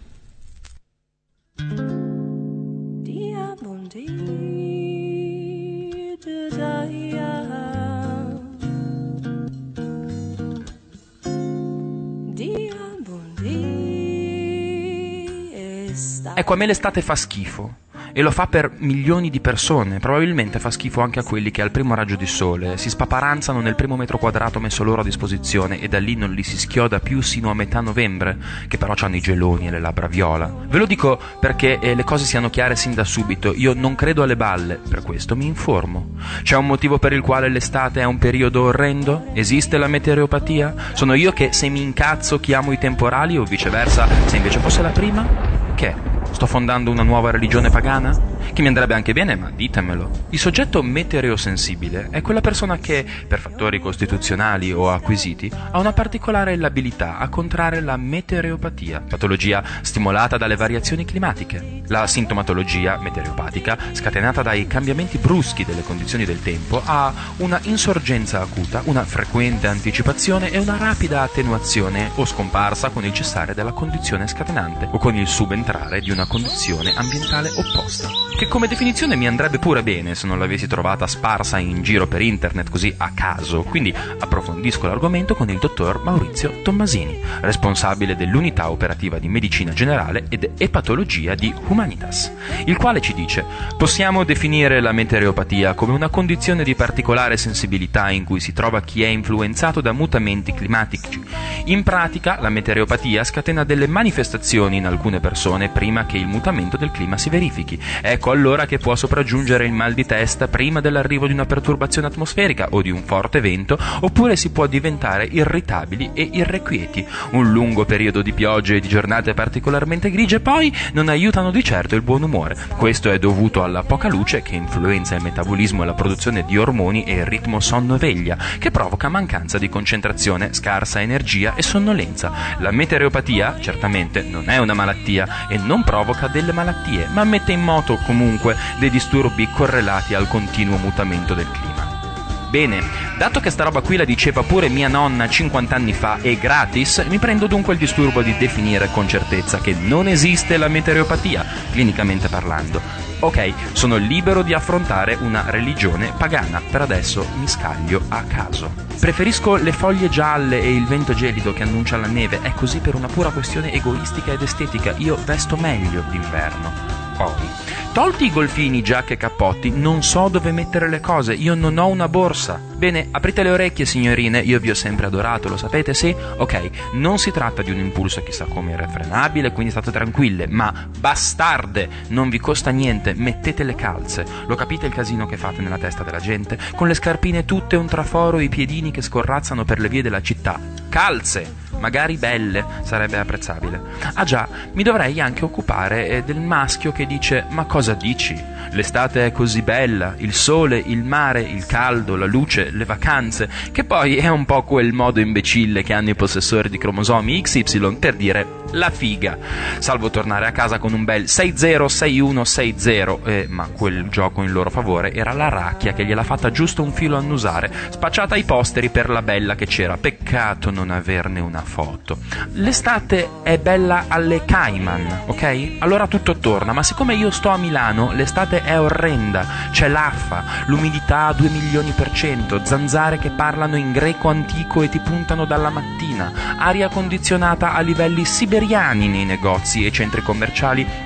S6: Ecco, a me l'estate fa schifo. E lo fa per milioni di persone. Probabilmente fa schifo anche a quelli che al primo raggio di sole si spaparanzano nel primo metro quadrato messo loro a disposizione e da lì non li si schioda più sino a metà novembre, che però hanno i geloni e le labbra viola. Ve lo dico perché eh, le cose siano chiare sin da subito. Io non credo alle balle, per questo mi informo. C'è un motivo per il quale l'estate è un periodo orrendo? Esiste la meteoropatia? Sono io che se mi incazzo chiamo i temporali o viceversa, se invece fosse la prima? Che? Sto fondando una nuova religione pagana? Che mi andrebbe anche bene, ma ditemelo. Il soggetto meteorosensibile è quella persona che, per fattori costituzionali o acquisiti, ha una particolare abilità a contrarre la meteoropatia, patologia stimolata dalle variazioni climatiche. La sintomatologia meteoropatica, scatenata dai cambiamenti bruschi delle condizioni del tempo, ha una insorgenza acuta, una frequente anticipazione e una rapida attenuazione o scomparsa con il cessare della condizione scatenante o con il subentrare di una condizione ambientale opposta. Che come definizione mi andrebbe pure bene se non l'avessi trovata sparsa in giro per internet così a caso, quindi approfondisco l'argomento con il dottor Maurizio Tommasini, responsabile dell'unità operativa di medicina generale ed epatologia di Humanitas, il quale ci dice: possiamo definire la meteoropatia come una condizione di particolare sensibilità in cui si trova chi è influenzato da mutamenti climatici. In pratica la meteoropatia scatena delle manifestazioni in alcune persone prima che il mutamento del clima si verifichi. Ecco allora che può sopraggiungere il mal di testa prima dell'arrivo di una perturbazione atmosferica o di un forte vento, oppure si può diventare irritabili e irrequieti. Un lungo periodo di piogge e di giornate particolarmente grigie poi non aiutano di certo il buon umore. Questo è dovuto alla poca luce che influenza il metabolismo e la produzione di ormoni e il ritmo sonno-veglia, che provoca mancanza di concentrazione, scarsa energia e sonnolenza. La meteoropatia certamente non è una malattia e non provoca delle malattie, ma mette in moto comunque dei disturbi correlati al continuo mutamento del clima. Bene, dato che sta roba qui la diceva pure mia nonna cinquanta anni fa e gratis, mi prendo dunque il disturbo di definire con certezza che non esiste la meteoropatia, clinicamente parlando. Ok, sono libero di affrontare una religione pagana, per adesso mi scaglio a caso. Preferisco le foglie gialle e il vento gelido che annuncia la neve, è così per una pura questione egoistica ed estetica, io vesto meglio d'inverno. Poi, tolti i golfini, giacche e cappotti, non so dove mettere le cose, io non ho una borsa. Bene, aprite le orecchie signorine, io vi ho sempre adorato, lo sapete, sì? Ok, non si tratta di un impulso chissà come irrefrenabile, quindi state tranquille, ma bastarde, non vi costa niente, mettete le calze. Lo capite il casino che fate nella testa della gente? Con le scarpine tutte un traforo e i piedini che scorrazzano per le vie della città. Calze! Magari belle, sarebbe apprezzabile. Ah già, mi dovrei anche occupare eh, del maschio che dice: ma cosa dici? L'estate è così bella, il sole, il mare, il caldo, la luce, le vacanze, che poi è un po' quel modo imbecille che hanno i possessori di cromosomi X Y per dire la figa, salvo tornare a casa con un bel sei zero sei uno sei zero, eh, ma quel gioco in loro favore era la racchia che gliel'ha fatta giusto un filo annusare, spacciata ai posteri per la bella che c'era, peccato non averne una foto. L'estate è bella alle Cayman, ok? Allora tutto torna, ma siccome io sto a Milano, l'estate è orrenda, c'è l'affa, l'umidità a due milioni per cento, zanzare che parlano in greco antico e ti puntano dalla mattina, aria condizionata a livelli siberiani nei negozi e centri commerciali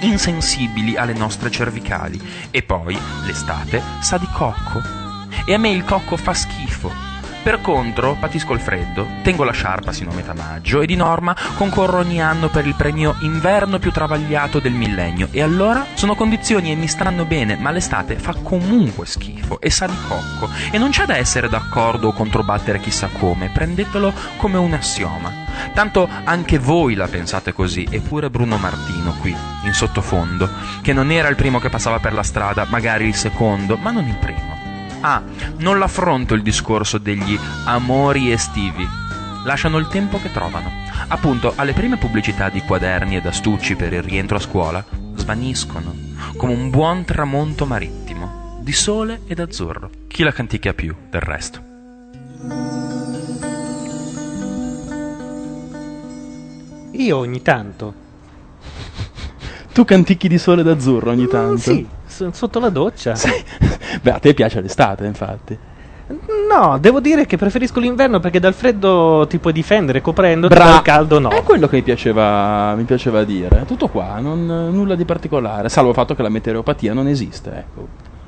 S6: insensibili alle nostre cervicali. E poi, l'estate sa di cocco. E a me il cocco fa schifo. Per contro, patisco il freddo, tengo la sciarpa sino a metà maggio e di norma concorro ogni anno per il premio inverno più travagliato del millennio. E allora sono condizioni e mi stanno bene, ma l'estate fa comunque schifo e sa di cocco. E non c'è da essere d'accordo o controbattere chissà come, prendetelo come un assioma. Tanto anche voi la pensate così, eppure Bruno Martino qui, in sottofondo, che non era il primo che passava per la strada, magari il secondo, ma non il primo. Ah, non l'affronto il discorso degli amori estivi. Lasciano il tempo che trovano. Appunto, alle prime pubblicità di quaderni ed astucci per il rientro a scuola, svaniscono, come un buon tramonto marittimo, di sole ed azzurro. Chi la canticchia più, del resto?
S2: Io ogni tanto.
S3: Tu canticchi di sole d'azzurro ogni tanto?
S2: Sì, s- sotto la doccia.
S3: Beh, a te piace l'estate, infatti.
S2: No, devo dire che preferisco l'inverno perché dal freddo ti puoi difendere coprendoti,
S3: Bra-
S2: dal caldo no.
S3: È quello che mi piaceva, mi piaceva dire. Tutto qua, non, nulla di particolare, salvo il fatto che la meteoropatia non esiste, ecco.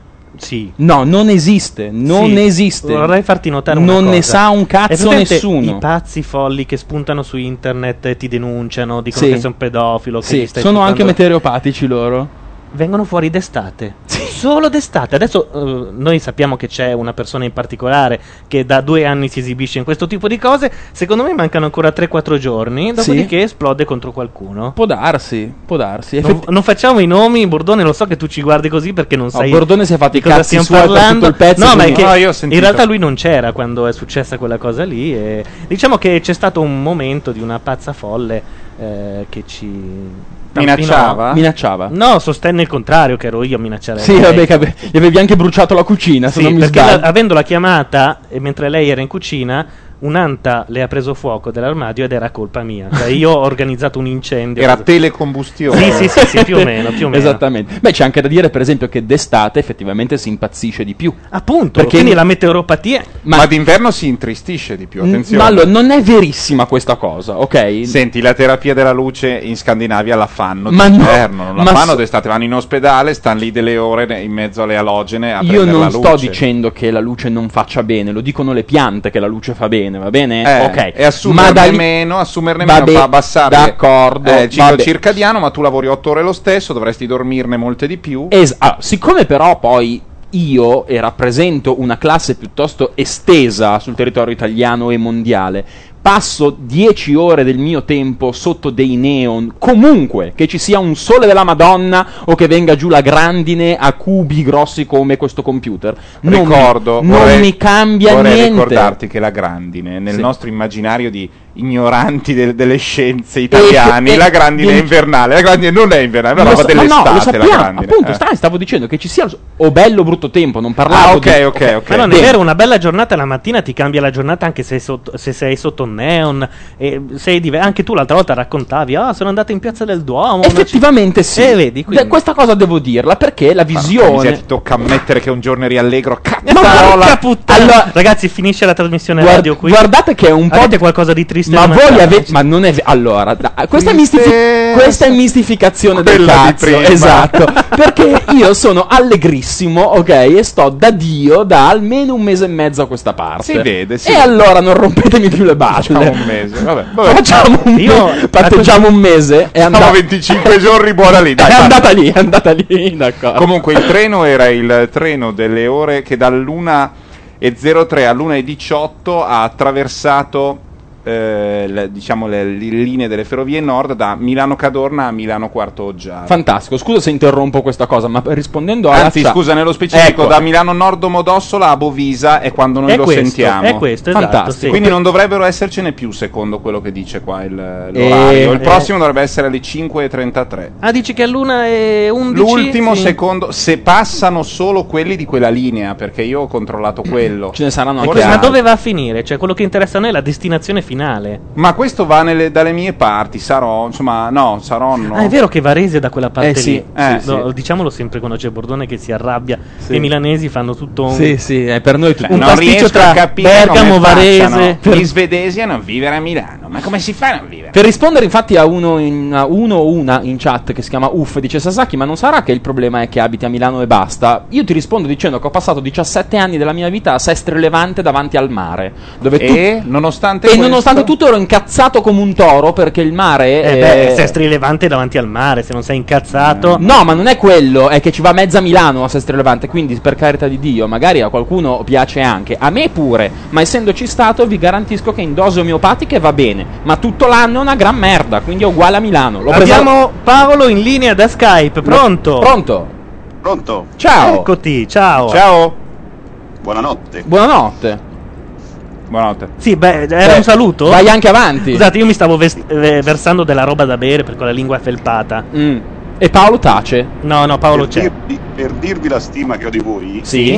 S2: Sì.
S3: No, non esiste, non
S2: Sì,
S3: esiste.
S2: Vorrei farti notare una
S3: Non
S2: cosa.
S3: ne sa un
S2: Hai
S3: cazzo
S2: presente
S3: nessuno.
S2: I pazzi folli che spuntano su internet e ti denunciano, dicono
S3: Sì.
S2: che sei un pedofilo, che
S3: Sì,
S2: gli stai
S3: sono anche
S2: sfruttando.
S3: meteoropatici loro.
S2: Vengono fuori d'estate. Solo d'estate. Adesso eh, noi sappiamo che c'è una persona in particolare che da due anni si esibisce in questo tipo di cose. Secondo me mancano ancora tre quattro giorni. Dopodiché esplode contro qualcuno.
S3: Può darsi, può darsi.
S2: Non,
S3: Effetti-
S2: non facciamo i nomi, Bordone. Lo so che tu ci guardi così perché non
S3: No,
S2: sai.
S3: Bordone si è fatto
S2: di
S3: i
S2: cosa
S3: cazzi
S2: stiamo
S3: suoi per
S2: parlando.
S3: tutto il pezzo,
S2: No, ma è
S3: quindi-
S2: che
S1: No, io ho
S2: in
S1: sentito.
S2: realtà lui non c'era quando è successa quella cosa lì. E diciamo che c'è stato un momento di una pazza folle eh, che ci.
S1: Minacciava?
S3: Minacciava.
S2: No, sostenne il contrario, che ero io a minacciare
S3: Sì,
S2: lei.
S3: vabbè, che ave- gli avevi anche bruciato la cucina, se
S2: Sì,
S3: non mi
S2: perché
S3: sbaglio.
S2: la- avendola chiamata e mentre lei era in cucina, un'anta le ha preso fuoco dell'armadio ed era colpa mia. Cioè io ho organizzato un incendio.
S1: Era telecombustione.
S2: Sì, sì, sì, sì, più o meno, più o meno.
S3: Esattamente. Beh, c'è anche da dire, per esempio, che d'estate effettivamente si impazzisce di più.
S2: Appunto,
S3: Perché-
S2: quindi la meteoropatia.
S1: Ma,
S3: Ma,
S1: d'inverno si intristisce di più,
S3: n-
S1: attenzione.
S3: ma allora, non è verissima questa cosa, ok?
S1: Senti, la terapia della luce in Scandinavia la fanno
S3: Ma no,
S1: d'inverno, non la
S3: ma
S1: fanno
S3: so-
S1: d'estate, vanno in ospedale, stanno lì delle ore ne- in mezzo alle alogene a
S3: Io
S1: prendere
S3: non
S1: la
S3: sto
S1: luce.
S3: dicendo che la luce non faccia bene, lo dicono le piante che la luce fa bene, va bene?
S1: Eh,
S3: ok.
S1: E assumerne
S3: Ma da lì-
S1: meno, assumerne
S3: Vabbè,
S1: meno fa abbassare
S3: d'accordo,
S1: eh, il ciclo
S3: vabbè.
S1: circadiano, ma tu lavori otto ore lo stesso, dovresti dormirne molte di più.
S3: Es- allora, siccome però poi io e rappresento una classe piuttosto estesa sul territorio italiano e mondiale, passo dieci ore del mio tempo sotto dei neon, comunque che ci sia un sole della Madonna o che venga giù la grandine a cubi grossi come questo computer, non,
S1: Ricordo,
S3: mi, non
S1: vorrei-
S3: mi cambia
S1: vorrei
S3: niente.
S1: ricordarti che la grandine, nel
S3: Sì.
S1: nostro immaginario di ignoranti del- delle scienze italiane,
S3: e-
S1: la grandine
S3: viene-
S1: è invernale, la grandine non è invernale, è una
S3: Lo
S1: roba
S3: so- ma no,
S1: dell'estate
S3: lo
S1: la
S3: sappiamo,
S1: grandine.
S3: appunto,
S1: eh.
S3: stai- stavo dicendo che ci sia o bello o brutto tempo, non parlavo
S1: Ah, ok,
S3: di...
S1: ok, ok.
S2: Ma non è
S3: Bene.
S2: vero, una bella giornata la mattina ti cambia la giornata anche se, sotto- se sei sotto un neon. E sei dive- anche tu l'altra volta raccontavi, ah, sono andato in piazza del Duomo.
S3: Effettivamente sì.
S2: Eh, vedi, quindi-
S3: De- questa cosa devo dirla perché la
S1: Porca
S3: visione...
S1: miseria, ti tocca ammettere che un giorno eri allegro.
S2: Ma
S1: Cazzarola.
S2: porca puttana!
S3: Allora-
S2: Ragazzi, finisce la trasmissione
S3: Guard-
S2: radio qui.
S3: guardate che è un po'
S2: Avete qualcosa di triste
S3: Ma
S2: da
S3: voi
S2: mangiare?
S3: avete. Ma non è. ve- Allora, da- questa, è mistifi-
S1: Tristezza.
S3: questa è mistificazione del
S1: Quella di
S3: cazzo.
S1: prima.
S3: Esatto. Perché io sono allegrissimo, ok? E sto da Dio da almeno un mese e mezzo a questa parte.
S1: Si vede, sì.
S3: E allora non rompetemi più le balle.
S1: Facciamo un mese. Vabbè, vabbè.
S3: Facciamo un
S2: Io-
S3: mese. Patteggiamo un mese. È
S1: Siamo
S3: andata.
S1: venticinque giorni, buona lì. Dai,
S3: È
S1: vai.
S3: andata lì, è andata lì, d'accordo.
S1: Comunque il treno era il treno delle ore che dall'una e zero tre all'una e diciotto ha attraversato eh, le, diciamo le, le linee delle ferrovie nord da Milano Cadorna a Milano Quarto Oggiaro.
S3: Fantastico, scusa se interrompo questa cosa, ma rispondendo alla
S1: Anzi,
S3: chat-
S1: scusa, nello specifico
S3: Ecco.
S1: da Milano Nord Domodossola a Bovisa è quando noi
S2: È
S1: lo
S2: questo,
S1: sentiamo.
S2: è questo, esatto,
S3: Fantastico.
S2: sì.
S1: Quindi non dovrebbero essercene più, secondo quello che dice qua il, l'orario. il
S2: eh.
S1: prossimo dovrebbe essere alle cinque e trentatré.
S2: Ah, dici che all'una e undici?
S1: L'ultimo
S2: Sì.
S1: secondo, se passano solo quelli di quella linea, perché io ho controllato quello.
S3: Ce ne saranno
S1: Forse-
S3: anche
S2: Ma
S3: altri.
S2: dove va a finire? Cioè, quello che interessa a noi è la destinazione finale.
S1: Ma questo va nelle- dalle mie parti, sarò, insomma, no, sarò no.
S2: Ah, è vero che Varese è da quella parte
S3: Eh, sì,
S2: lì.
S1: eh,
S2: No,
S1: sì.
S2: diciamolo sempre quando c'è Bordone che si arrabbia.
S3: Sì.
S2: Che i milanesi fanno tutto un.
S3: Sì, sì, è per noi tutto.
S1: Cioè,
S2: un
S1: non
S2: pasticcio
S1: riesco
S2: tra
S1: a capire
S2: Bergamo,
S1: come
S2: Varese.
S1: facciano
S2: Per-
S1: gli svedesi a non vivere a Milano. Ma come si fa a non vivere
S3: Per rispondere infatti a uno, in, a uno o una in chat che si chiama Uff, dice Sasaki, ma non sarà che il problema è che abiti a Milano e basta? Io ti rispondo dicendo che ho passato diciassette anni della mia vita a Sestri Levante davanti al mare, dove
S1: E
S3: tu-
S1: nonostante
S3: e
S1: questo-
S3: nonostante tutto ero incazzato come un toro perché il mare
S2: Eh
S3: è...
S2: beh, Sestri Levante davanti al mare, se non sei incazzato.
S3: No, ma non è quello, è che ci va mezza Milano a Sestri Levante, quindi per carità di Dio, magari a qualcuno piace anche, a me pure, ma essendoci stato vi garantisco che in dose omeopatiche va bene, ma tutto l'anno è una gran merda, quindi è uguale a Milano. L'ho presa-
S2: Abbiamo Paolo in linea da Skype, pronto?
S3: Pronto?
S7: Pronto?
S3: Ciao.
S2: Eccoti, ciao.
S1: Ciao.
S7: Buonanotte.
S3: Buonanotte.
S1: Buonanotte.
S2: Sì, beh, era
S3: Beh,
S2: un saluto?
S3: vai anche avanti.
S2: Scusate, io mi stavo ves- eh, versando della roba da bere per quella lingua felpata.
S3: Mm. E Paolo tace.
S2: No, no, Paolo
S7: per,
S2: c'è.
S7: dirvi, per dirvi la stima che ho di voi,
S3: Sì.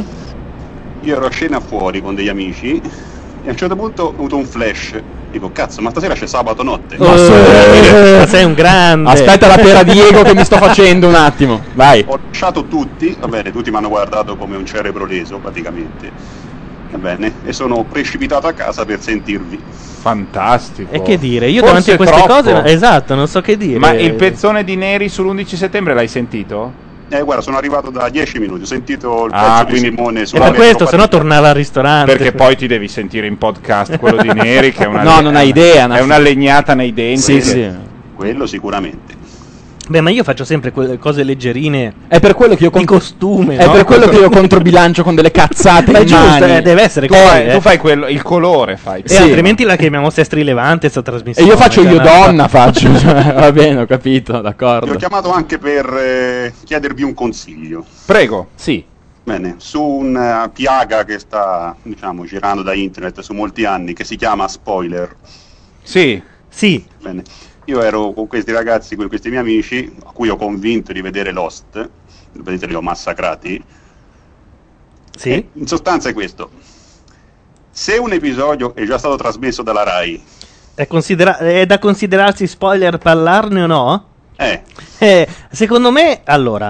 S7: io ero a cena fuori con degli amici e a un certo punto ho avuto un flash. Dico, cazzo, ma stasera c'è sabato notte.
S3: Ma
S2: Eh, sei un grande.
S3: Aspetta la pera Diego che mi sto facendo un attimo. Vai.
S7: Ho lasciato tutti, va bene, tutti mi hanno guardato come un cerebro leso praticamente. Va bene, e sono precipitato a casa per sentirvi.
S1: Fantastico.
S2: E che dire? Io
S1: Forse
S2: davanti a queste
S1: troppo.
S2: cose, esatto, non so che dire.
S1: Ma il pezzone di Neri sull'undici settembre l'hai sentito?
S7: Eh, guarda, sono arrivato da dieci minuti, ho sentito il
S1: Ah,
S7: pezzo
S1: quindi-
S7: di Simone
S2: E
S7: sulla
S2: per questo,
S7: metro-
S2: se no tornava al ristorante.
S1: Perché poi ti devi sentire in podcast quello di Neri che è una
S3: No, non hai idea,
S1: È
S3: Naffi.
S1: una legnata nei denti.
S3: Sì,
S1: che-
S3: sì.
S7: Quello sicuramente.
S2: Beh, ma io faccio sempre quelle cose leggerine
S3: È per quello che io
S2: di
S3: contro...
S2: costume,
S3: È
S2: no?
S3: per quello che io controbilancio con delle cazzate
S2: Ma è
S3: in
S2: giusto,
S3: mani.
S2: eh, deve essere
S1: Tu,
S2: così,
S1: fai,
S2: eh.
S1: tu fai quello, il colore fai.
S2: E
S3: Sì.
S2: altrimenti la chiamiamo Sestri Levante sta
S3: E
S2: trasmissione.
S3: io faccio io
S2: cioè,
S3: donna, faccio. Cioè, va bene, ho capito,
S7: Vi ho
S3: d'accordo.
S7: chiamato anche per eh, chiedervi un consiglio.
S1: Prego.
S3: Sì.
S7: Bene, su una piaga che sta, diciamo, girando da internet su molti anni, che si chiama spoiler.
S1: Sì.
S2: Sì,
S7: Bene, io ero con questi ragazzi, con questi miei amici, a cui ho convinto di vedere Lost, vedete li ho massacrati.
S2: sì.
S7: E in sostanza è questo. Se un episodio è già stato trasmesso dalla Rai,
S2: È, considera- è da considerarsi spoiler parlarne o no?
S7: eh,
S2: Eh, secondo me, allora...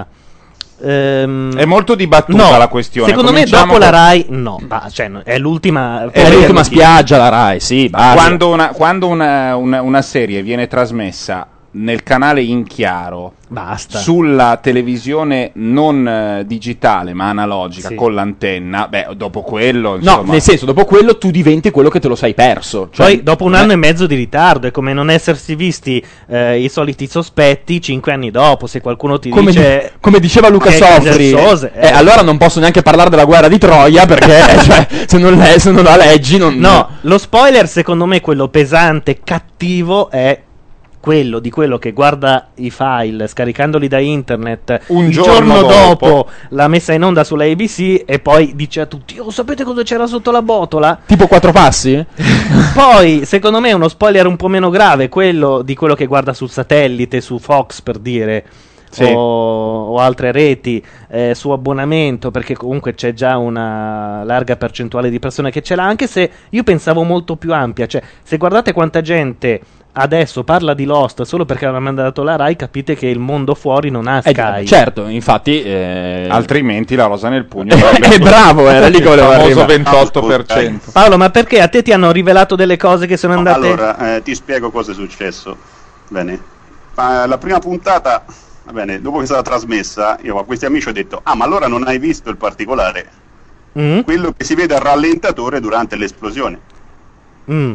S2: ehm,
S1: È molto dibattuta
S2: no,
S1: la questione.
S2: secondo me
S1: Cominciamo
S2: dopo la
S1: con-
S2: Rai, no, bah, cioè, no, è l'ultima...
S3: È
S2: poi
S3: l'ultima
S2: è-
S3: spiaggia la Rai, sì, basta.
S1: Quando, una, quando una, una- una serie viene trasmessa nel canale in chiaro
S2: Basta.
S1: sulla televisione non eh, digitale ma analogica
S2: Sì.
S1: con l'antenna, beh, dopo quello
S3: No,
S1: insomma,
S3: nel senso, dopo quello tu diventi quello che te lo sei perso. Cioè,
S2: Poi dopo un anno e mezzo di ritardo è come non essersi visti eh, i soliti sospetti cinque anni dopo. Se qualcuno ti
S3: come,
S2: dice
S3: come diceva Luca
S2: che è
S3: Sofri,
S2: Gersose,
S3: eh,
S2: eh.
S3: allora non posso neanche parlare della guerra di Troia perché cioè, se, non le- se non la leggi non...
S2: no, lo spoiler secondo me quello pesante, cattivo è quello di quello che guarda i file scaricandoli da internet
S1: Un
S2: il
S1: giorno
S2: dopo,
S1: dopo.
S2: l'ha messa in onda sulla A B C e poi dice a tutti: oh, sapete cosa c'era sotto la botola?
S3: Tipo quattro passi?
S2: Poi secondo me uno spoiler un po' meno grave, quello di quello che guarda sul satellite, su Fox per dire,
S1: Sì.
S2: o, o altre reti, eh, su abbonamento, perché comunque c'è già una larga percentuale di persone che ce l'ha, anche se io pensavo molto più ampia. Cioè, se guardate quanta gente adesso parla di Lost solo perché l'ha mandato la Rai, capite che il mondo fuori non ha
S3: Eh,
S2: Sky.
S3: certo, infatti... eh,
S1: altrimenti la rosa nel pugno
S3: Eh, bravo, era lì che volevo
S1: il famoso
S3: arrivare.
S1: ventotto per cento.
S2: Paolo, ma perché a te ti hanno rivelato delle cose che sono andate...
S7: allora eh, ti spiego cosa è successo. Bene, Ma la prima puntata, va bene, dopo che è stata trasmessa, io a questi amici ho detto: ah, ma allora non hai visto il particolare?
S2: Mm?
S7: Quello che si vede al rallentatore durante l'esplosione.
S2: Mm.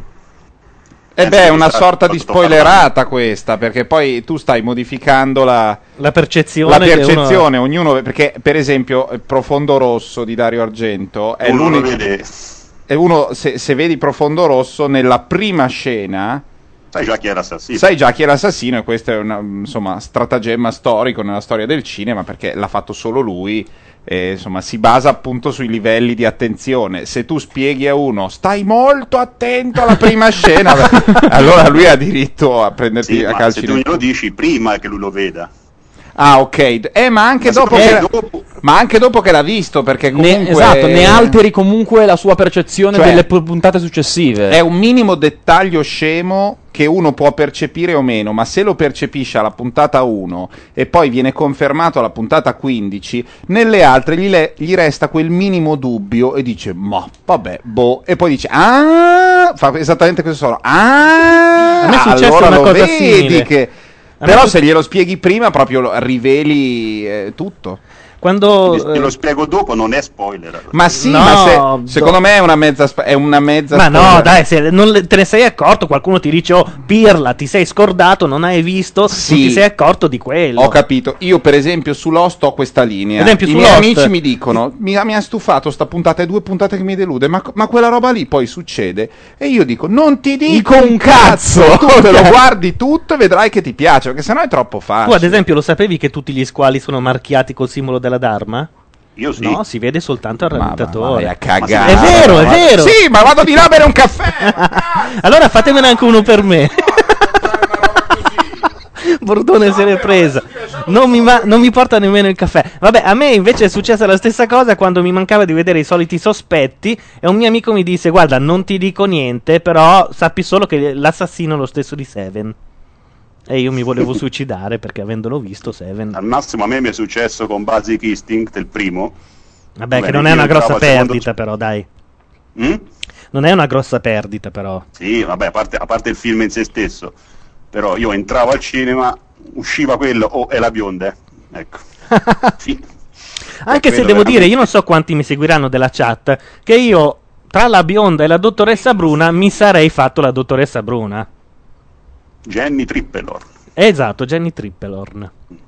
S1: E
S7: Eh,
S1: beh, è
S7: sì,
S1: una
S7: sta-
S1: sorta di
S7: sto
S1: spoilerata questa, perché poi tu stai modificando la,
S2: La percezione,
S1: la
S2: che uno-
S1: percezione, ognuno, perché per esempio Profondo Rosso di Dario Argento è
S7: Uno lo
S1: l'unico,
S7: vede,
S1: è uno, se, se vedi Profondo Rosso nella prima scena
S7: sai già chi era l'assassino.
S1: sai già chi è l'assassino, e questo è un insomma stratagemma storico nella storia del cinema, perché l'ha fatto solo lui. E, insomma, si basa appunto sui livelli di attenzione. Se tu spieghi a uno stai molto attento alla prima scena, beh, allora lui ha diritto a prenderti
S7: Sì,
S1: a
S7: ma
S1: calci
S7: se tu
S1: nel-
S7: glielo dici prima che lui lo veda.
S1: Ah, ok. Eh, ma anche
S7: Ma
S1: dopo
S7: secondo
S1: che
S7: me dopo,
S1: Ma anche dopo che l'ha visto, perché
S3: Ne-
S1: comunque
S3: esatto, ne alteri comunque la sua percezione
S1: Cioè,
S3: delle pu- puntate successive.
S1: è un minimo dettaglio scemo che uno può percepire o meno, ma se lo percepisce alla puntata uno e poi viene confermato alla puntata quindici, nelle altre gli, le- gli resta quel minimo dubbio e dice ma vabbè, boh, e poi dice ah, fa esattamente questo suono, ah,
S2: A me è successa
S1: allora
S2: una
S1: lo
S2: cosa
S1: vedi
S2: simile.
S1: che...
S2: A me
S1: Però
S2: su-
S1: se glielo spieghi prima proprio lo- riveli eh, tutto.
S2: Quando
S7: Se lo spiego dopo non è spoiler.
S1: Ma sì,
S2: No,
S1: ma se- secondo
S2: do-
S1: me è una mezza sp- è una mezza
S2: Ma no,
S1: spoiler.
S2: dai, se non le- te ne sei accorto, qualcuno ti dice, oh, pirla, ti sei scordato, non hai visto,
S1: Sì.
S2: non ti sei accorto di quello.
S1: Ho capito. Io, per esempio, su Lost ho questa linea.
S2: Ad esempio,
S1: I
S2: su
S1: miei
S2: Lost-
S1: amici mi dicono: mi, mi ha stufato sta puntata, è due puntate che mi delude. Ma, ma quella roba lì poi succede. E io dico: non ti dico un cazzo. Tu te lo guardi tutto e vedrai che ti piace. Perché sennò è troppo facile.
S2: Tu, ad esempio, lo sapevi che tutti gli squali sono marchiati col simbolo della Dharma?
S7: Io sì.
S2: No, si vede soltanto il
S1: Ma- ma
S2: rallentatore.
S1: vai a cagare.
S2: È vero, è
S1: Ma-
S2: vero.
S1: Sì, ma vado di là a bere un caffè.
S2: Allora fatemene anche uno per me. Bordone se l'è presa. Non mi, ma- non mi porta nemmeno il caffè. Vabbè, a me invece è successa la stessa cosa quando mi mancava di vedere i soliti sospetti e un mio amico mi disse: guarda, non ti dico niente, però sappi solo che l'assassino è lo stesso di Seven. E io mi volevo suicidare perché avendolo visto Seven.
S7: Al massimo a me mi è successo con Basic Instinct, il primo.
S2: Vabbè,
S7: Va
S2: che
S7: bene,
S2: non è
S7: io
S2: una grossa
S7: entravo al secondo-
S2: perdita però, dai.
S7: Mm?
S2: Non è una grossa perdita però.
S7: Sì, vabbè, a parte, a parte il film in se stesso. Però io entravo al cinema, usciva quello, oh, è la bionda, eh. Ecco. Sì.
S2: Anche se
S7: quello
S2: devo
S7: veramente-
S2: dire, io non so quanti mi seguiranno della chat, che io tra la bionda e la dottoressa Bruna mi sarei fatto la dottoressa Bruna.
S7: Jenny Trippelor.
S2: Esatto, Jenny Trippelorn.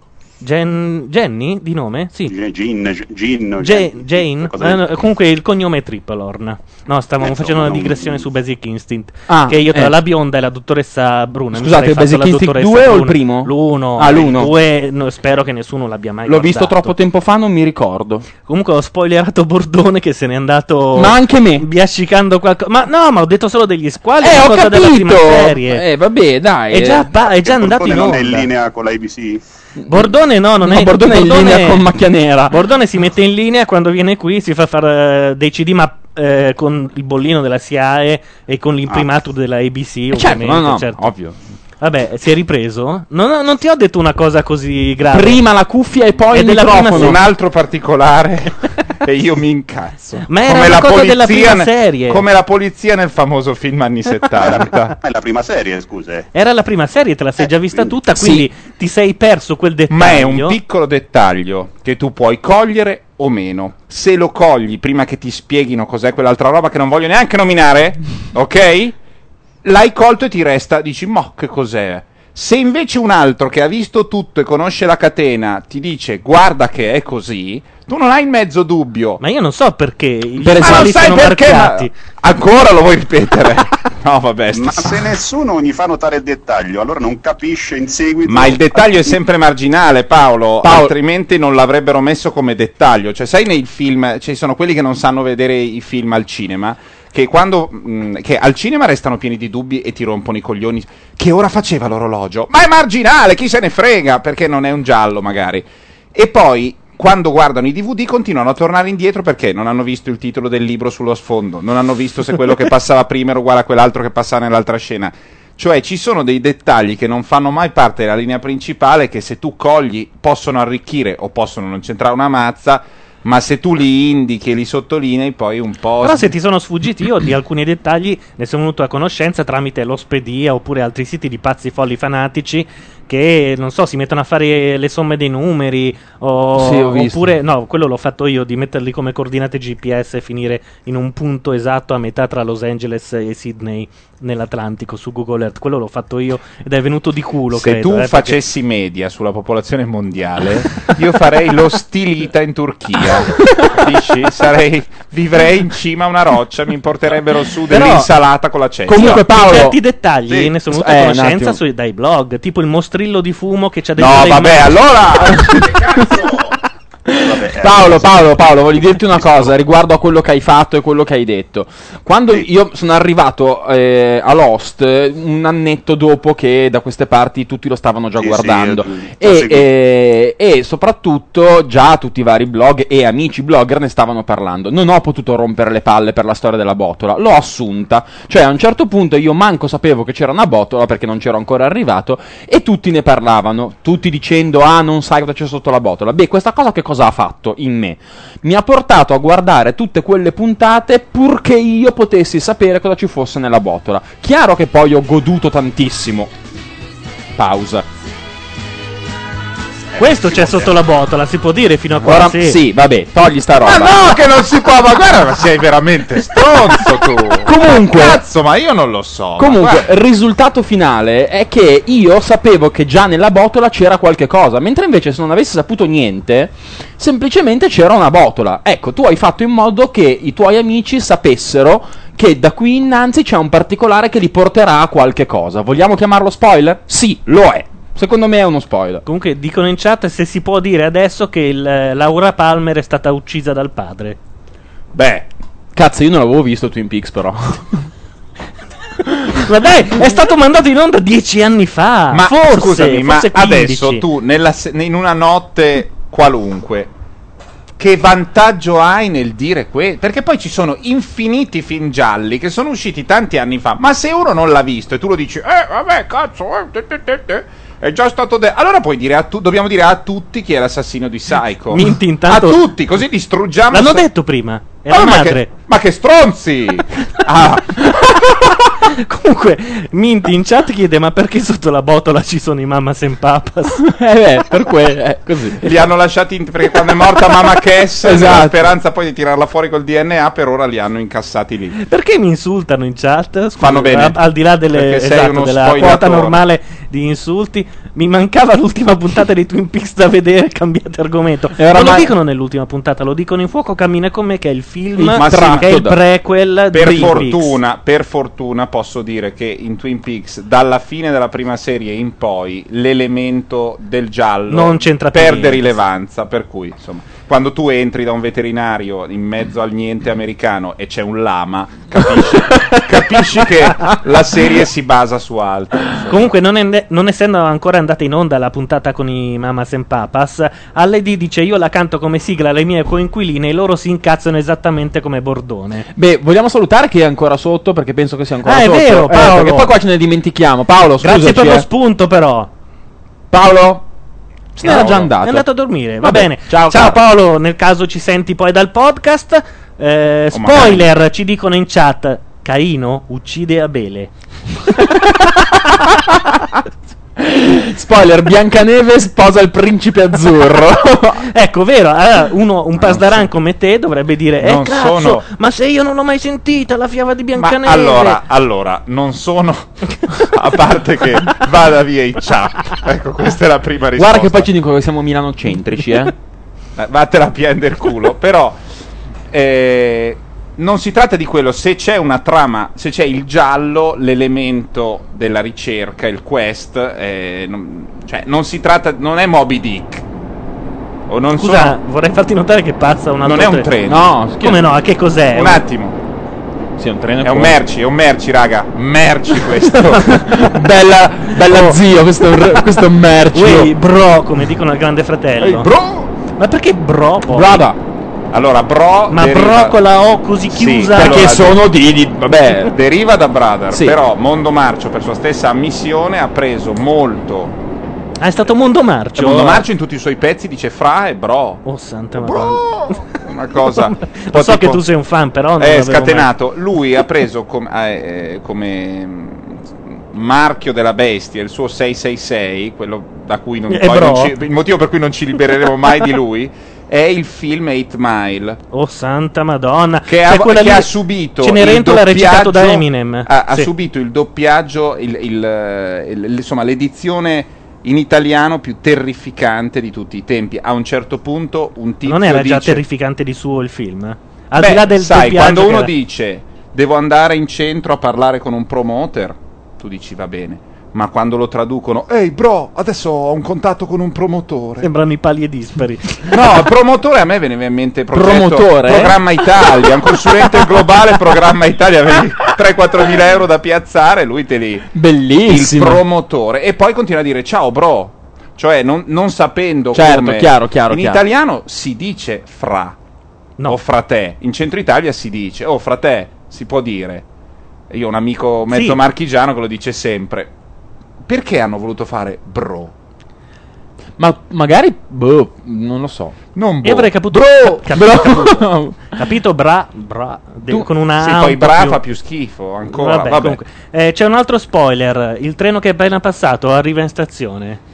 S2: Gen- Jenny di nome? Sì.
S7: Gin, Gin, Gin,
S2: Ja- Jane?
S7: qualcosa
S2: Eh,
S7: del-
S2: no, comunque il cognome è Trippelorn. No, stavamo
S7: Eh,
S2: facendo una
S7: insomma,
S2: digressione
S7: non-
S2: su Basic Instinct.
S3: Ah,
S2: che io tra
S3: eh.
S2: la bionda e la dottoressa Bruna. mi
S3: Scusate,
S2: sarei fatto
S3: Basic
S2: la
S3: Instinct
S2: dottoressa
S3: due o il
S2: Bruna.
S3: primo?
S2: L'uno.
S3: Ah, l'uno.
S2: Il due, no, spero che nessuno l'abbia mai
S3: L'ho visto
S2: guardato.
S3: troppo tempo fa, non mi ricordo.
S2: Comunque ho spoilerato Bordone che se n'è andato.
S3: Ma anche me.
S2: Biascicando qualcosa. Ma no, ma ho detto solo degli squali.
S3: Eh,
S2: una
S3: ho
S2: cosa della prima
S3: capito.
S2: serie.
S3: Eh, vabbè, dai.
S2: È già,
S3: eh.
S2: pa- è già
S7: Il
S2: andato in
S7: Bordone
S2: onda.
S7: non è in linea con la A B C.
S2: Bordone no, non
S3: No,
S2: è
S3: Bordone è in linea con Macchia Nera.
S2: Bordone si mette in linea quando viene qui, si fa fare dei C D, ma eh, con il bollino della C I A E e con l'imprimatur della A B C,
S3: Eh, certo,
S2: ovviamente.
S3: no, no,
S2: certo.
S3: ovvio.
S2: Vabbè, si è ripreso? Non, non ti ho detto una cosa così grave.
S3: Prima la cuffia e poi
S2: È
S3: il
S2: della prima
S3: microfono.
S2: serie.
S1: Un altro particolare e io mi incazzo.
S2: Ma era una cosa della prima serie.
S1: Come la polizia nel famoso film anni settanta.
S7: È la prima serie, scusa. eh.
S2: Era la prima serie, te la sei già vista tutta, quindi ti sei perso quel dettaglio.
S1: Ma è un piccolo dettaglio che tu puoi cogliere o meno. Se lo cogli prima che ti spieghino cos'è quell'altra roba che non voglio neanche nominare, ok? L'hai colto e ti resta, dici, mo che cos'è? Se invece un altro che ha visto tutto e conosce la catena ti dice guarda che è così, tu non hai in mezzo dubbio.
S2: Ma io non so perché i
S1: Ma non
S2: squali
S1: sai
S2: sono
S1: perché? Ma-
S2: marcati.
S1: Ancora lo vuoi ripetere? No, vabbè.
S7: Ma
S1: sta-
S7: se nessuno gli fa notare il dettaglio, allora non capisce in seguito.
S1: Ma il dettaglio è sempre marginale, Paolo,
S3: Paolo-
S1: altrimenti non l'avrebbero messo come dettaglio. Cioè, sai, nei film ci sono quelli che non sanno vedere i film al cinema, che quando mh, che al cinema restano pieni di dubbi e ti rompono i coglioni. Che ora faceva l'orologio? Ma è marginale, chi se ne frega, perché non è un giallo magari. E poi quando guardano i D V D continuano a tornare indietro perché non hanno visto il titolo del libro sullo sfondo, non hanno visto se quello che passava prima era uguale a quell'altro che passava nell'altra scena. Cioè ci sono dei dettagli che non fanno mai parte della linea principale che se tu cogli possono arricchire o possono non c'entrare una mazza, ma se tu li indichi e li sottolinei poi un po'...
S2: Però se ti sono sfuggiti io di alcuni dettagli ne sono venuto a conoscenza tramite l'Ospedia oppure altri siti di pazzi folli fanatici che, non so, si mettono a fare le somme dei numeri o,
S3: Sì, ho visto.
S2: oppure, no, quello l'ho fatto io, di metterli come coordinate G P S e finire in un punto esatto a metà tra Los Angeles e Sydney nell'Atlantico su Google Earth. Quello l'ho fatto io ed è venuto di culo,
S1: Se
S2: credo,
S1: tu
S2: eh, perché-
S1: facessi media sulla popolazione mondiale, io farei lo stilita in Turchia. Capisci? Sarei, vivrei in cima a una roccia, mi importerebbero su
S2: Però-
S1: dell'insalata con la cesta.
S3: Comunque,
S2: Di
S3: Paolo-
S2: certi dettagli
S7: Sì.
S2: ne sono venuto
S3: Eh,
S2: a
S3: un
S2: conoscenza
S3: attimo.
S2: sui- dai blog, tipo il mostrillo di fumo che c'ha dentro
S1: No,
S2: dei
S1: vabbè,
S2: mo-
S1: allora...
S7: Vabbè,
S3: Paolo, Paolo, Paolo, voglio dirti una cosa riguardo a quello che hai fatto e quello che hai detto. Quando io sono arrivato eh, a Lost un annetto dopo che da queste parti tutti lo stavano già
S7: Sì,
S3: guardando
S7: sì,
S3: e,
S7: sì.
S3: e, e soprattutto già tutti i vari blog e amici blogger ne stavano parlando. Non ho potuto rompere le palle per la storia della botola, l'ho assunta. Cioè a un certo punto io manco sapevo che c'era una botola perché non c'ero ancora arrivato e tutti ne parlavano, tutti dicendo ah non sai cosa c'è sotto la botola. Beh, questa cosa che cosa ha fatto in me? Mi ha portato a guardare tutte quelle puntate purché io potessi sapere cosa ci fosse nella botola. Chiaro che poi ho goduto tantissimo. Pausa.
S2: Questo c'è sotto la botola, si può dire fino a qua?
S3: Ora,
S2: sì.
S3: sì, vabbè, togli sta roba.
S1: Ma no, che non si può, ma guarda, ma sei veramente stronzo tu.
S3: Comunque,
S1: Ma cazzo, ma io non lo so. ma
S3: Comunque,
S1: guarda.
S3: il risultato finale è che io sapevo che già nella botola c'era qualche cosa, mentre invece se non avessi saputo niente, semplicemente c'era una botola. Ecco, tu hai fatto in modo che i tuoi amici sapessero che da qui innanzi c'è un particolare che li porterà a qualche cosa. Vogliamo chiamarlo spoiler? Sì, lo è. Secondo me è uno spoiler.
S2: Comunque dicono in chat se si può dire adesso che il, eh, Laura Palmer è stata uccisa dal padre.
S3: Beh, cazzo, io non l'avevo visto Twin Peaks però.
S2: Ma dai, è stato mandato in onda dieci anni fa.
S1: Ma
S2: forse,
S1: scusami, ma
S2: forse quindici.
S1: adesso tu nella se- in una notte qualunque che vantaggio hai nel dire questo? Perché poi ci sono infiniti film gialli che sono usciti tanti anni fa, ma se uno non l'ha visto e tu lo dici eh vabbè cazzo eh, te, te, te, te, è già stato detto, allora puoi dire a tu- dobbiamo dire a tutti chi è l'assassino di Psycho.
S2: Minti intanto-
S1: a tutti, così distruggiamo.
S2: L'hanno
S1: sa-
S2: detto prima. È
S1: Oh,
S2: la
S1: ma,
S2: madre.
S1: che, ma che stronzi! Ah,
S2: Comunque, Minti in chat chiede: ma perché sotto la botola ci sono i Mamas and Papas?
S3: Eh beh, per que- eh, così.
S1: li hanno lasciati in- perché quando è morta Mama Cass,
S3: Esatto.
S1: la speranza poi di tirarla fuori col D N A, per ora li hanno incassati lì.
S2: Perché mi insultano in chat? Scusa,
S1: Fanno bene.
S2: a- Al di là delle,
S1: Perché sei
S2: esatto,
S1: uno
S2: della
S1: spogliatore.
S2: quota normale di insulti, mi mancava l'ultima puntata di Twin Peaks da vedere. Cambiate argomento.
S3: E oramai-
S2: Non lo dicono nell'ultima puntata, lo dicono in Fuoco Cammina con me, che è il film
S3: Ma sì,
S2: che è il
S3: da-
S2: prequel di
S1: Per
S2: Twin Peaks.
S1: fortuna, per fortuna posso dire che in Twin Peaks, dalla fine della prima serie in poi, l'elemento del giallo
S2: Non c'entra più
S1: perde
S2: niente.
S1: rilevanza. Per cui, insomma, quando tu entri da un veterinario in mezzo al niente americano e c'è un lama, capisci, capisci che la serie si basa su altro. insomma.
S2: Comunque, non, ende- non essendo ancora andata in onda la puntata con i Mamas and Papas, L D dice: io la canto come sigla alle mie coinquiline e loro si incazzano esattamente come Bordone.
S3: Beh, vogliamo salutare chi è ancora sotto perché penso che sia ancora
S2: Ah, è
S3: sotto.
S2: vero,
S3: Eh,
S2: Paolo.
S3: perché poi qua ce ne dimentichiamo. Paolo, scusaci.
S2: Grazie per lo
S3: eh.
S2: spunto, però.
S3: Paolo? Se n'era
S2: Paolo,
S3: già andato.
S2: È andato a dormire, va
S3: Vabbè,
S2: bene.
S3: ciao,
S2: Ciao
S3: caro.
S2: Paolo, nel caso ci senti poi dal podcast. Eh,
S1: O
S2: spoiler, ci dicono in chat: Caino uccide Abele.
S3: Spoiler, Biancaneve sposa il principe azzurro.
S2: Ecco, vero, allora uno, un pasdaran come te dovrebbe dire: eh
S1: non
S2: cazzo,
S1: sono-
S2: ma se io non l'ho mai sentita la fiaba di
S1: Ma
S2: Biancaneve.
S1: allora, allora, non sono a parte che vada via i chat. Ecco, questa è la prima risposta.
S3: Guarda che poi ci dicono che siamo milanocentrici, eh.
S1: Eh, Vattela a prendere il culo. Però eh, non si tratta di quello. Se c'è una trama, se c'è il giallo, l'elemento della ricerca, il quest, eh, non, cioè non si tratta, non è Moby Dick. O non
S2: Scusa,
S1: sono-
S2: vorrei farti notare che passa un altro
S1: non è un
S2: tre-
S1: treno.
S3: No,
S2: Come no? Che cos'è?
S1: Un attimo.
S3: Sì, è un treno.
S1: È un merci, è un merci, raga. Merci questo.
S3: bella, bella
S2: Oh.
S3: zio, questo è un, re- questo è un merci.
S2: Uè, bro, come dicono al grande fratello.
S1: Ehi, bro!
S2: Ma perché bro? poi?
S3: Brava.
S1: Allora, bro.
S2: Ma
S1: deriva-
S2: bro con la O così
S1: Sì,
S2: chiusa.
S3: Perché
S1: allora,
S3: sono di, di- vabbè.
S1: deriva da Brother,
S3: Sì.
S1: però Mondo Marcio per sua stessa ammissione ha preso molto.
S2: Ah, è stato Mondo Marcio.
S1: Cioè, Mondo Marcio in tutti i suoi pezzi dice fra e bro.
S2: Oh, santa madonna.
S1: Bro! Una cosa. un
S2: Lo
S1: po'
S2: so
S1: tipo-
S2: che tu sei un fan, però non
S1: È
S2: l'avevo
S1: scatenato. Lui ha preso com- eh, come mm, marchio della bestia il suo sei sei sei, quello da cui non,
S2: E
S1: poi non
S2: bro.
S1: ci, il motivo per cui non ci libereremo mai di lui è il film Eight Mile.
S2: mai. Oh, santa madonna.
S1: Che,
S2: Cioè,
S1: ha,
S2: quella
S1: che
S2: lì-
S1: ha subito
S2: Cenerentola
S1: il
S2: recitato da
S1: doppiaggio-
S2: Eminem.
S1: ha, ha
S2: Sì.
S1: subito il doppiaggio il, il, eh, il- insomma l'edizione in italiano più terrificante di tutti i tempi. A un certo punto un tizio
S2: Non era già
S1: dice,
S2: terrificante di suo il film? Al
S1: beh,
S2: di là del
S1: sai,
S2: doppiaggio
S1: quando
S2: che
S1: uno
S2: era-
S1: dice devo andare in centro a parlare con un promoter, tu dici va bene. ma quando lo traducono, ehi bro, adesso ho un contatto con un promotore.
S2: Sembrano i pali e dispari.
S1: No, il promotore a me veniva in mente il progetto
S3: Promotore?
S1: Programma Italia, un consulente globale Programma Italia, avevi tre quattro mila euro da piazzare, lui te li...
S3: Bellissimo.
S1: Il promotore. E poi continua a dire ciao bro, cioè non, non sapendo
S3: Certo,
S1: come...
S3: chiaro, chiaro,
S1: In
S3: chiaro.
S1: italiano si dice fra
S2: No.
S1: o frate, in centro Italia si dice oh frate, si può dire. Io ho un amico mezzo
S2: Sì.
S1: marchigiano che lo dice sempre. Perché hanno voluto fare bro?
S3: Ma magari, boh, non lo so.
S1: Non boh.
S2: Io avrei caputo,
S3: Bro,
S2: cap-
S3: bro.
S2: capito, capito bra, bra de-
S3: Tu-
S2: con una
S1: Sì,
S2: A
S1: poi
S2: un po'
S1: bra
S2: più-
S1: fa più schifo ancora.
S2: Vabbè,
S1: Vabbè.
S2: comunque. Eh, c'è un altro spoiler. Il treno che è appena passato arriva in stazione.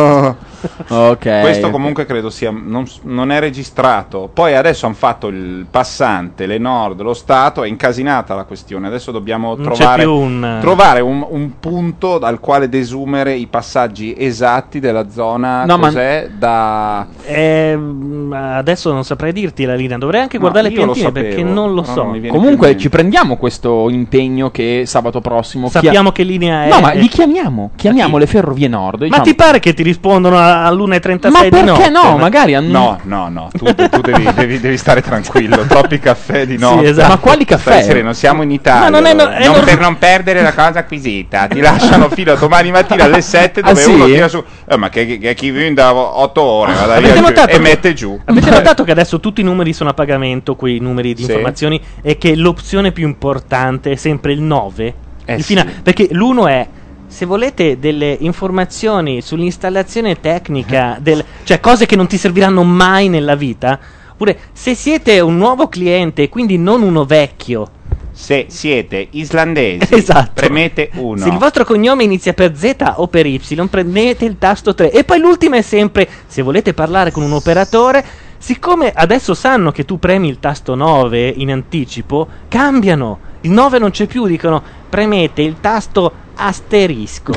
S3: Ok.
S1: Questo comunque credo sia non, non è registrato. Poi adesso hanno fatto il passante, le nord, lo stato, è incasinata la questione. Adesso dobbiamo
S2: Non c'è
S1: trovare,
S2: più un-
S1: trovare un, un punto dal quale desumere i passaggi esatti della zona.
S3: No, ma-
S1: cos'è da
S2: Eh, mm, adesso non saprei dirti la linea. Dovrei anche
S1: No,
S2: guardare le
S1: io lo
S2: piantine
S1: sapevo,
S2: perché non lo
S1: però
S2: so.
S1: non mi viene più in
S3: Comunque
S1: mente.
S3: ci prendiamo questo impegno che sabato prossimo chia-
S2: Sappiamo che linea è.
S3: No, ma
S2: eh.
S3: li chiamiamo, chiamiamo
S2: chi?
S3: le Ferrovie Nord.
S2: Ma
S3: diciamo-
S2: ti pare che ti rispondono a- all'una e trentasei
S3: Ma
S2: di notte?
S3: perché no? Magari hanno...
S1: No, no, no, tu, tu devi, devi- devi stare tranquillo. Troppi caffè di notte.
S2: esatto.
S3: Ma quali caffè?
S1: Stai sereno, siamo in Italia.
S2: Ma non è no-
S1: allora.
S2: è
S1: Non
S2: norm-
S1: per non perdere la cosa acquisita. Ti lasciano fino a domani mattina alle sette dove
S3: Ah, sì?
S1: uno tira su. Eh, ma che, che chi viene da otto ore vada
S2: Avete
S1: via
S2: notato
S1: e
S2: che-
S1: mette giù.
S2: Avete notato che adesso tutti i numeri sono a pagamento, quei numeri di
S1: Sì.
S2: informazioni, e che l'opzione più importante è sempre il nove?
S1: Eh
S2: Il
S1: sì.
S2: fina- Perché l'uno è, se volete delle informazioni sull'installazione tecnica, del- cioè cose che non ti serviranno mai nella vita, oppure se siete un nuovo cliente e quindi non uno vecchio,
S1: Se siete islandesi,
S2: Esatto.
S1: premete uno.
S2: se il vostro cognome inizia per Z o per Y, prendete il tasto tre. E poi l'ultima è sempre, se volete parlare con un operatore, siccome adesso sanno che tu premi il tasto nove in anticipo, cambiano. Il nove non c'è più, dicono premete il tasto asterisco.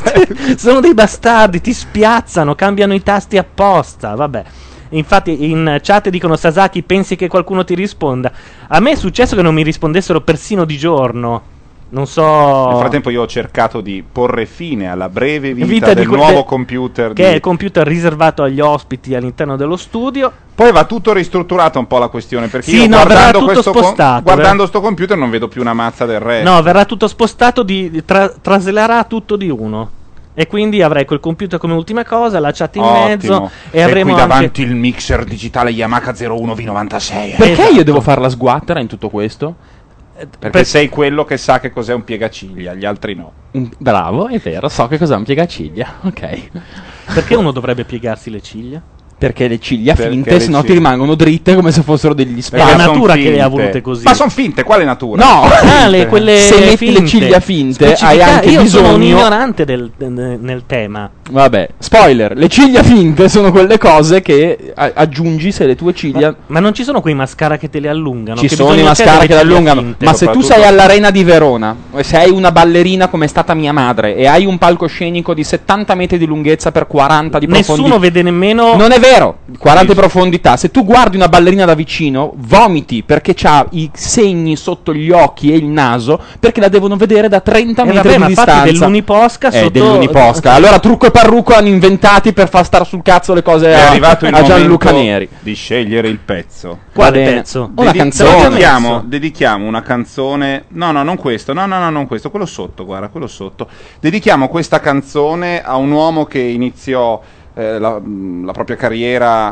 S2: Sono dei bastardi, ti spiazzano, cambiano i tasti apposta, vabbè. Infatti in chat dicono Sasaki, pensi che qualcuno ti risponda? A me è successo che non mi rispondessero persino di giorno. Non so.
S1: Nel frattempo io ho cercato di porre fine alla breve vita,
S2: Vita di
S1: del
S2: que-
S1: nuovo
S2: de-
S1: computer.
S2: Che
S1: di-
S2: è il computer riservato agli ospiti all'interno dello studio.
S1: Poi va tutto ristrutturato un po' la questione, perché
S2: Sì,
S1: io
S2: no, verrà
S1: guardando,
S2: tutto
S1: questo, com-
S2: spostato,
S1: guardando sto computer non vedo più una mazza del resto.
S2: No, verrà tutto spostato, di, di- tra- traslerà tutto di uno. E quindi avrai quel computer come ultima cosa, la chat in
S1: Ottimo.
S2: mezzo e
S1: E
S2: avremo
S1: qui
S2: anche...
S1: davanti il mixer digitale Yamaha zero uno V novantasei.
S3: Perché
S2: Esatto.
S3: io devo fare la sguattera in tutto questo?
S1: Perché
S2: per-
S1: sei quello che sa che cos'è un piegaciglia, gli altri no.
S3: Mm, Bravo, è vero, so che cos'è un piegaciglia. Ok.
S2: Perché uno dovrebbe piegarsi le ciglia?
S3: Perché le ciglia
S1: Perché
S3: finte,
S1: le
S3: se no ti
S1: ciglia-
S3: rimangono dritte come se fossero degli
S2: È
S1: Perché
S2: la
S3: spaghi.
S1: son
S2: natura che le ha
S1: finte.
S2: volute così.
S1: Ma sono finte, quale natura?
S3: No!
S2: Ah, le, quelle
S3: Se metti
S2: finte.
S3: le ciglia finte, hai
S2: Specifica-
S3: anche
S2: Io sono un
S3: bisogno...
S2: ignorante del, nel, nel tema.
S3: Vabbè, spoiler, le ciglia finte sono quelle cose che a- aggiungi se le tue ciglia...
S2: Ma non ci sono quei mascara che te le allungano?
S3: Ci
S2: Che
S3: sono i
S2: bisogno c'è
S3: mascara
S2: delle
S3: che le
S2: ciglia
S3: allungano.
S2: finte?
S3: Ma se tu
S1: soprattutto-
S3: sei all'Arena di Verona, e sei una ballerina come è stata mia madre, e hai un palcoscenico di settanta metri di lunghezza per quaranta di profondità...
S2: Nessuno vede nemmeno...
S3: Non è vero, quaranta di
S1: Sì.
S3: profondità. Se tu guardi una ballerina da vicino, vomiti perché c'ha i segni sotto gli occhi e il naso, perché la devono vedere da trenta
S2: Eh,
S3: metri
S2: vabbè,
S3: di
S2: ma
S3: distanza.
S2: fatti dell'uniposca
S3: Eh,
S2: sotto...
S3: dell'uniposca. Allora trucco e parrucco hanno inventati per far star sul cazzo le cose
S1: È
S3: a,
S1: arrivato il
S3: a Gianluca
S1: momento
S3: Neri.
S1: di scegliere il pezzo.
S2: Quale
S3: Va bene.
S2: pezzo?
S3: Una
S1: Dedi-
S3: canzone.
S1: Dedichiamo,
S2: messo?
S1: dedichiamo una canzone. No, no, non questo. No, no, no, non questo. Quello sotto, guarda, quello sotto. Dedichiamo questa canzone a un uomo che iniziò eh, la, la propria carriera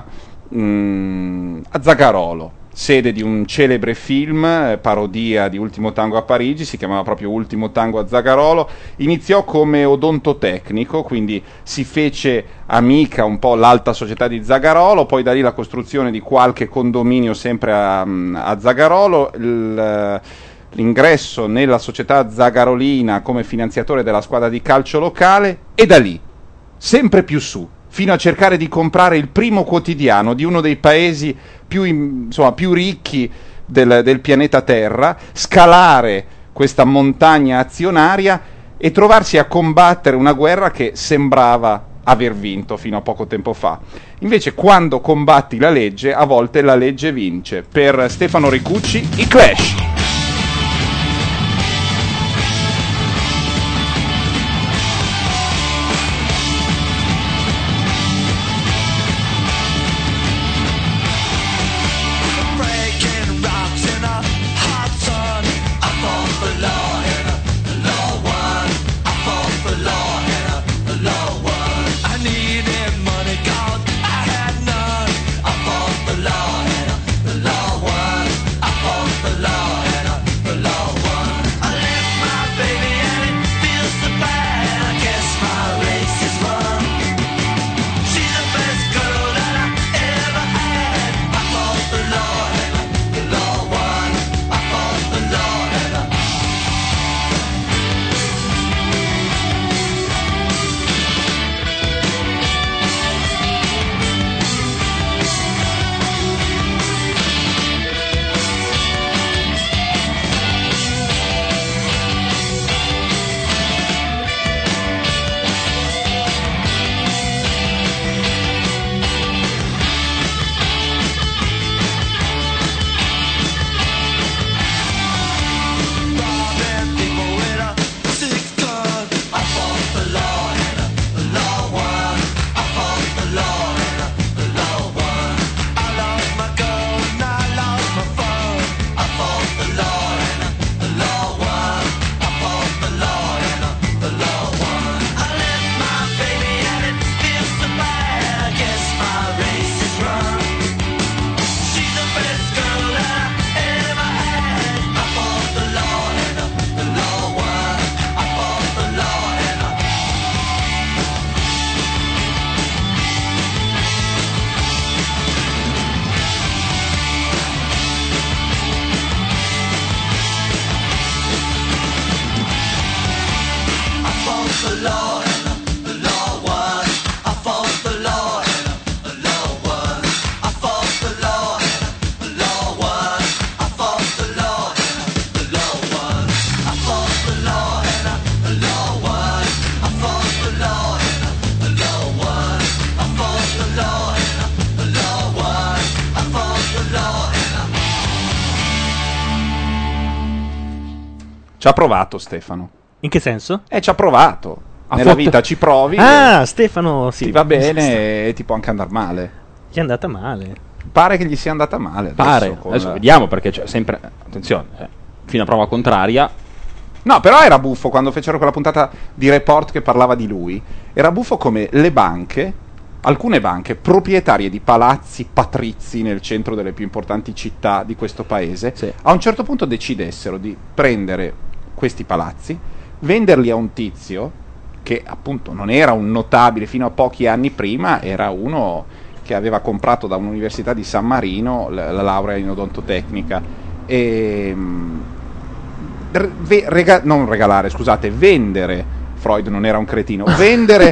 S1: mm, a Zagarolo, sede di un celebre film, eh, parodia di Ultimo Tango a Parigi, si chiamava proprio Ultimo Tango a Zagarolo. Iniziò come odontotecnico, quindi si fece amica un po' l'alta società di Zagarolo, poi da lì la costruzione di qualche condominio sempre a, a Zagarolo, il, l'ingresso nella società zagarolina come finanziatore della squadra di calcio locale, e da lì sempre più su, fino a cercare di comprare il primo quotidiano di uno dei paesi più, in- insomma, più ricchi del, del pianeta Terra, scalare questa montagna azionaria e trovarsi a combattere una guerra che sembrava aver vinto fino a poco tempo fa. Invece, quando combatti la legge, a volte la legge vince. Per Stefano Ricucci, i Clash. Ci ha provato Stefano.
S2: In che senso?
S1: Eh, ci ha provato.
S2: A
S1: Nella
S2: fotte-
S1: vita ci provi.
S2: Ah, Stefano, sì.
S1: Ti va bene e ti può anche andare male.
S2: Gli è andata male.
S1: Pare che gli sia andata male. Adesso,
S3: Pare.
S1: con
S3: Adesso
S1: la-
S3: vediamo perché c'è sempre. Attenzione, eh, fino a prova contraria.
S1: No, però era buffo quando fecero quella puntata di Report che parlava di lui. Era buffo come le banche, alcune banche proprietarie di palazzi patrizi nel centro delle più importanti città di questo paese,
S3: Sì.
S1: a un certo punto decidessero di prendere questi palazzi, venderli a un tizio che appunto non era un notabile fino a pochi anni prima, era uno che aveva comprato da un'università di San Marino la, la laurea in odontotecnica e mm, re- ve- rega- non regalare, scusate, vendere, Freud non era un cretino, vendere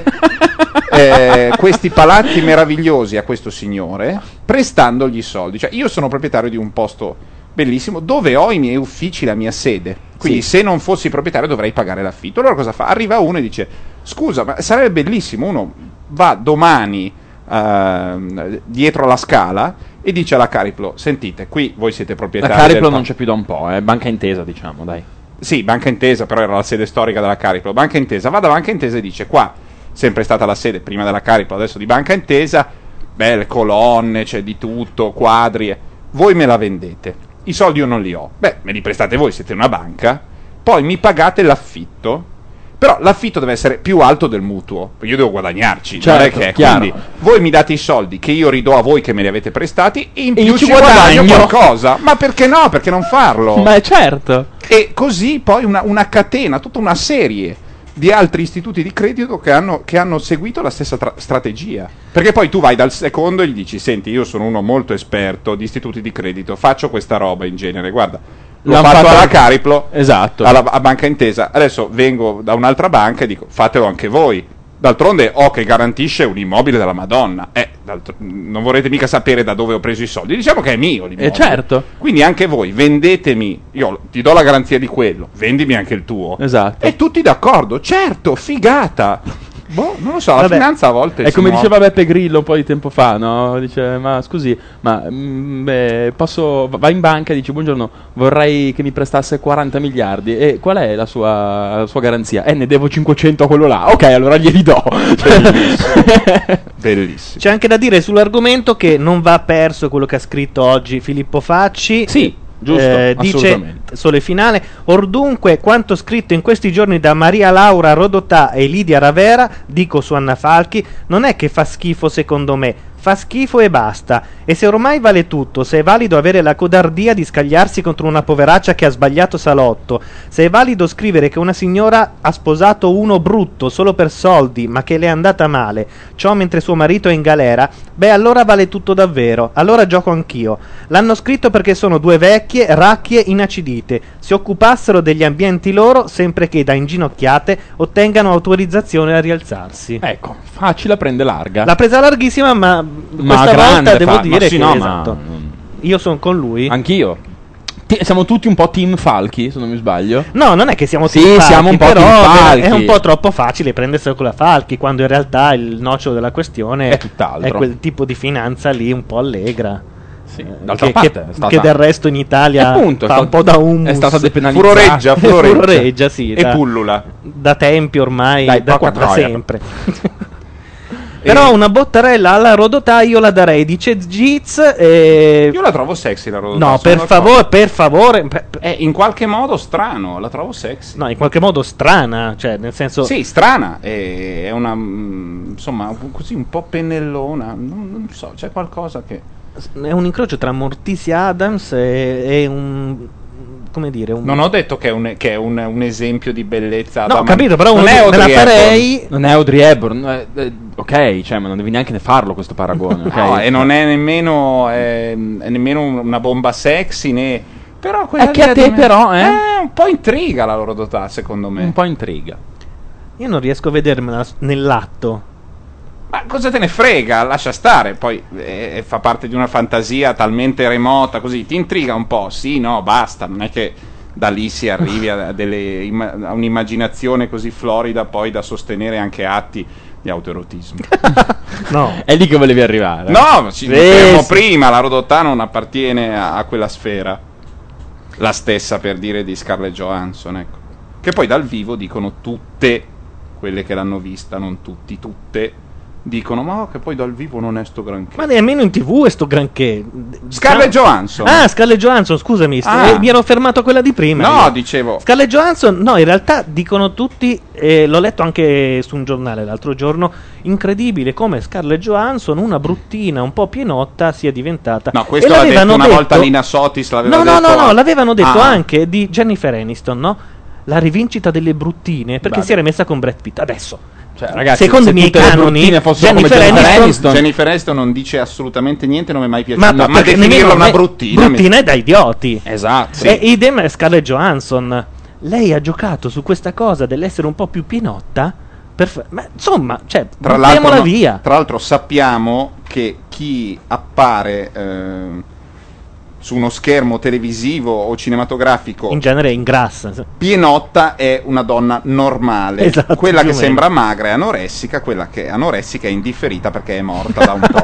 S1: eh, questi palazzi meravigliosi a questo signore prestandogli i soldi. Cioè io sono proprietario di un posto bellissimo dove ho i miei uffici, la mia sede, quindi
S3: Sì.
S1: se non fossi proprietario dovrei pagare l'affitto. Allora cosa fa? Arriva uno e dice scusa, ma sarebbe bellissimo, uno va domani ehm, dietro alla Scala e dice alla Cariplo, sentite, qui voi siete
S3: La
S1: proprietari
S3: Cariplo
S1: del
S3: non
S1: pa-
S3: c'è più da un po', eh. Banca Intesa, diciamo, dai.
S1: Sì, Banca Intesa, però era la sede storica della Cariplo. Banca Intesa, va da Banca Intesa e dice qua, sempre stata la sede prima della Cariplo, adesso di Banca Intesa, belle colonne, c'è di tutto, quadri, eh. Voi me la vendete. I soldi io non li ho. Beh, me li prestate voi, siete una banca. Poi mi pagate l'affitto. Però l'affitto deve essere più alto del mutuo, perché io devo guadagnarci, non è
S3: Certo,
S1: che è.
S3: chiaro.
S1: Quindi voi mi date i soldi che io ridò a voi che me li avete prestati e in
S3: E
S1: più
S3: io ci
S1: ci guadagno
S3: guadagno.
S1: qualcosa. Ma perché no? Perché non farlo?
S3: Ma è certo.
S1: E così poi una, una catena, tutta una serie di altri istituti di credito che hanno, che hanno seguito la stessa tra- strategia. Perché poi tu vai dal secondo e gli dici, senti, io sono uno molto esperto di istituti di credito, faccio questa roba in genere, guarda, l'ho
S3: L'han
S1: fatto
S3: fatto
S1: alla
S3: anche-
S1: Cariplo,
S3: Esatto.
S1: alla, a Banca Intesa, adesso vengo da un'altra banca e dico, fatelo anche voi. D'altronde ho che garantisce un immobile della Madonna. Eh, d'altro- non vorrete mica sapere da dove ho preso i soldi. Diciamo che è mio l'immobile.
S3: Eh, certo.
S1: Quindi anche voi vendetemi, io ti do la garanzia di quello, vendimi anche il tuo.
S3: Esatto.
S1: E tutti d'accordo, certo, figata. Boh, non lo so, la
S3: Vabbè,
S1: finanza a volte
S3: è
S1: si
S3: come
S1: muove.
S3: diceva Beppe Grillo un po' di tempo fa, no? Dice, ma scusi, ma mm, beh, posso, va in banca e dice, buongiorno, vorrei che mi prestasse quaranta miliardi. E qual è la sua, la sua garanzia? Eh, ne devo cinquecento a quello là. Ok, allora glieli do.
S1: Bellissimo.
S2: C'è anche da dire sull'argomento che non va perso quello che ha scritto oggi Filippo Facci.
S3: Sì, giusto,
S2: Eh, dice
S3: assolutamente.
S2: Sole Finale, or dunque quanto scritto in questi giorni da Maria Laura Rodotà e Lidia Ravera, dico su Anna Falchi, non è che fa schifo secondo me, fa schifo e basta. E se ormai vale tutto, se è valido avere la codardia di scagliarsi contro una poveraccia che ha sbagliato salotto, se è valido scrivere che una signora ha sposato uno brutto solo per soldi ma che le è andata male, ciò mentre suo marito è in galera, beh allora vale tutto davvero, allora gioco anch'io. L'hanno scritto perché sono due vecchie, racchie, inacidite, si occupassero degli ambienti loro sempre che da inginocchiate ottengano autorizzazione a rialzarsi.
S3: Ecco, facile prende larga.
S2: L'ha presa larghissima, ma,
S3: Ma
S2: questa
S3: grande,
S2: volta devo
S3: fa-
S2: dire
S3: ma
S2: che
S3: sì, no, ma-
S2: esatto. Io sono con lui.
S3: Anch'io. Ti- siamo tutti un po' team Falchi, se non mi sbaglio.
S2: No, non è che siamo
S3: Sì,
S2: team Falchi,
S3: siamo un po'
S2: però
S3: team Falchi.
S2: è un po' troppo facile prenderselo con la Falchi, quando in realtà il nocciolo della questione
S3: È tutt'altro.
S2: è quel tipo di finanza lì un po' allegra.
S3: Sì,
S2: Eh,
S3: d'altra
S2: che,
S3: parte
S2: che-
S3: è stata-
S2: che del resto in Italia
S3: Appunto, è
S2: fa
S3: sta-
S2: un po' da hummus.
S3: è stata depenalizzata.
S1: Furoreggia, furoreggia.
S2: Furoreggia, sì,
S1: E
S2: da-
S1: pullula.
S2: da tempi ormai,
S3: Dai,
S2: da,
S3: porca
S2: da
S3: troia.
S2: sempre. Però una bottarella alla Rodotà io la darei, dice Giz. E...
S1: Io la trovo sexy la Rodotà.
S2: No,
S1: sono
S2: per
S1: d'accordo.
S2: favore, per favore. per- per-
S1: È in qualche modo strano, la trovo sexy.
S2: No, in qualche modo strana, cioè nel senso...
S1: Sì, strana, è, è una mm, insomma, così un po' pennellona, non, non so, c'è qualcosa che
S2: È un incrocio tra Morticia Adams e, e un... come dire... Un...
S1: non ho detto che è un, che è un, un esempio di bellezza.
S2: No,
S1: da
S2: ho
S1: man-
S2: capito, però
S1: non
S2: uno
S1: è
S2: me la
S1: Audrey Hepburn.
S2: farei...
S3: Non è Audrey Hepburn, eh, eh, ok, cioè, ma non devi neanche ne farlo questo paragone. ok?
S1: No, e non è nemmeno, è, è nemmeno una bomba sexy né. Però quella
S3: È che a
S1: lì
S3: te
S1: me-
S3: però, eh?
S1: eh, un po' intriga la loro dotà, secondo me.
S3: Un po' intriga.
S2: Io non riesco a vedermela nell'atto.
S1: Ma cosa te ne frega? Lascia stare. Poi eh, fa parte di una fantasia talmente remota, così ti intriga un po'. Sì, no, basta. Non è che da lì si arrivi a, delle, imma- a un'immaginazione così florida poi da sostenere anche atti di autoerotismo.
S2: No.
S3: È lì che volevi arrivare.
S1: No, ci
S3: Sì,
S1: fermo
S3: sì.
S1: prima. La Rodotà non appartiene a, a quella sfera. La stessa per dire di Scarlett Johansson, ecco. Che poi dal vivo dicono tutte quelle che l'hanno vista, non tutti, tutte dicono ma che poi dal vivo non è sto granché.
S2: Ma nemmeno in tv è sto granché.
S1: Scarlett Johansson.
S2: Ah, Scarlett Johansson, scusami,
S1: Ah.
S2: eh, mi ero fermato a quella di prima.
S1: No,
S2: io.
S1: dicevo.
S2: Scarlett Johansson, no, in realtà dicono tutti, eh, l'ho letto anche su un giornale l'altro giorno, incredibile come Scarlett Johansson, una bruttina un po' pienotta, sia diventata.
S1: No, questo
S2: E
S1: l'ha detto
S2: l'avevano
S1: una
S2: detto-
S1: volta Lina Sotis, l'aveva
S2: No, no,
S1: detto
S2: no, no,
S1: a-
S2: l'avevano detto
S1: Ah.
S2: anche di Jennifer Aniston, no? La rivincita delle bruttine, perché
S1: Vabbè.
S2: si era messa con Brad Pitt. Adesso,
S3: Cioè, ragazzi,
S2: secondo
S3: se
S2: i miei
S3: tutte le
S2: canoni,
S3: bruttine fossero come
S2: Jennifer
S3: Jennifer
S2: Aniston,
S3: Aniston,
S1: Jennifer Aniston non dice assolutamente niente, non mi è mai
S2: ma,
S1: piaciuta. Ma,
S2: perché
S1: definirla
S2: nemmeno
S1: una
S2: me-
S1: bruttina.
S2: bruttina è da idioti.
S3: esatto.
S1: Sì.
S2: E idem è Scarlett Johansson. Lei ha giocato su questa cosa dell'essere un po' più pienotta. Per fa- ma insomma, cioè,
S1: Tra l'altro,
S2: buttiamola
S1: no-
S2: via.
S1: tra l'altro sappiamo che chi appare eh, su uno schermo televisivo o cinematografico
S2: In genere ingrassa.
S1: pienotta è una donna normale.
S2: Esatto,
S1: quella
S2: più
S1: che
S2: o meno.
S1: sembra magra è anoressica, quella che è anoressica è indifferita perché è morta da un po'.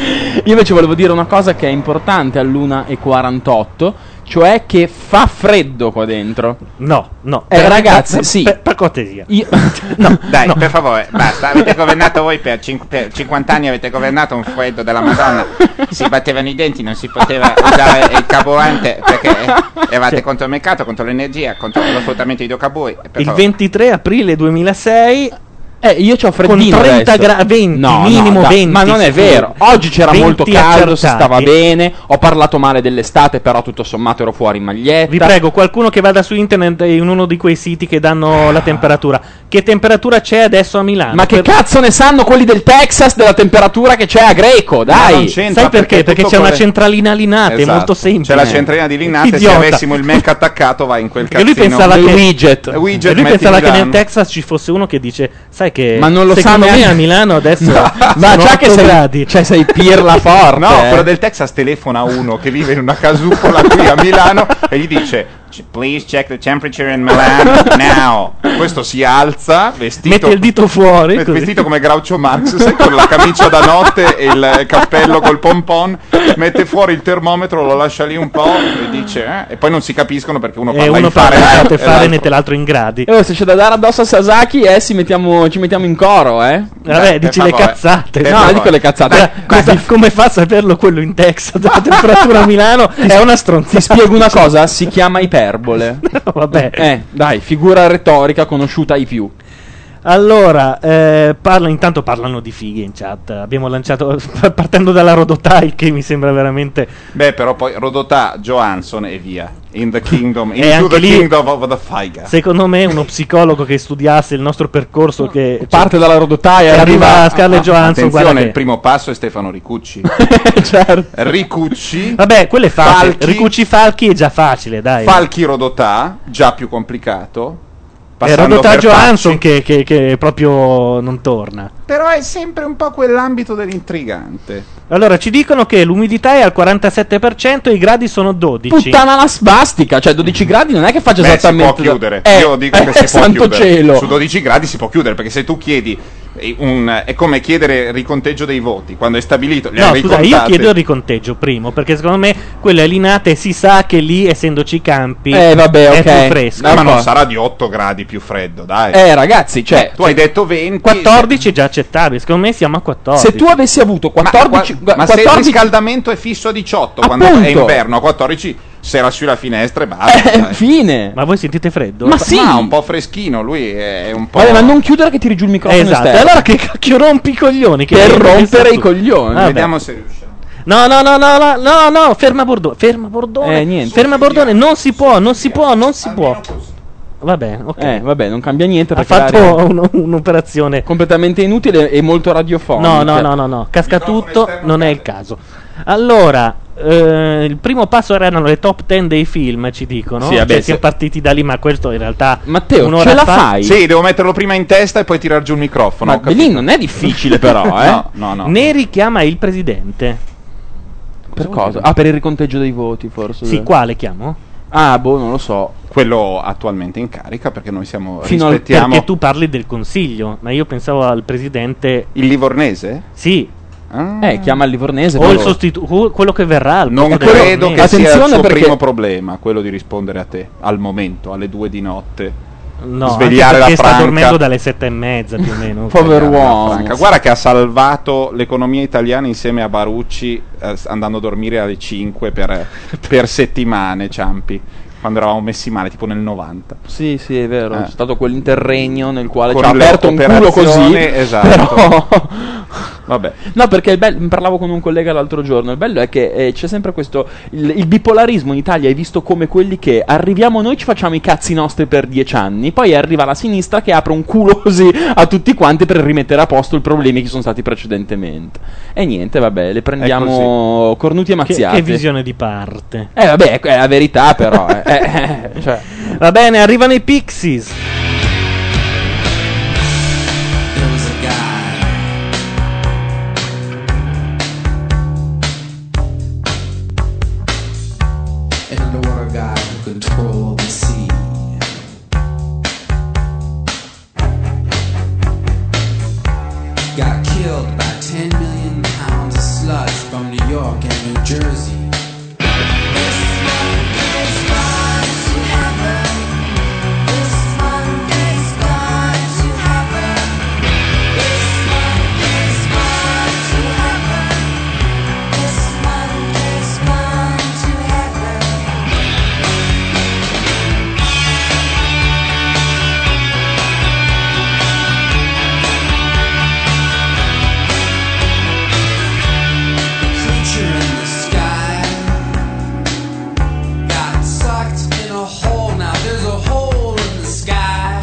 S3: Io invece volevo dire una cosa che è importante all'una e quarantotto, cioè che fa freddo qua dentro.
S2: No, no.
S3: Eh,
S2: Per-
S3: ragazzi,
S2: per-
S3: sì.
S2: Per, per cortesia.
S3: Io...
S2: No,
S1: Dai,
S2: no.
S1: per favore, basta. Avete governato voi per, cinque, per cinquanta anni, avete governato un freddo della Madonna. Si battevano i denti, non si poteva usare il carburante perché eravate
S2: Cioè-
S1: contro il mercato, contro l'energia, contro lo sfruttamento di idrocarburi. Per
S2: Il
S1: favore.
S2: ventitré aprile duemilasei
S3: Eh, io c'ho freddino
S2: con trenta
S3: adesso.
S2: gradi, venti,
S3: No, no,
S2: minimo
S3: dai,
S2: venti.
S3: ma non è
S2: sicuro.
S3: vero. Oggi c'era
S2: venti
S3: molto caldo, si
S2: accertati.
S3: stava bene. Ho parlato male dell'estate, però tutto sommato ero fuori in maglietta.
S2: Vi prego, qualcuno che vada su internet in uno di quei siti che danno la temperatura. Che temperatura c'è adesso a Milano?
S3: Ma che
S2: Per-
S3: cazzo ne sanno quelli del Texas della temperatura che c'è a Greco?
S1: Ma non
S3: Dai.
S1: c'entra,
S2: Sai perché? Perché
S1: tutto
S2: c'è una
S1: quelle-
S2: centralina Linate, è
S1: Esatto.
S2: molto semplice.
S1: C'è la centralina di Linate, se
S2: Idiota.
S1: avessimo il Mac attaccato va in quel
S2: Perché lui
S1: cazzino.
S2: pensava
S3: del
S2: che,
S3: widget.
S1: Eh, widget
S2: e lui
S1: metti
S2: pensava che
S1: Milano.
S2: nel Texas ci fosse uno che dice: sai che
S3: Ma non lo sa
S2: secondo me
S3: neanche-
S2: a Milano adesso
S3: No, ma
S2: sono
S3: già che
S2: otto
S3: sei,
S2: gradi.
S3: cioè sei pirla forte.
S1: No,
S3: eh.
S1: quello del Texas telefona a uno che vive in una casupola qui a Milano e gli dice please check the temperature in Milan now. Questo si alza, vestito,
S2: Mette il dito fuori,
S1: ve-
S2: così.
S1: vestito come Groucho Marx, sai, con la camicia da notte e il cappello col pompon, mette fuori il termometro, lo lascia lì un po' e dice eh, e poi non si capiscono perché uno
S2: E
S1: parla
S2: uno
S1: in
S2: parla
S1: Fahrenheit
S2: in
S1: e
S2: fare,
S1: l'altro-
S2: mette l'altro in gradi.
S3: Eh, oh, se c'è da dare addosso a Sasaki, eh, si mettiamo, ci mettiamo in coro, eh.
S2: Vabbè,
S1: Dai,
S2: dici
S1: per
S2: le
S1: favore.
S2: cazzate.
S1: Per
S3: No,
S1: favore.
S3: dico le cazzate.
S2: Dai,
S3: Dai,
S2: come, come fa a saperlo quello in Texas? La temperatura a Milano è una stronzata.
S3: Ti spiego una cosa, si chiama iperbole.
S2: Vabbè.
S3: Eh, dai, figura retorica conosciuta ai più.
S2: Allora, eh, parla, intanto parlano di fighe in chat. Abbiamo lanciato partendo dalla Rodotile, che mi sembra veramente.
S1: Beh, però poi Rodotà, Johansson e via. In the kingdom,
S2: E
S1: into
S2: anche
S1: the
S2: lì-
S1: kingdom of the Figa.
S2: Secondo me, uno psicologo che studiasse il nostro percorso, che
S3: Parte dalla rodotaia
S2: e
S3: e
S2: arriva
S3: arriva
S2: a Scarlett Johansson. Guarda
S1: Attenzione,
S2: che-
S1: il primo passo è Stefano Ricucci.
S3: certo.
S1: Ricucci,
S2: Vabbè, quello è facile.
S1: Falchi.
S2: Ricucci Falchi è già facile, dai.
S1: Falchi Rodotà, già più complicato.
S2: È
S1: passando
S2: Rodotà
S1: per
S2: Johansson
S1: Facci.
S2: che, che, che proprio non torna.
S1: Però è sempre un po' quell'ambito dell'intrigante.
S2: Allora, ci dicono che l'umidità è al quarantasette per cento e i gradi sono dodici.
S3: Puttana la sbastica, cioè dodici gradi non è che faccia
S1: Beh, si
S3: esattamente
S1: può chiudere.
S3: Eh,
S1: Io dico
S3: eh,
S1: che si può
S3: santo
S1: chiudere.
S3: cielo.
S1: Su dodici gradi si può chiudere, perché se tu chiedi eh, un, è come chiedere il riconteggio dei voti quando è stabilito. Li
S2: No,
S1: hai
S2: scusa, io
S1: ricontati.
S2: chiedo il riconteggio primo, perché secondo me quello è Linate e si sa che lì, essendoci i campi,
S3: Eh, vabbè,
S2: è
S3: ok.
S2: più fresco.
S1: No, ma non
S3: D'accordo.
S1: sarà di otto gradi più freddo, dai.
S3: Eh, ragazzi, cioè,
S1: tu hai detto venti.
S2: quattordici è già accettabile, secondo me siamo a quattordici.
S3: se tu avessi avuto
S1: Ma,
S3: quattordici,
S1: qua- ma se il
S3: quattordici
S1: riscaldamento è fisso a diciotto quando
S3: Appunto.
S1: è inverno, a quattordici serra sulla finestra e basta.
S3: eh,
S1: dai.
S3: fine.
S2: Ma voi sentite freddo?
S3: Ma sì.
S1: Ma un po' freschino, lui è un po'.
S3: Vabbè, ma non chiudere che tiri giù il microfono
S2: Esatto,
S3: esterno.
S2: allora che cacchio rompi i coglioni? Che
S3: Per
S2: che
S3: rompere
S2: tu?
S3: i coglioni.
S2: Vabbè.
S1: Vediamo se riusciamo.
S2: No, no, no, no, no, no, no, ferma Bordone, ferma Bordone.
S3: Eh, niente.
S2: Ferma Bordone, non si può, non si può, non si può. Va bene, ok.
S3: Eh, vabbè, non cambia niente
S2: ha
S3: perché
S2: fatto
S3: l'aria è
S2: un- un'operazione.
S3: completamente inutile e molto radiofonica.
S2: No, no, no, no, no, casca tutto, non è il caso. Allora, eh, il primo passo erano le top dieci dei film, ci dicono.
S3: Sì, vabbè,
S2: Cioè,
S3: se-
S2: siamo partiti da lì, ma questo in realtà
S3: Matteo,
S2: un'ora
S3: ce la
S2: fa-
S3: fai?
S1: Sì, devo metterlo prima in testa e poi tirar giù il microfono.
S3: Ma
S1: ho capito.
S3: lì non è difficile però, eh.
S1: No, no, no.
S2: Ne richiama il presidente.
S3: Per cosa? Ah, per il riconteggio dei voti, forse.
S2: Sì, quale chiamo?
S3: Ah, boh, non lo so.
S1: Quello attualmente in carica, perché noi siamo
S3: Fino al-
S1: rispettiamo
S2: Perché tu parli del consiglio, ma io pensavo al presidente.
S1: il livornese?
S2: Sì,
S1: Ah.
S3: Eh, chiama il livornese.
S2: O
S3: però-
S2: il sostitu- quello che verrà. al
S1: Non
S2: posto del
S1: credo
S2: Livornese.
S1: che sia il
S3: Attenzione
S1: suo
S3: perché-
S1: primo problema, quello di rispondere a te, al momento, alle due di notte.
S2: No,
S1: svegliare
S2: anche
S1: la
S2: perché sta
S1: Franca.
S2: dormendo dalle sette e mezza più o meno.
S3: Povero
S1: Svegliare la
S3: uomo.
S1: Franca. Guarda che ha salvato l'economia italiana insieme a Barucci, eh, andando a dormire alle cinque per, per settimane, Ciampi, quando eravamo messi male, tipo nel novanta.
S3: Sì, sì, è vero.
S1: Eh.
S3: C'è stato quell'interregno nel quale
S1: Con
S3: ci ha
S1: le
S3: aperto un culo così.
S1: operazioni, esatto.
S3: Però...
S1: Vabbè.
S3: No, perché il bello, parlavo con un collega l'altro giorno. Il bello è che eh, c'è sempre questo. Il, il bipolarismo in Italia è visto come quelli che arriviamo noi, ci facciamo i cazzi nostri per dieci anni. Poi arriva la sinistra che apre un culo così a tutti quanti per rimettere a posto i problemi che sono stati precedentemente. E niente, vabbè, le prendiamo cornuti e
S2: Che,
S3: mazziati.
S2: che visione di parte.
S3: Eh, vabbè, è la verità, però. eh, eh, eh, cioè.
S2: Va bene, arrivano i Pixies.
S8: There was a guy. An underwater guy who controlled the sea. Got killed by ten million pounds of sludge from New York and New Jersey. Creature in the sky got sucked in a hole. Now there's a hole in the sky,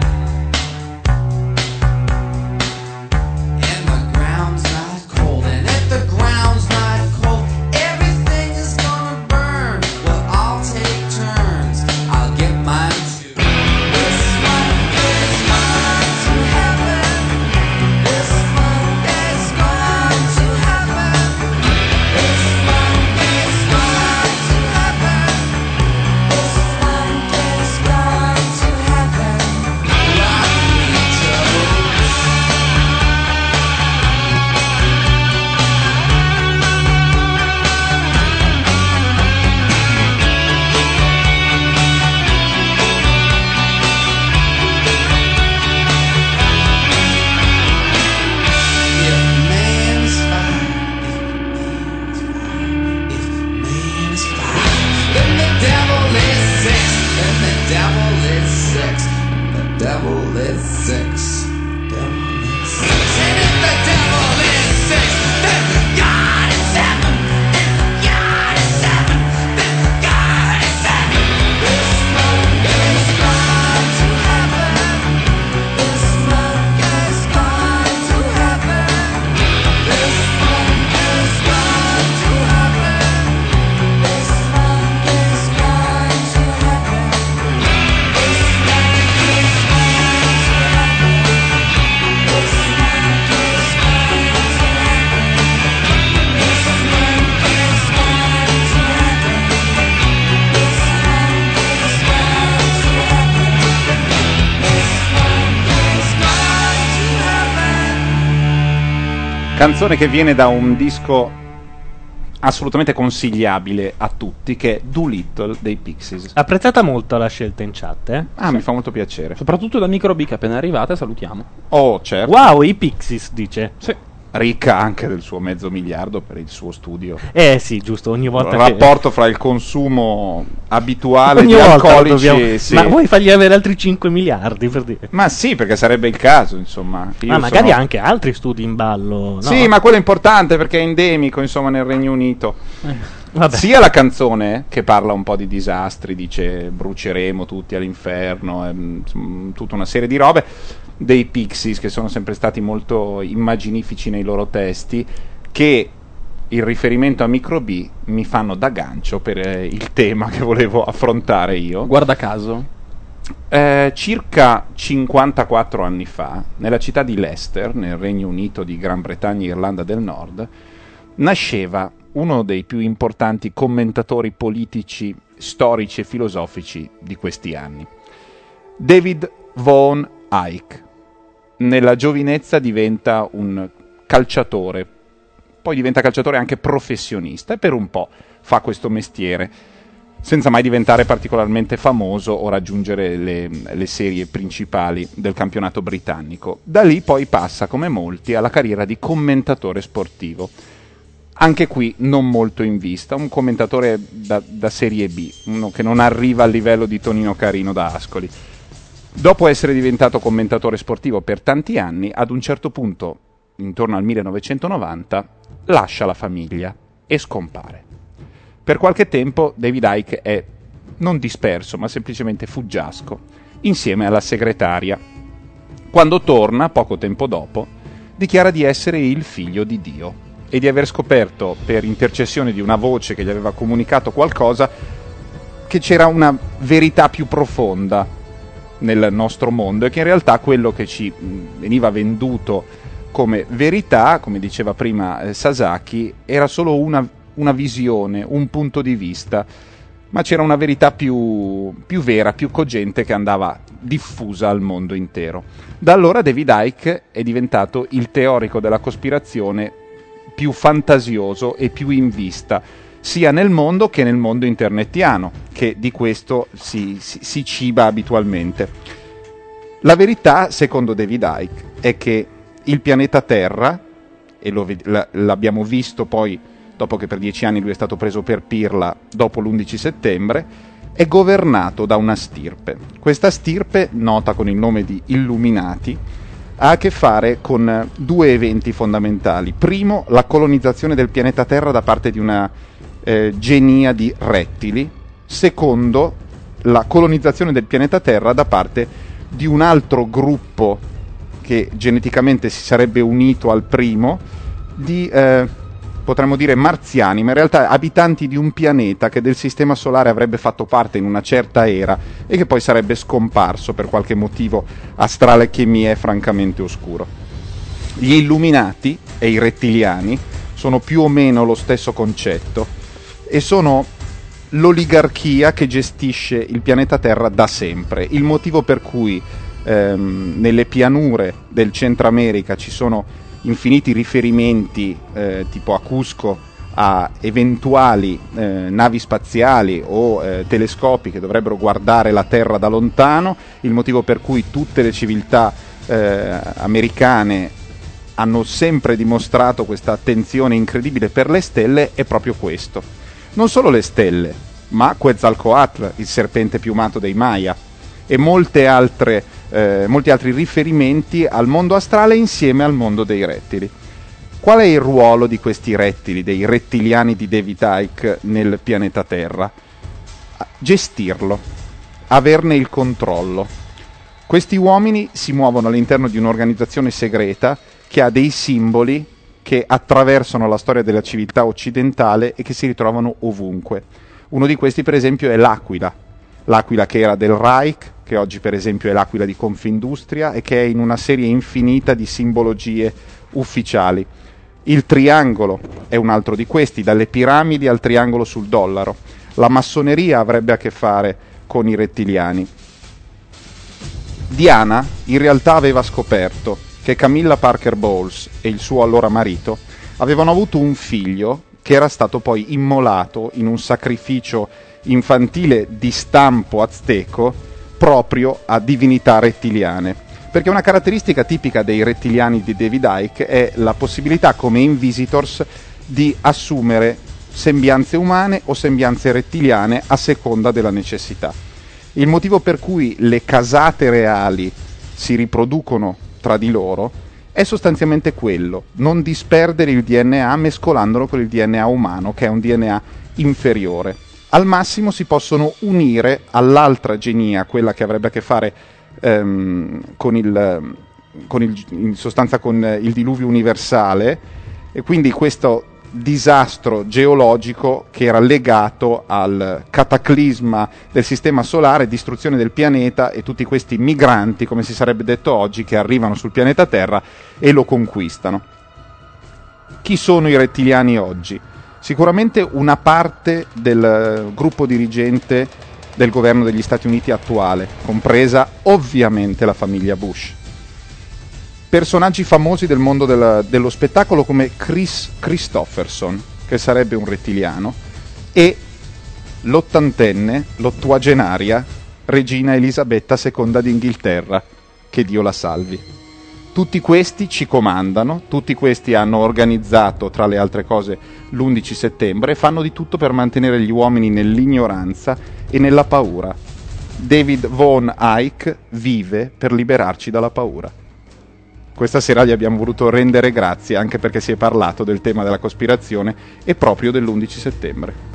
S8: and the ground's not cold. And if the ground's not cold, everything is gonna burn. Well, I'll take turns. I'll get mine too. This one is gone to heaven. This one is gone to heaven. This one is gone to heaven. This one is gone to heaven. Rock me, Joe. If man is fine, if man is fine, then the devil is six, then the devil is six, the devil is six, devil is six. And if the devil is six, then God is seven, then God is seven, then God is seven. This monk is gone to heaven. This monk is gone to heaven. This monk is gone to heaven. This monk is gone to heaven. This monk is gone to heaven. This monk is gone to heaven. This monk is gone to heaven. This monk is gone to heaven.
S1: Canzone che viene da un disco assolutamente consigliabile a tutti, che è Doolittle dei Pixies.
S2: Apprezzata molto la scelta in chat, eh?
S1: Ah, mi fa molto piacere.
S3: Soprattutto da Micro B che è appena arrivata, salutiamo.
S1: Oh, certo.
S2: Wow, i Pixies, dice.
S3: Sì.
S1: Ricca anche del suo mezzo miliardo per il suo studio.
S2: Eh sì, giusto, ogni
S1: Il
S2: volta che...
S1: rapporto fra il consumo abituale
S2: Ogni
S1: di
S2: volta lo
S1: alcolici,
S2: dobbiamo-
S1: sì.
S2: Ma vuoi fargli avere altri cinque miliardi per dire?
S1: Ma sì, perché sarebbe il caso, insomma. Io
S2: Ma magari
S1: sono-
S2: anche altri studi in ballo, no?
S1: Sì, ma quello è importante perché è endemico, insomma, nel Regno Unito.
S2: Vabbè.
S1: Sia la canzone che parla un po' di disastri, dice bruceremo tutti all'inferno, ehm, insomma, tutta una serie di robe, dei Pixies che sono sempre stati molto immaginifici nei loro testi, che il riferimento a Micro B mi fanno da gancio per eh, il tema che volevo affrontare io.
S3: Guarda caso.
S1: Eh, circa cinquantaquattro anni fa, nella città di Leicester, nel Regno Unito di Gran Bretagna e Irlanda del Nord, nasceva uno dei più importanti commentatori politici, storici e filosofici di questi anni, David Vaughan Icke. Nella giovinezza diventa un calciatore poi diventa calciatore anche professionista e per un po' fa questo mestiere, senza mai diventare particolarmente famoso o raggiungere le, le serie principali del campionato britannico. Da lì poi passa, come molti, alla carriera di commentatore sportivo. Anche qui non molto in vista, un commentatore da, da serie B, uno che non arriva al livello di Tonino Carino da Ascoli. Dopo essere diventato commentatore sportivo per tanti anni, ad un certo punto, intorno al millenovecentonovanta, lascia la famiglia e scompare. Per qualche tempo David Icke è non disperso, ma semplicemente fuggiasco, insieme alla segretaria. Quando torna, poco tempo dopo, dichiara di essere il figlio di Dio e di aver scoperto, per intercessione di una voce che gli aveva comunicato qualcosa, che c'era una verità più profonda nel nostro mondo e che in realtà quello che ci veniva venduto come verità, come diceva prima eh, Sasaki, era solo una, una visione, un punto di vista, ma c'era una verità più, più vera, più cogente, che andava diffusa al mondo intero. Da allora David Icke è diventato il teorico della cospirazione più fantasioso e più in vista, sia nel mondo che nel mondo internetiano, che di questo si, si, si ciba abitualmente. La verità, secondo David Icke, è che il pianeta Terra, e lo, l'abbiamo visto poi dopo che per dieci anni lui è stato preso per pirla dopo l'undici settembre, è governato da una stirpe. Questa stirpe, nota con il nome di Illuminati, ha a che fare con due eventi fondamentali. Primo, la colonizzazione del pianeta Terra da parte di una eh, genia di rettili. Secondo, la colonizzazione del pianeta Terra da parte di un altro gruppo che geneticamente si sarebbe unito al primo, di, eh, potremmo dire, marziani, ma in realtà abitanti di un pianeta che del sistema solare avrebbe fatto parte in una certa era e che poi sarebbe scomparso per qualche motivo astrale che mi è francamente oscuro. Gli Illuminati e i rettiliani sono più o meno lo stesso concetto e sono l'oligarchia che gestisce il pianeta Terra da sempre. Il motivo per cui ehm, nelle pianure del Centro America ci sono infiniti riferimenti eh, tipo a Cusco a eventuali eh, navi spaziali o eh, telescopi che dovrebbero guardare la Terra da lontano, il motivo per cui tutte le civiltà eh, americane hanno sempre dimostrato questa attenzione incredibile per le stelle è proprio questo. Non solo le stelle, ma Quetzalcoatl, il serpente piumato dei Maya, e molte altre, eh, molti altri riferimenti al mondo astrale insieme al mondo dei rettili. Qual è il ruolo di questi rettili, dei rettiliani di David Icke nel pianeta Terra? Gestirlo, averne il controllo. Questi uomini si muovono all'interno di un'organizzazione segreta che ha dei simboli che attraversano la storia della civiltà occidentale e che si ritrovano ovunque. Uno di questi, per esempio, è l'aquila. L'aquila che era del Reich, che oggi per esempio è l'aquila di Confindustria e che è in una serie infinita di simbologie ufficiali. Il triangolo è un altro di questi, dalle piramidi al triangolo sul dollaro. La massoneria avrebbe a che fare con i rettiliani. Diana in realtà aveva scoperto che Camilla Parker Bowles e il suo allora marito avevano avuto un figlio che era stato poi immolato in un sacrificio infantile di stampo azteco proprio a divinità rettiliane, perché una caratteristica tipica dei rettiliani di David Icke è la possibilità, come in Visitors, di assumere sembianze umane o sembianze rettiliane a seconda della necessità. Il motivo per cui le casate reali si riproducono tra di loro è sostanzialmente quello: non disperdere il D N A mescolandolo con il D N A umano, che è un D N A inferiore. Al massimo si possono unire all'altra genia, quella che avrebbe a che fare ehm, con, il, con il, in sostanza con il diluvio universale, e quindi questo disastro geologico che era legato al cataclisma del sistema solare, distruzione del pianeta e tutti questi migranti, come si sarebbe detto oggi, che arrivano sul pianeta Terra e lo conquistano. Chi sono i rettiliani oggi? Sicuramente una parte del gruppo dirigente del governo degli Stati Uniti attuale, compresa ovviamente la famiglia Bush. personaggi famosi del mondo della- dello spettacolo come Chris Christopherson, che sarebbe un rettiliano, e l'ottantenne, l'ottuagenaria regina Elisabetta seconda d'Inghilterra, che Dio la salvi. Tutti questi ci comandano, tutti questi hanno organizzato, tra le altre cose, l'undici settembre e fanno di tutto per mantenere gli uomini nell'ignoranza e nella paura. David Von Eyck vive per liberarci dalla paura. Questa sera gli abbiamo voluto rendere grazie, anche perché si è parlato del tema della cospirazione e proprio dell'undici settembre.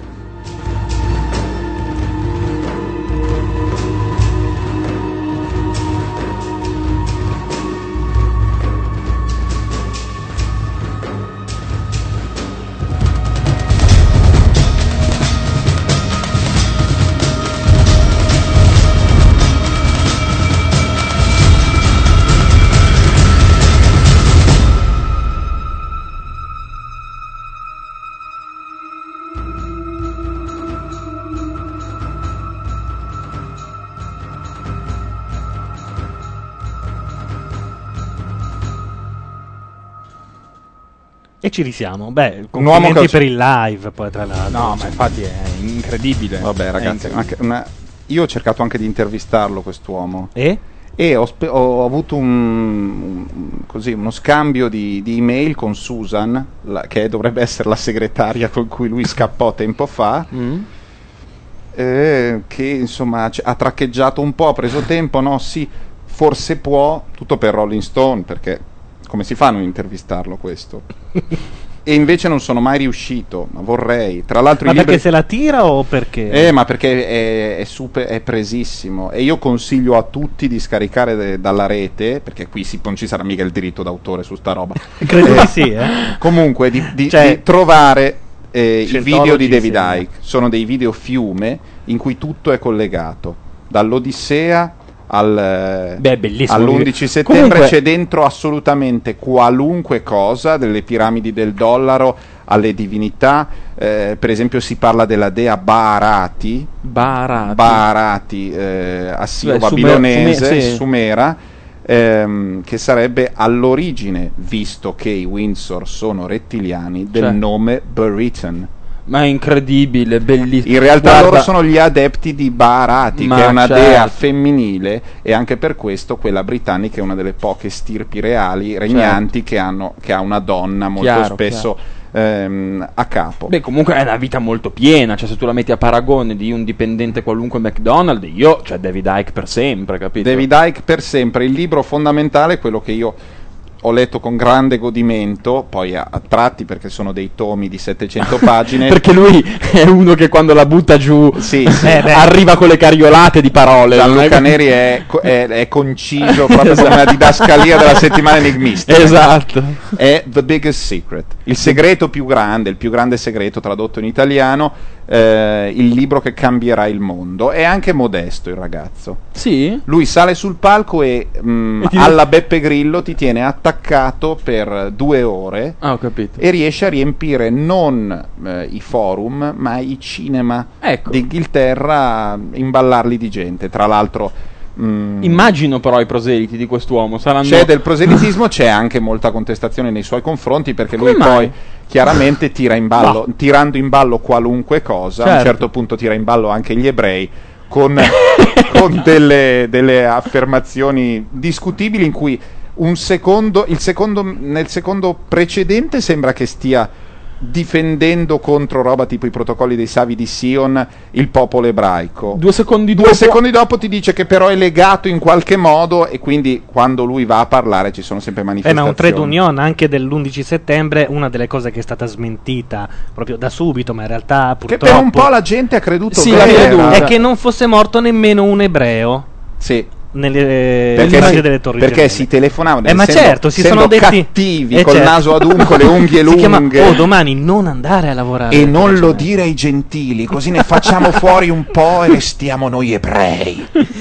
S2: E ci risiamo. Beh,
S1: Un uomo
S2: complimenti
S1: che-
S2: per il live, poi tra l'altro.
S3: No, ma infatti è incredibile.
S1: Vabbè,
S3: È
S1: ragazzi,
S3: incredibile.
S1: anche una- io ho cercato anche di intervistarlo, quest'uomo.
S2: E?
S1: E ho, spe- ho avuto un, un- così, uno scambio di, di email con Susan, la- che dovrebbe essere la segretaria con cui lui scappò tempo fa,
S3: Mm?
S1: eh, che insomma c- ha traccheggiato un po', ha preso tempo, no? Sì, forse può, tutto per Rolling Stone, perché come si fa a non intervistarlo questo? E invece non sono mai riuscito, ma vorrei. Tra l'altro
S2: Ma
S1: i
S2: perché
S1: libri...
S2: se la tira o perché?
S1: Eh, ma perché è, è, super, è presissimo. E io consiglio a tutti di scaricare de- dalla rete, perché qui si, non ci sarà mica il diritto d'autore su sta roba.
S2: Credo di sì, eh.
S1: Comunque, di, di-
S2: Cioè,
S1: di trovare eh, i
S2: Scientology
S1: video di David
S2: sembra.
S1: Icke. Sono dei video fiume in cui tutto è collegato. Dall'Odissea al,
S3: Beh, bellissimo.
S1: all'undici settembre
S3: Comunque-
S1: c'è dentro assolutamente qualunque cosa, dalle piramidi del dollaro alle divinità. Eh, per esempio si parla della dea Baarati,
S3: Barati.
S1: Baarati eh,
S3: Beh,
S1: assiro-babilonese,
S3: Sumer- sì.
S1: sumera, ehm, che sarebbe all'origine, visto che i Windsor sono rettiliani, del
S3: Cioè.
S1: nome Buriton.
S3: Ma è incredibile, bellissimo.
S1: In realtà
S3: Guarda-
S1: loro sono gli adepti di Baarati,
S3: Ma
S1: che è una
S3: certo.
S1: dea femminile, e anche per questo quella britannica è una delle poche stirpi reali regnanti che, hanno, che ha una donna molto
S3: Certo. Chiaro,
S1: spesso ehm, a capo.
S3: Beh, comunque è una vita molto piena, cioè se tu la metti a paragone di un dipendente qualunque McDonald's, io, cioè David Icke per sempre, capito?
S1: David Icke per sempre. Il libro fondamentale, quello che io ho letto con grande godimento, poi a, a tratti perché sono dei tomi di settecento pagine.
S3: Perché lui è uno che quando la butta giù
S1: Sì, sì.
S2: Eh, beh.
S3: arriva con le cariolate di parole. non è
S1: Gianluca
S3: che-
S1: Neri è, co- è- è conciso proprio
S3: Esatto.
S1: come una didascalia della settimana enigmistica.
S3: Esatto.
S1: È The Biggest Secret, il segreto più grande, il più grande segreto tradotto in italiano, eh, il libro che cambierà il mondo. È anche modesto il ragazzo.
S3: Sì?
S1: Lui sale sul palco e, mm,
S3: E ti-
S1: alla Beppe Grillo ti tiene attaccato per due ore
S3: Ah, ho capito.
S1: e riesce a riempire non eh, i forum ma i cinema
S3: Ecco.
S1: d'Inghilterra, imballarli di gente. Tra l'altro mm,
S3: Immagino però i proseliti di quest'uomo saranno...
S1: c'è del proselitismo, c'è anche molta contestazione nei suoi confronti, perché
S3: Come
S1: lui
S3: mai?
S1: poi chiaramente tira in ballo, tirando in ballo qualunque cosa. A un
S3: Certo.
S1: certo punto tira in ballo anche gli ebrei con, con delle, delle affermazioni discutibili, in cui un secondo, il secondo, nel secondo precedente sembra che stia difendendo contro roba tipo i protocolli dei Savi di Sion il popolo ebraico.
S3: Due secondi
S1: Due
S3: dopo...
S1: secondi dopo ti dice che però è legato in qualche modo, e quindi quando lui va a parlare ci sono sempre
S2: Eh,
S1: manifestazioni.
S2: ma un trade union anche dell'undici settembre, una delle cose che è stata smentita proprio da subito, ma in realtà
S1: Che
S2: purtroppo
S1: per un po' la gente ha creduto
S3: Sì,
S1: vera.
S3: l'ha creduta.
S2: è che non fosse morto nemmeno un ebreo
S1: Sì.
S2: nelle
S1: Perché,
S2: immagini
S1: si,
S2: delle torri
S1: perché
S2: gemelle.
S1: si telefonavano,
S2: Eh, ma
S1: essendo-
S2: certo, si
S1: essendo
S2: sono detti
S1: cattivi,
S2: Eh,
S1: col
S2: certo.
S1: naso adunco, le unghie
S2: Si chiama,
S1: lunghe.
S2: oh, domani non andare a lavorare
S1: E
S2: alle
S1: non
S2: torri
S1: lo
S2: gemelle.
S1: dire ai gentili, così ne facciamo fuori un po' e restiamo noi ebrei.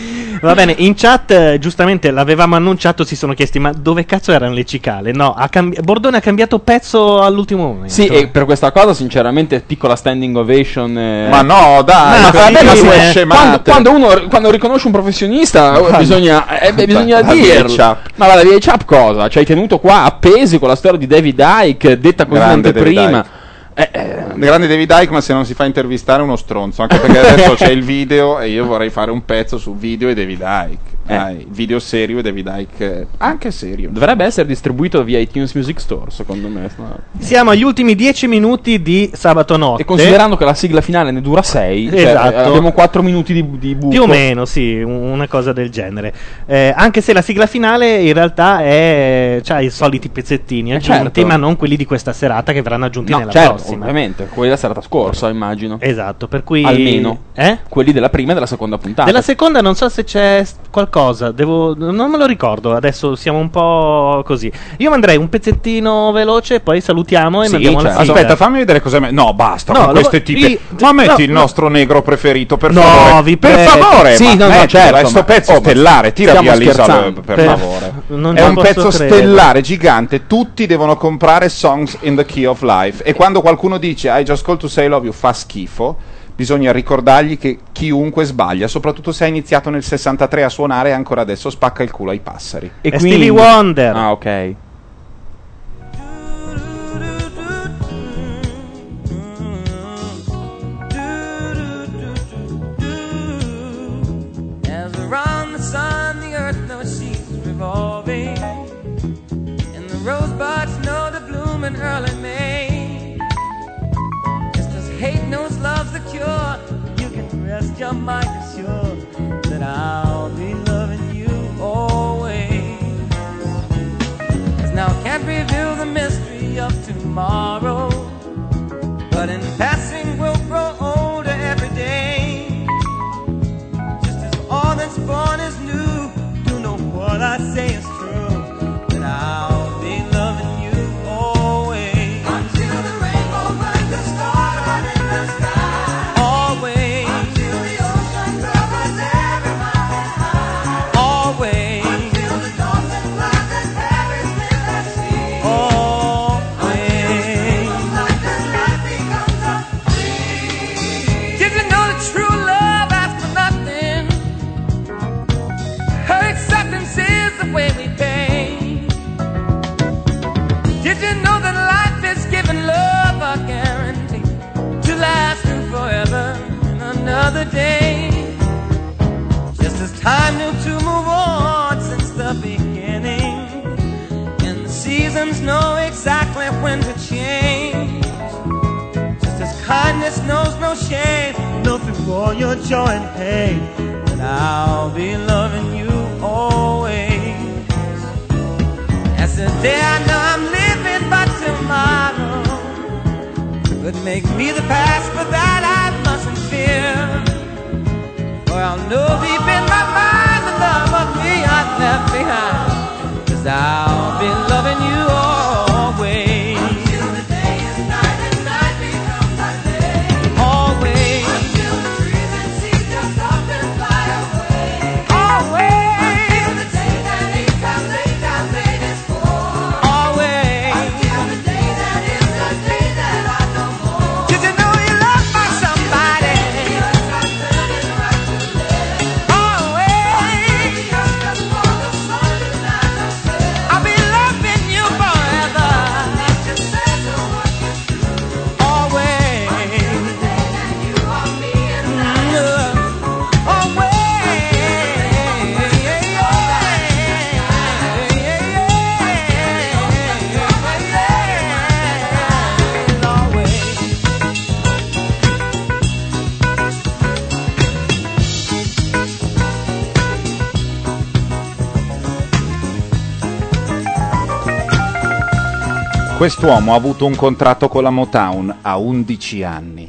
S2: Va bene, in chat eh, giustamente l'avevamo annunciato, si sono chiesti ma dove cazzo erano le cicale? No, ha cambi- Bordone ha cambiato pezzo all'ultimo momento.
S3: Sì, e per questa cosa, sinceramente, piccola standing ovation. eh.
S1: Ma no, dai,
S3: Ma
S1: ma
S3: vabbè, ma
S1: sì,
S3: se-
S1: eh, scemate.
S3: quando, quando uno quando riconosce un professionista, eh, bisogna, eh, beh, bisogna
S1: La via
S3: dirlo.
S1: Chap.
S3: Ma la via Chap cosa? Ci hai tenuto qua appesi con la storia di David Icke, detta così in
S1: Grande David
S3: anteprima.
S1: Icke.
S3: Eh, eh,
S1: Grande David Icke, ma se non si fa intervistare è uno stronzo, anche perché adesso c'è il video e io vorrei fare un pezzo su video e David Icke.
S3: Eh.
S1: Dai, il video serio e David Icke anche serio.
S3: Dovrebbe essere distribuito via iTunes Music Store, secondo me.
S2: Siamo agli ultimi dieci minuti di sabato notte.
S3: E considerando che la sigla finale ne dura sei,
S2: Esatto.
S3: abbiamo quattro minuti di, di buco.
S2: Più o meno, sì, un- una cosa del genere. Eh, anche se la sigla finale in realtà è c'ha i soliti pezzettini aggiunti,
S3: certo.
S2: ma non quelli di questa serata che verranno aggiunti
S3: No,
S2: nella
S3: certo,
S2: prossima.
S3: ovviamente, quelli della serata scorsa, immagino.
S2: Esatto, per cui
S3: Almeno.
S2: Eh?
S3: Quelli della prima e della seconda puntata.
S2: Della seconda non so se c'è s- qualcosa, devo, non me lo ricordo, adesso siamo un po' così. Io manderei un pezzettino veloce, poi salutiamo e
S3: Sì,
S2: mandiamo la
S3: certo.
S2: sigla.
S1: Aspetta, fammi vedere cosa. me- No, basta
S2: No,
S1: con
S2: lo-
S1: queste tipe.
S2: vi-
S1: Ma metti
S2: no,
S1: il
S2: no.
S1: nostro negro preferito, per
S2: No,
S1: favore.
S2: vi
S1: per
S2: prego.
S1: favore,
S3: Sì,
S1: ma
S3: no, no,
S1: mettilo,
S3: certo,
S1: è sto
S3: ma-
S1: pezzo
S3: oh, ma
S1: stellare. Tira
S3: stiamo
S1: via Lisa,
S3: scherzando.
S1: per,
S2: Per-
S1: favore.
S2: non
S1: È
S2: ci
S1: un
S2: posso
S1: pezzo
S2: credere.
S1: stellare gigante. Tutti devono comprare Songs in the Key of Life. E quando qualcuno dice I just call to say I love you fa schifo, bisogna ricordargli che chiunque sbaglia, soprattutto se ha iniziato nel sessantatré a suonare e ancora adesso spacca il culo ai passeri.
S3: E
S2: È
S3: quindi-
S2: Stevie Wonder.
S3: Ah, ok.
S8: As around the sun the earth knows she's revolving, and the rosebuds know to bloom in early May. Just as hate knows love's the cure, you can rest your mind assured that I'll be loving you always. 'Cause now can't reveal the mystery of tomorrow, but in passing we'll grow older every day. All that's born is new. You know what I say is true. That I'll be loving you always. Until the rainbow burns the stars in the sky. Always. Until the ocean covers every mountain high. Always. Until the dolphin flies and carries me the sea. Always. Like this life becomes a dream. Did you know that true love asks for nothing? Her acceptance is the way we pay. Did you know that life is giving love a guarantee to last through forever in another day? Just as time knew to move on since the beginning, and the seasons know exactly when to change. Just as kindness knows no shame, know through all your joy and pain, that I'll be loving you always. As today I know I'm living, but tomorrow could make me the past, but that I mustn't fear. For I'll know deep in my mind the love of me I've left behind. 'Cause I'll be loving you always. Until the day is night and night becomes a day. Always. Until the trees and seas just stop and fly away. Always. Until the day that ain't come late time made is for. Always. Until the day that is the day that I know more. Did you know you loved by somebody? Always. I'll be loving you forever.
S1: Quest'uomo ha avuto un contratto con la Motown a undici anni.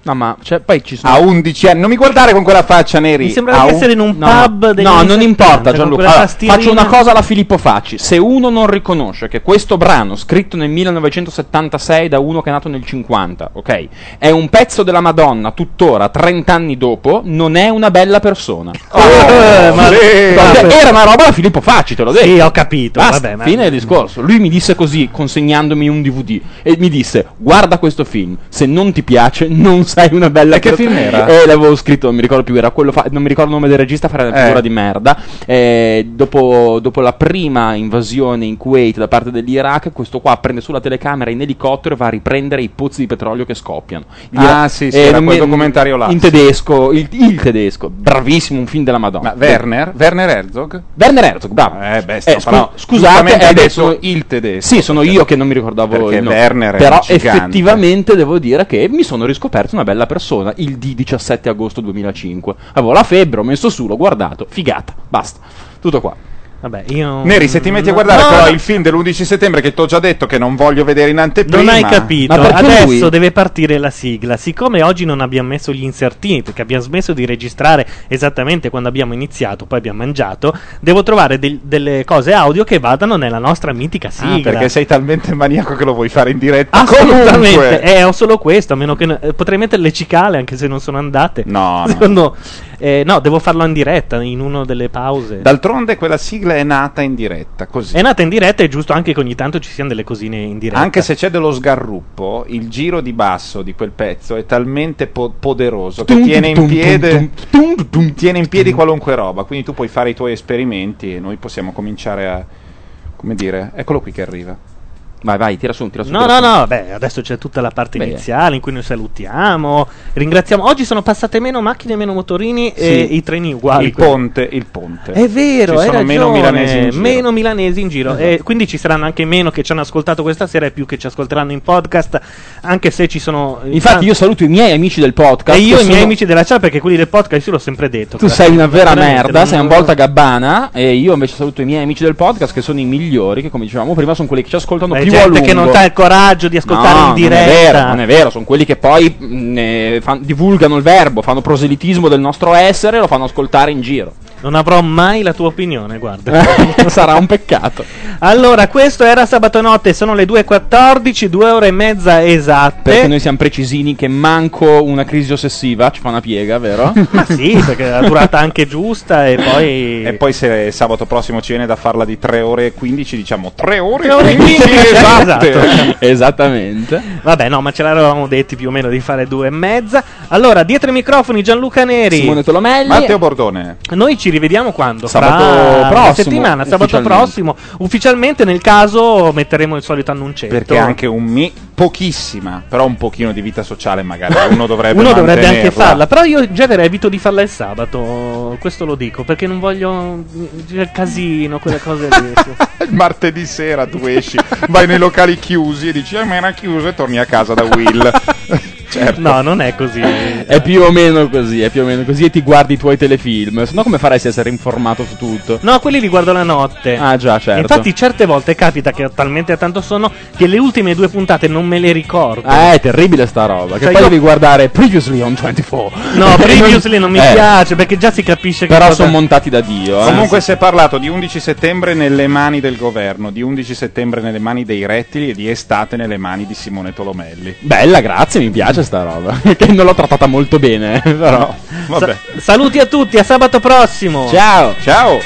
S3: No, ma cioè, poi ci sono
S1: A undici anni. Non mi guardare con quella faccia, Neri.
S2: Mi sembrava
S1: A
S2: di
S1: un-
S2: essere in un
S3: No,
S2: pub
S3: no,
S2: degli
S3: no,
S2: anni
S3: non
S2: settanta,
S3: importa
S2: con
S3: Gianluca.
S2: quella
S3: Allora,
S2: tastierina.
S3: faccio una cosa alla Filippo Facci. Se uno non riconosce che questo brano, scritto nel millenovecentosettantasei da uno che è nato nel cinquanta, ok, è un pezzo della Madonna tuttora, trenta anni dopo, non è una bella persona.
S2: Eh, ma-
S3: Perché
S2: vabbè.
S3: era una roba da Filippo Facci, te l'ho detto.
S2: Sì, ho capito.
S3: Basta,
S2: Vabbè, ma-
S3: fine del discorso. Lui mi disse così, consegnandomi un D V D, e mi disse: guarda questo film, se non ti piace, non sei una bella
S1: E che
S3: persona."
S1: film era?
S3: E l'avevo scritto, non mi ricordo più, era quello fa- non mi ricordo il nome del regista, fare una
S1: Eh.
S3: figura di merda. Eh, dopo, dopo la prima invasione in Kuwait da parte dell'Iraq, questo qua prende sulla telecamera in elicottero e va a riprendere i pozzi di petrolio che scoppiano.
S1: Ah, sì, sì, era
S3: non
S1: quel
S3: mi-
S1: documentario là.
S3: In tedesco, il, il tedesco, bravissimo, un film della Madonna.
S1: Ma Werner? Werner Herzog?
S3: Werner Herzog, bravo.
S1: Eh, beh, stiamo
S3: Eh, scu-
S1: parlando-
S3: scusate,
S1: giustamente
S3: eh,
S1: hai
S3: adesso-
S1: detto il tedesco.
S3: Sì, sono io che non mi ricordavo
S1: Perché
S3: il nome.
S1: Werner è
S3: Però
S1: un gigante.
S3: effettivamente devo dire che mi sono riscoperto una bella persona il D diciassette agosto duemilacinque. Avevo la febbre, ho messo su, l'ho guardato, figata, basta. Tutto qua.
S2: Vabbè, io...
S1: Neri, se ti metti a
S2: No,
S1: guardare
S2: no,
S1: però
S2: no.
S1: il film dell'undici settembre che ti ho già detto che non voglio vedere in anteprima.
S2: Non hai capito,
S3: Ma perché
S2: adesso
S3: lui-
S2: deve partire la sigla. Siccome oggi non abbiamo messo gli insertini perché abbiamo smesso di registrare esattamente quando abbiamo iniziato, poi abbiamo mangiato, devo trovare del- delle cose audio che vadano nella nostra mitica
S1: Ah,
S2: sigla.
S1: perché sei talmente maniaco che lo vuoi fare in diretta.
S2: Assolutamente,
S1: Comunque.
S2: eh, ho solo questo, a meno che no- eh, potrei mettere le cicale anche se non sono andate.
S1: No, no.
S2: No, eh, no, devo farlo in diretta, in una delle pause.
S1: D'altronde quella sigla è nata in diretta, così.
S2: È nata in diretta, è giusto anche che ogni tanto ci siano delle cosine in diretta.
S1: Anche se c'è dello sgarruppo, il giro di basso di quel pezzo è talmente po- poderoso che
S3: Tum,
S1: tiene in
S3: tum,
S1: piede
S3: tum, tum, tum.
S1: tiene in piedi qualunque roba, quindi tu puoi fare i tuoi esperimenti e noi possiamo cominciare a, come dire, eccolo qui che arriva.
S3: Vai, vai, tira su, tira su.
S2: No,
S3: tira
S2: no,
S3: su.
S2: no, beh, adesso c'è tutta la parte
S3: Beh.
S2: iniziale in cui noi salutiamo, ringraziamo. Oggi sono passate meno macchine, meno motorini e
S1: Sì.
S2: i treni uguali.
S1: Il ponte, il ponte.
S2: È vero,
S1: Ci
S2: hai
S1: sono
S2: ragione,
S1: meno milanesi in giro.
S2: meno milanesi in giro. E quindi ci saranno anche meno che ci hanno ascoltato questa sera e più che ci ascolteranno in podcast, anche se ci sono...
S3: Infatti io saluto i miei amici del podcast.
S2: E io
S3: che
S2: i miei
S3: sono-
S2: amici della chat, perché quelli del podcast io l'ho sempre detto.
S3: Tu
S2: che-
S3: sei una vera
S2: veramente,
S3: merda,
S2: non-
S3: sei un volta gabbana. E io invece saluto i miei amici del podcast che sono i migliori, che come dicevamo prima sono quelli che ci ascoltano
S2: Beh,
S3: più a
S2: gente
S3: lungo.
S2: che non ha il coraggio di ascoltare
S3: No,
S2: in diretta.
S3: Non è vero, non è vero, sono quelli che poi mh, eh, fan- divulgano il verbo, fanno proselitismo del nostro essere e lo fanno ascoltare in giro.
S2: Non avrò mai la tua opinione, guarda.
S3: Sarà un peccato.
S2: Allora, questo era sabato notte, sono le due e quattordici, due ore e mezza esatte.
S3: Perché noi siamo precisini che manco una crisi ossessiva ci fa una piega, vero?
S2: Ma sì, perché la durata anche giusta e poi...
S1: E poi se sabato prossimo ci viene da farla di tre ore e quindici, diciamo tre ore
S2: Tre ore
S1: e
S2: e
S1: quindici,
S2: quindici,
S1: esatte.
S2: esatto.
S3: Esattamente.
S2: Vabbè, no, ma ce l'avevamo detti più o meno di fare due e mezza. Allora, dietro i microfoni Gianluca Neri.
S3: Simone Tolomelli.
S1: Matteo Bordone.
S2: Noi ci rivediamo quando?
S3: Sabato
S2: Fra una
S3: prossimo,
S2: settimana, sabato
S3: ufficialmente.
S2: prossimo. Ufficialmente nel caso metteremo il solito annuncetto.
S1: Perché anche un mi pochissima, però un pochino di vita sociale magari uno dovrebbe
S2: Uno dovrebbe anche
S1: mantenerla.
S2: farla, però io già avrei evito di farla il sabato, questo lo dico, perché non voglio il casino, quelle cose lì.
S1: Il martedì sera tu esci, vai nei locali chiusi e dici "Eh, ma era chiuso" e torni a casa da Will. Certo.
S2: No, non è così.
S3: È più o meno così, è più o meno così e ti guardi i tuoi telefilm. Se no come faresti a essere informato su tutto?
S2: No, quelli li guardo la notte.
S3: Ah già, certo.
S2: Infatti certe volte capita che ho talmente tanto sonno che le ultime due puntate non me le ricordo.
S3: Ah, è terribile sta roba. Che
S2: Cioè,
S3: poi
S2: io-
S3: devi guardare Previously on ventiquattro.
S2: No, Previously non mi
S3: Eh,
S2: piace perché già si capisce che
S3: Però
S2: cosa-
S3: sono montati da Dio. Eh.
S1: Comunque si è parlato di undici settembre nelle mani del governo, di undici settembre nelle mani dei rettili e di estate nelle mani di Simone Tolomelli.
S3: Bella, grazie, mi piace sta roba. Che non l'ho trattata molto bene, eh, però.
S1: Vabbè.
S2: Sa- saluti a tutti, a sabato prossimo.
S3: Ciao.
S1: Ciao.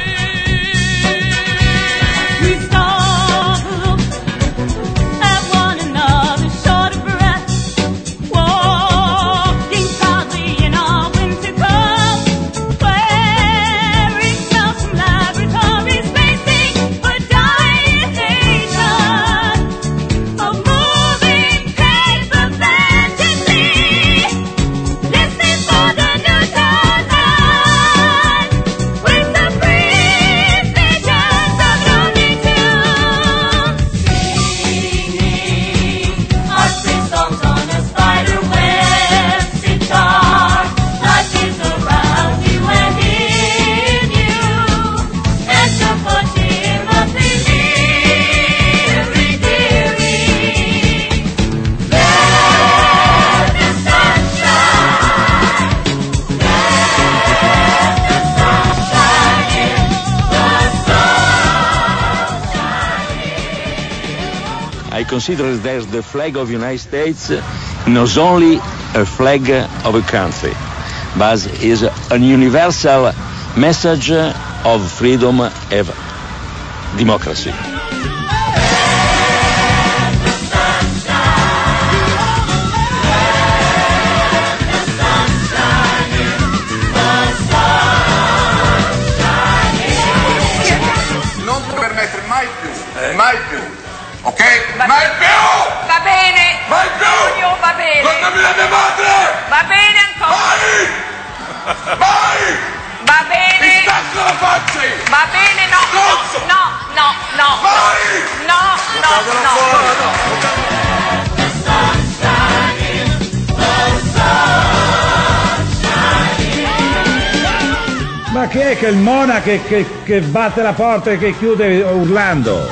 S5: We stop at one another, short of breath, walking proudly in our winter coat, wearing smells from laboratories, racing for dilation of moving paper fantasy, listening for the news headlines with the free
S9: consider that the flag of the United States not only a flag of a country, but is a universal message of freedom and democracy.
S10: Non ti permettere mai più, mai più, ok? Mai più!
S11: Va bene!
S10: Mai più!
S11: Antonio, va bene!
S10: Guardami la mia madre!
S11: Va bene Antonio!
S10: Vai! Vai!
S11: Va bene!
S10: Ti stacco la faccia!
S11: Va bene, no!
S10: Cazzo!
S11: No, no, no!
S10: Vai!
S11: No, no, no!
S12: Ma chi è che il Mona che, che, che batte la porta e che chiude urlando?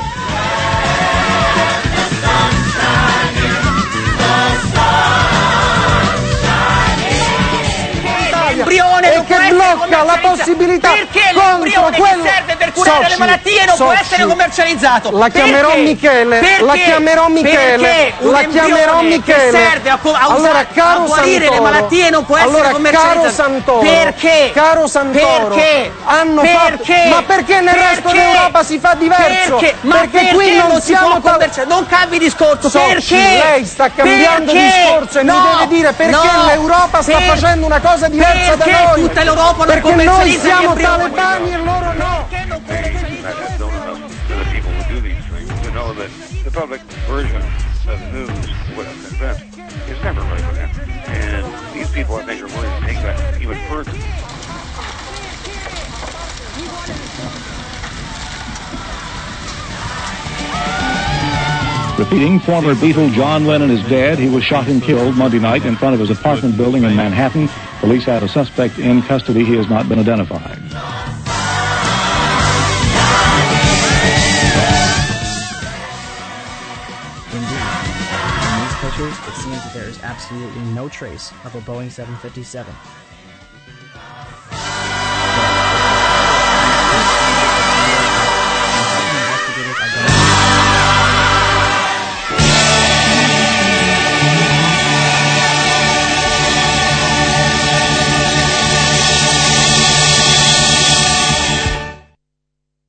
S13: L'embrione
S14: e
S13: non può
S14: che
S13: essere
S14: blocca la
S13: commercializzato.
S14: possibilità
S13: Perché
S14: contro
S13: l'embrione
S14: quello-
S13: che serve per curare
S14: Soci,
S13: le malattie non può
S14: Soci.
S13: essere commercializzato?
S14: La chiamerò
S13: Perché?
S14: Michele,
S13: Perché?
S14: la chiamerò Michele,
S13: Perché un
S14: la
S13: embrione
S14: chiamerò
S13: che
S14: Michele.
S13: serve a, co- a
S14: Allora,
S13: usare-
S14: caro
S13: a guarire
S14: Santoro,
S13: le malattie non può essere
S14: allora,
S13: commercializzato.
S14: caro Santoro,
S13: Perché?
S14: caro Santoro,
S13: Perché?
S14: hanno
S13: Perché?
S14: fatto, ma perché nel resto
S13: Perché?
S14: d'Europa si fa diverso?
S13: Perché? Ma
S14: Perché
S13: perché
S14: qui non
S13: non si
S14: siamo
S13: può commercializzare? Non cambi discorso.
S14: Soci,
S13: Perché?
S14: lei sta cambiando
S13: Perché?
S14: discorso e
S13: No,
S14: mi deve dire perché
S13: no,
S14: l'Europa sta
S13: per-
S14: facendo una cosa diversa da
S13: perché
S14: noi.
S13: tutta l'Europa non
S14: perché noi
S13: commercializza gli
S14: siamo
S13: embrioni?
S14: talebani e loro no.
S15: to the people who do these things to know that the public version of news what I'm convinced is never really going to happen. And these people, I think, are willing to take that even further.
S16: Repeating, former Beatle John Lennon is dead. He was shot and killed Monday night in front of his apartment building in Manhattan. Police have a suspect in custody. He has not been identified.
S17: Indeed, in these pictures, it seems that there is absolutely no trace of a Boeing seven fifty-seven,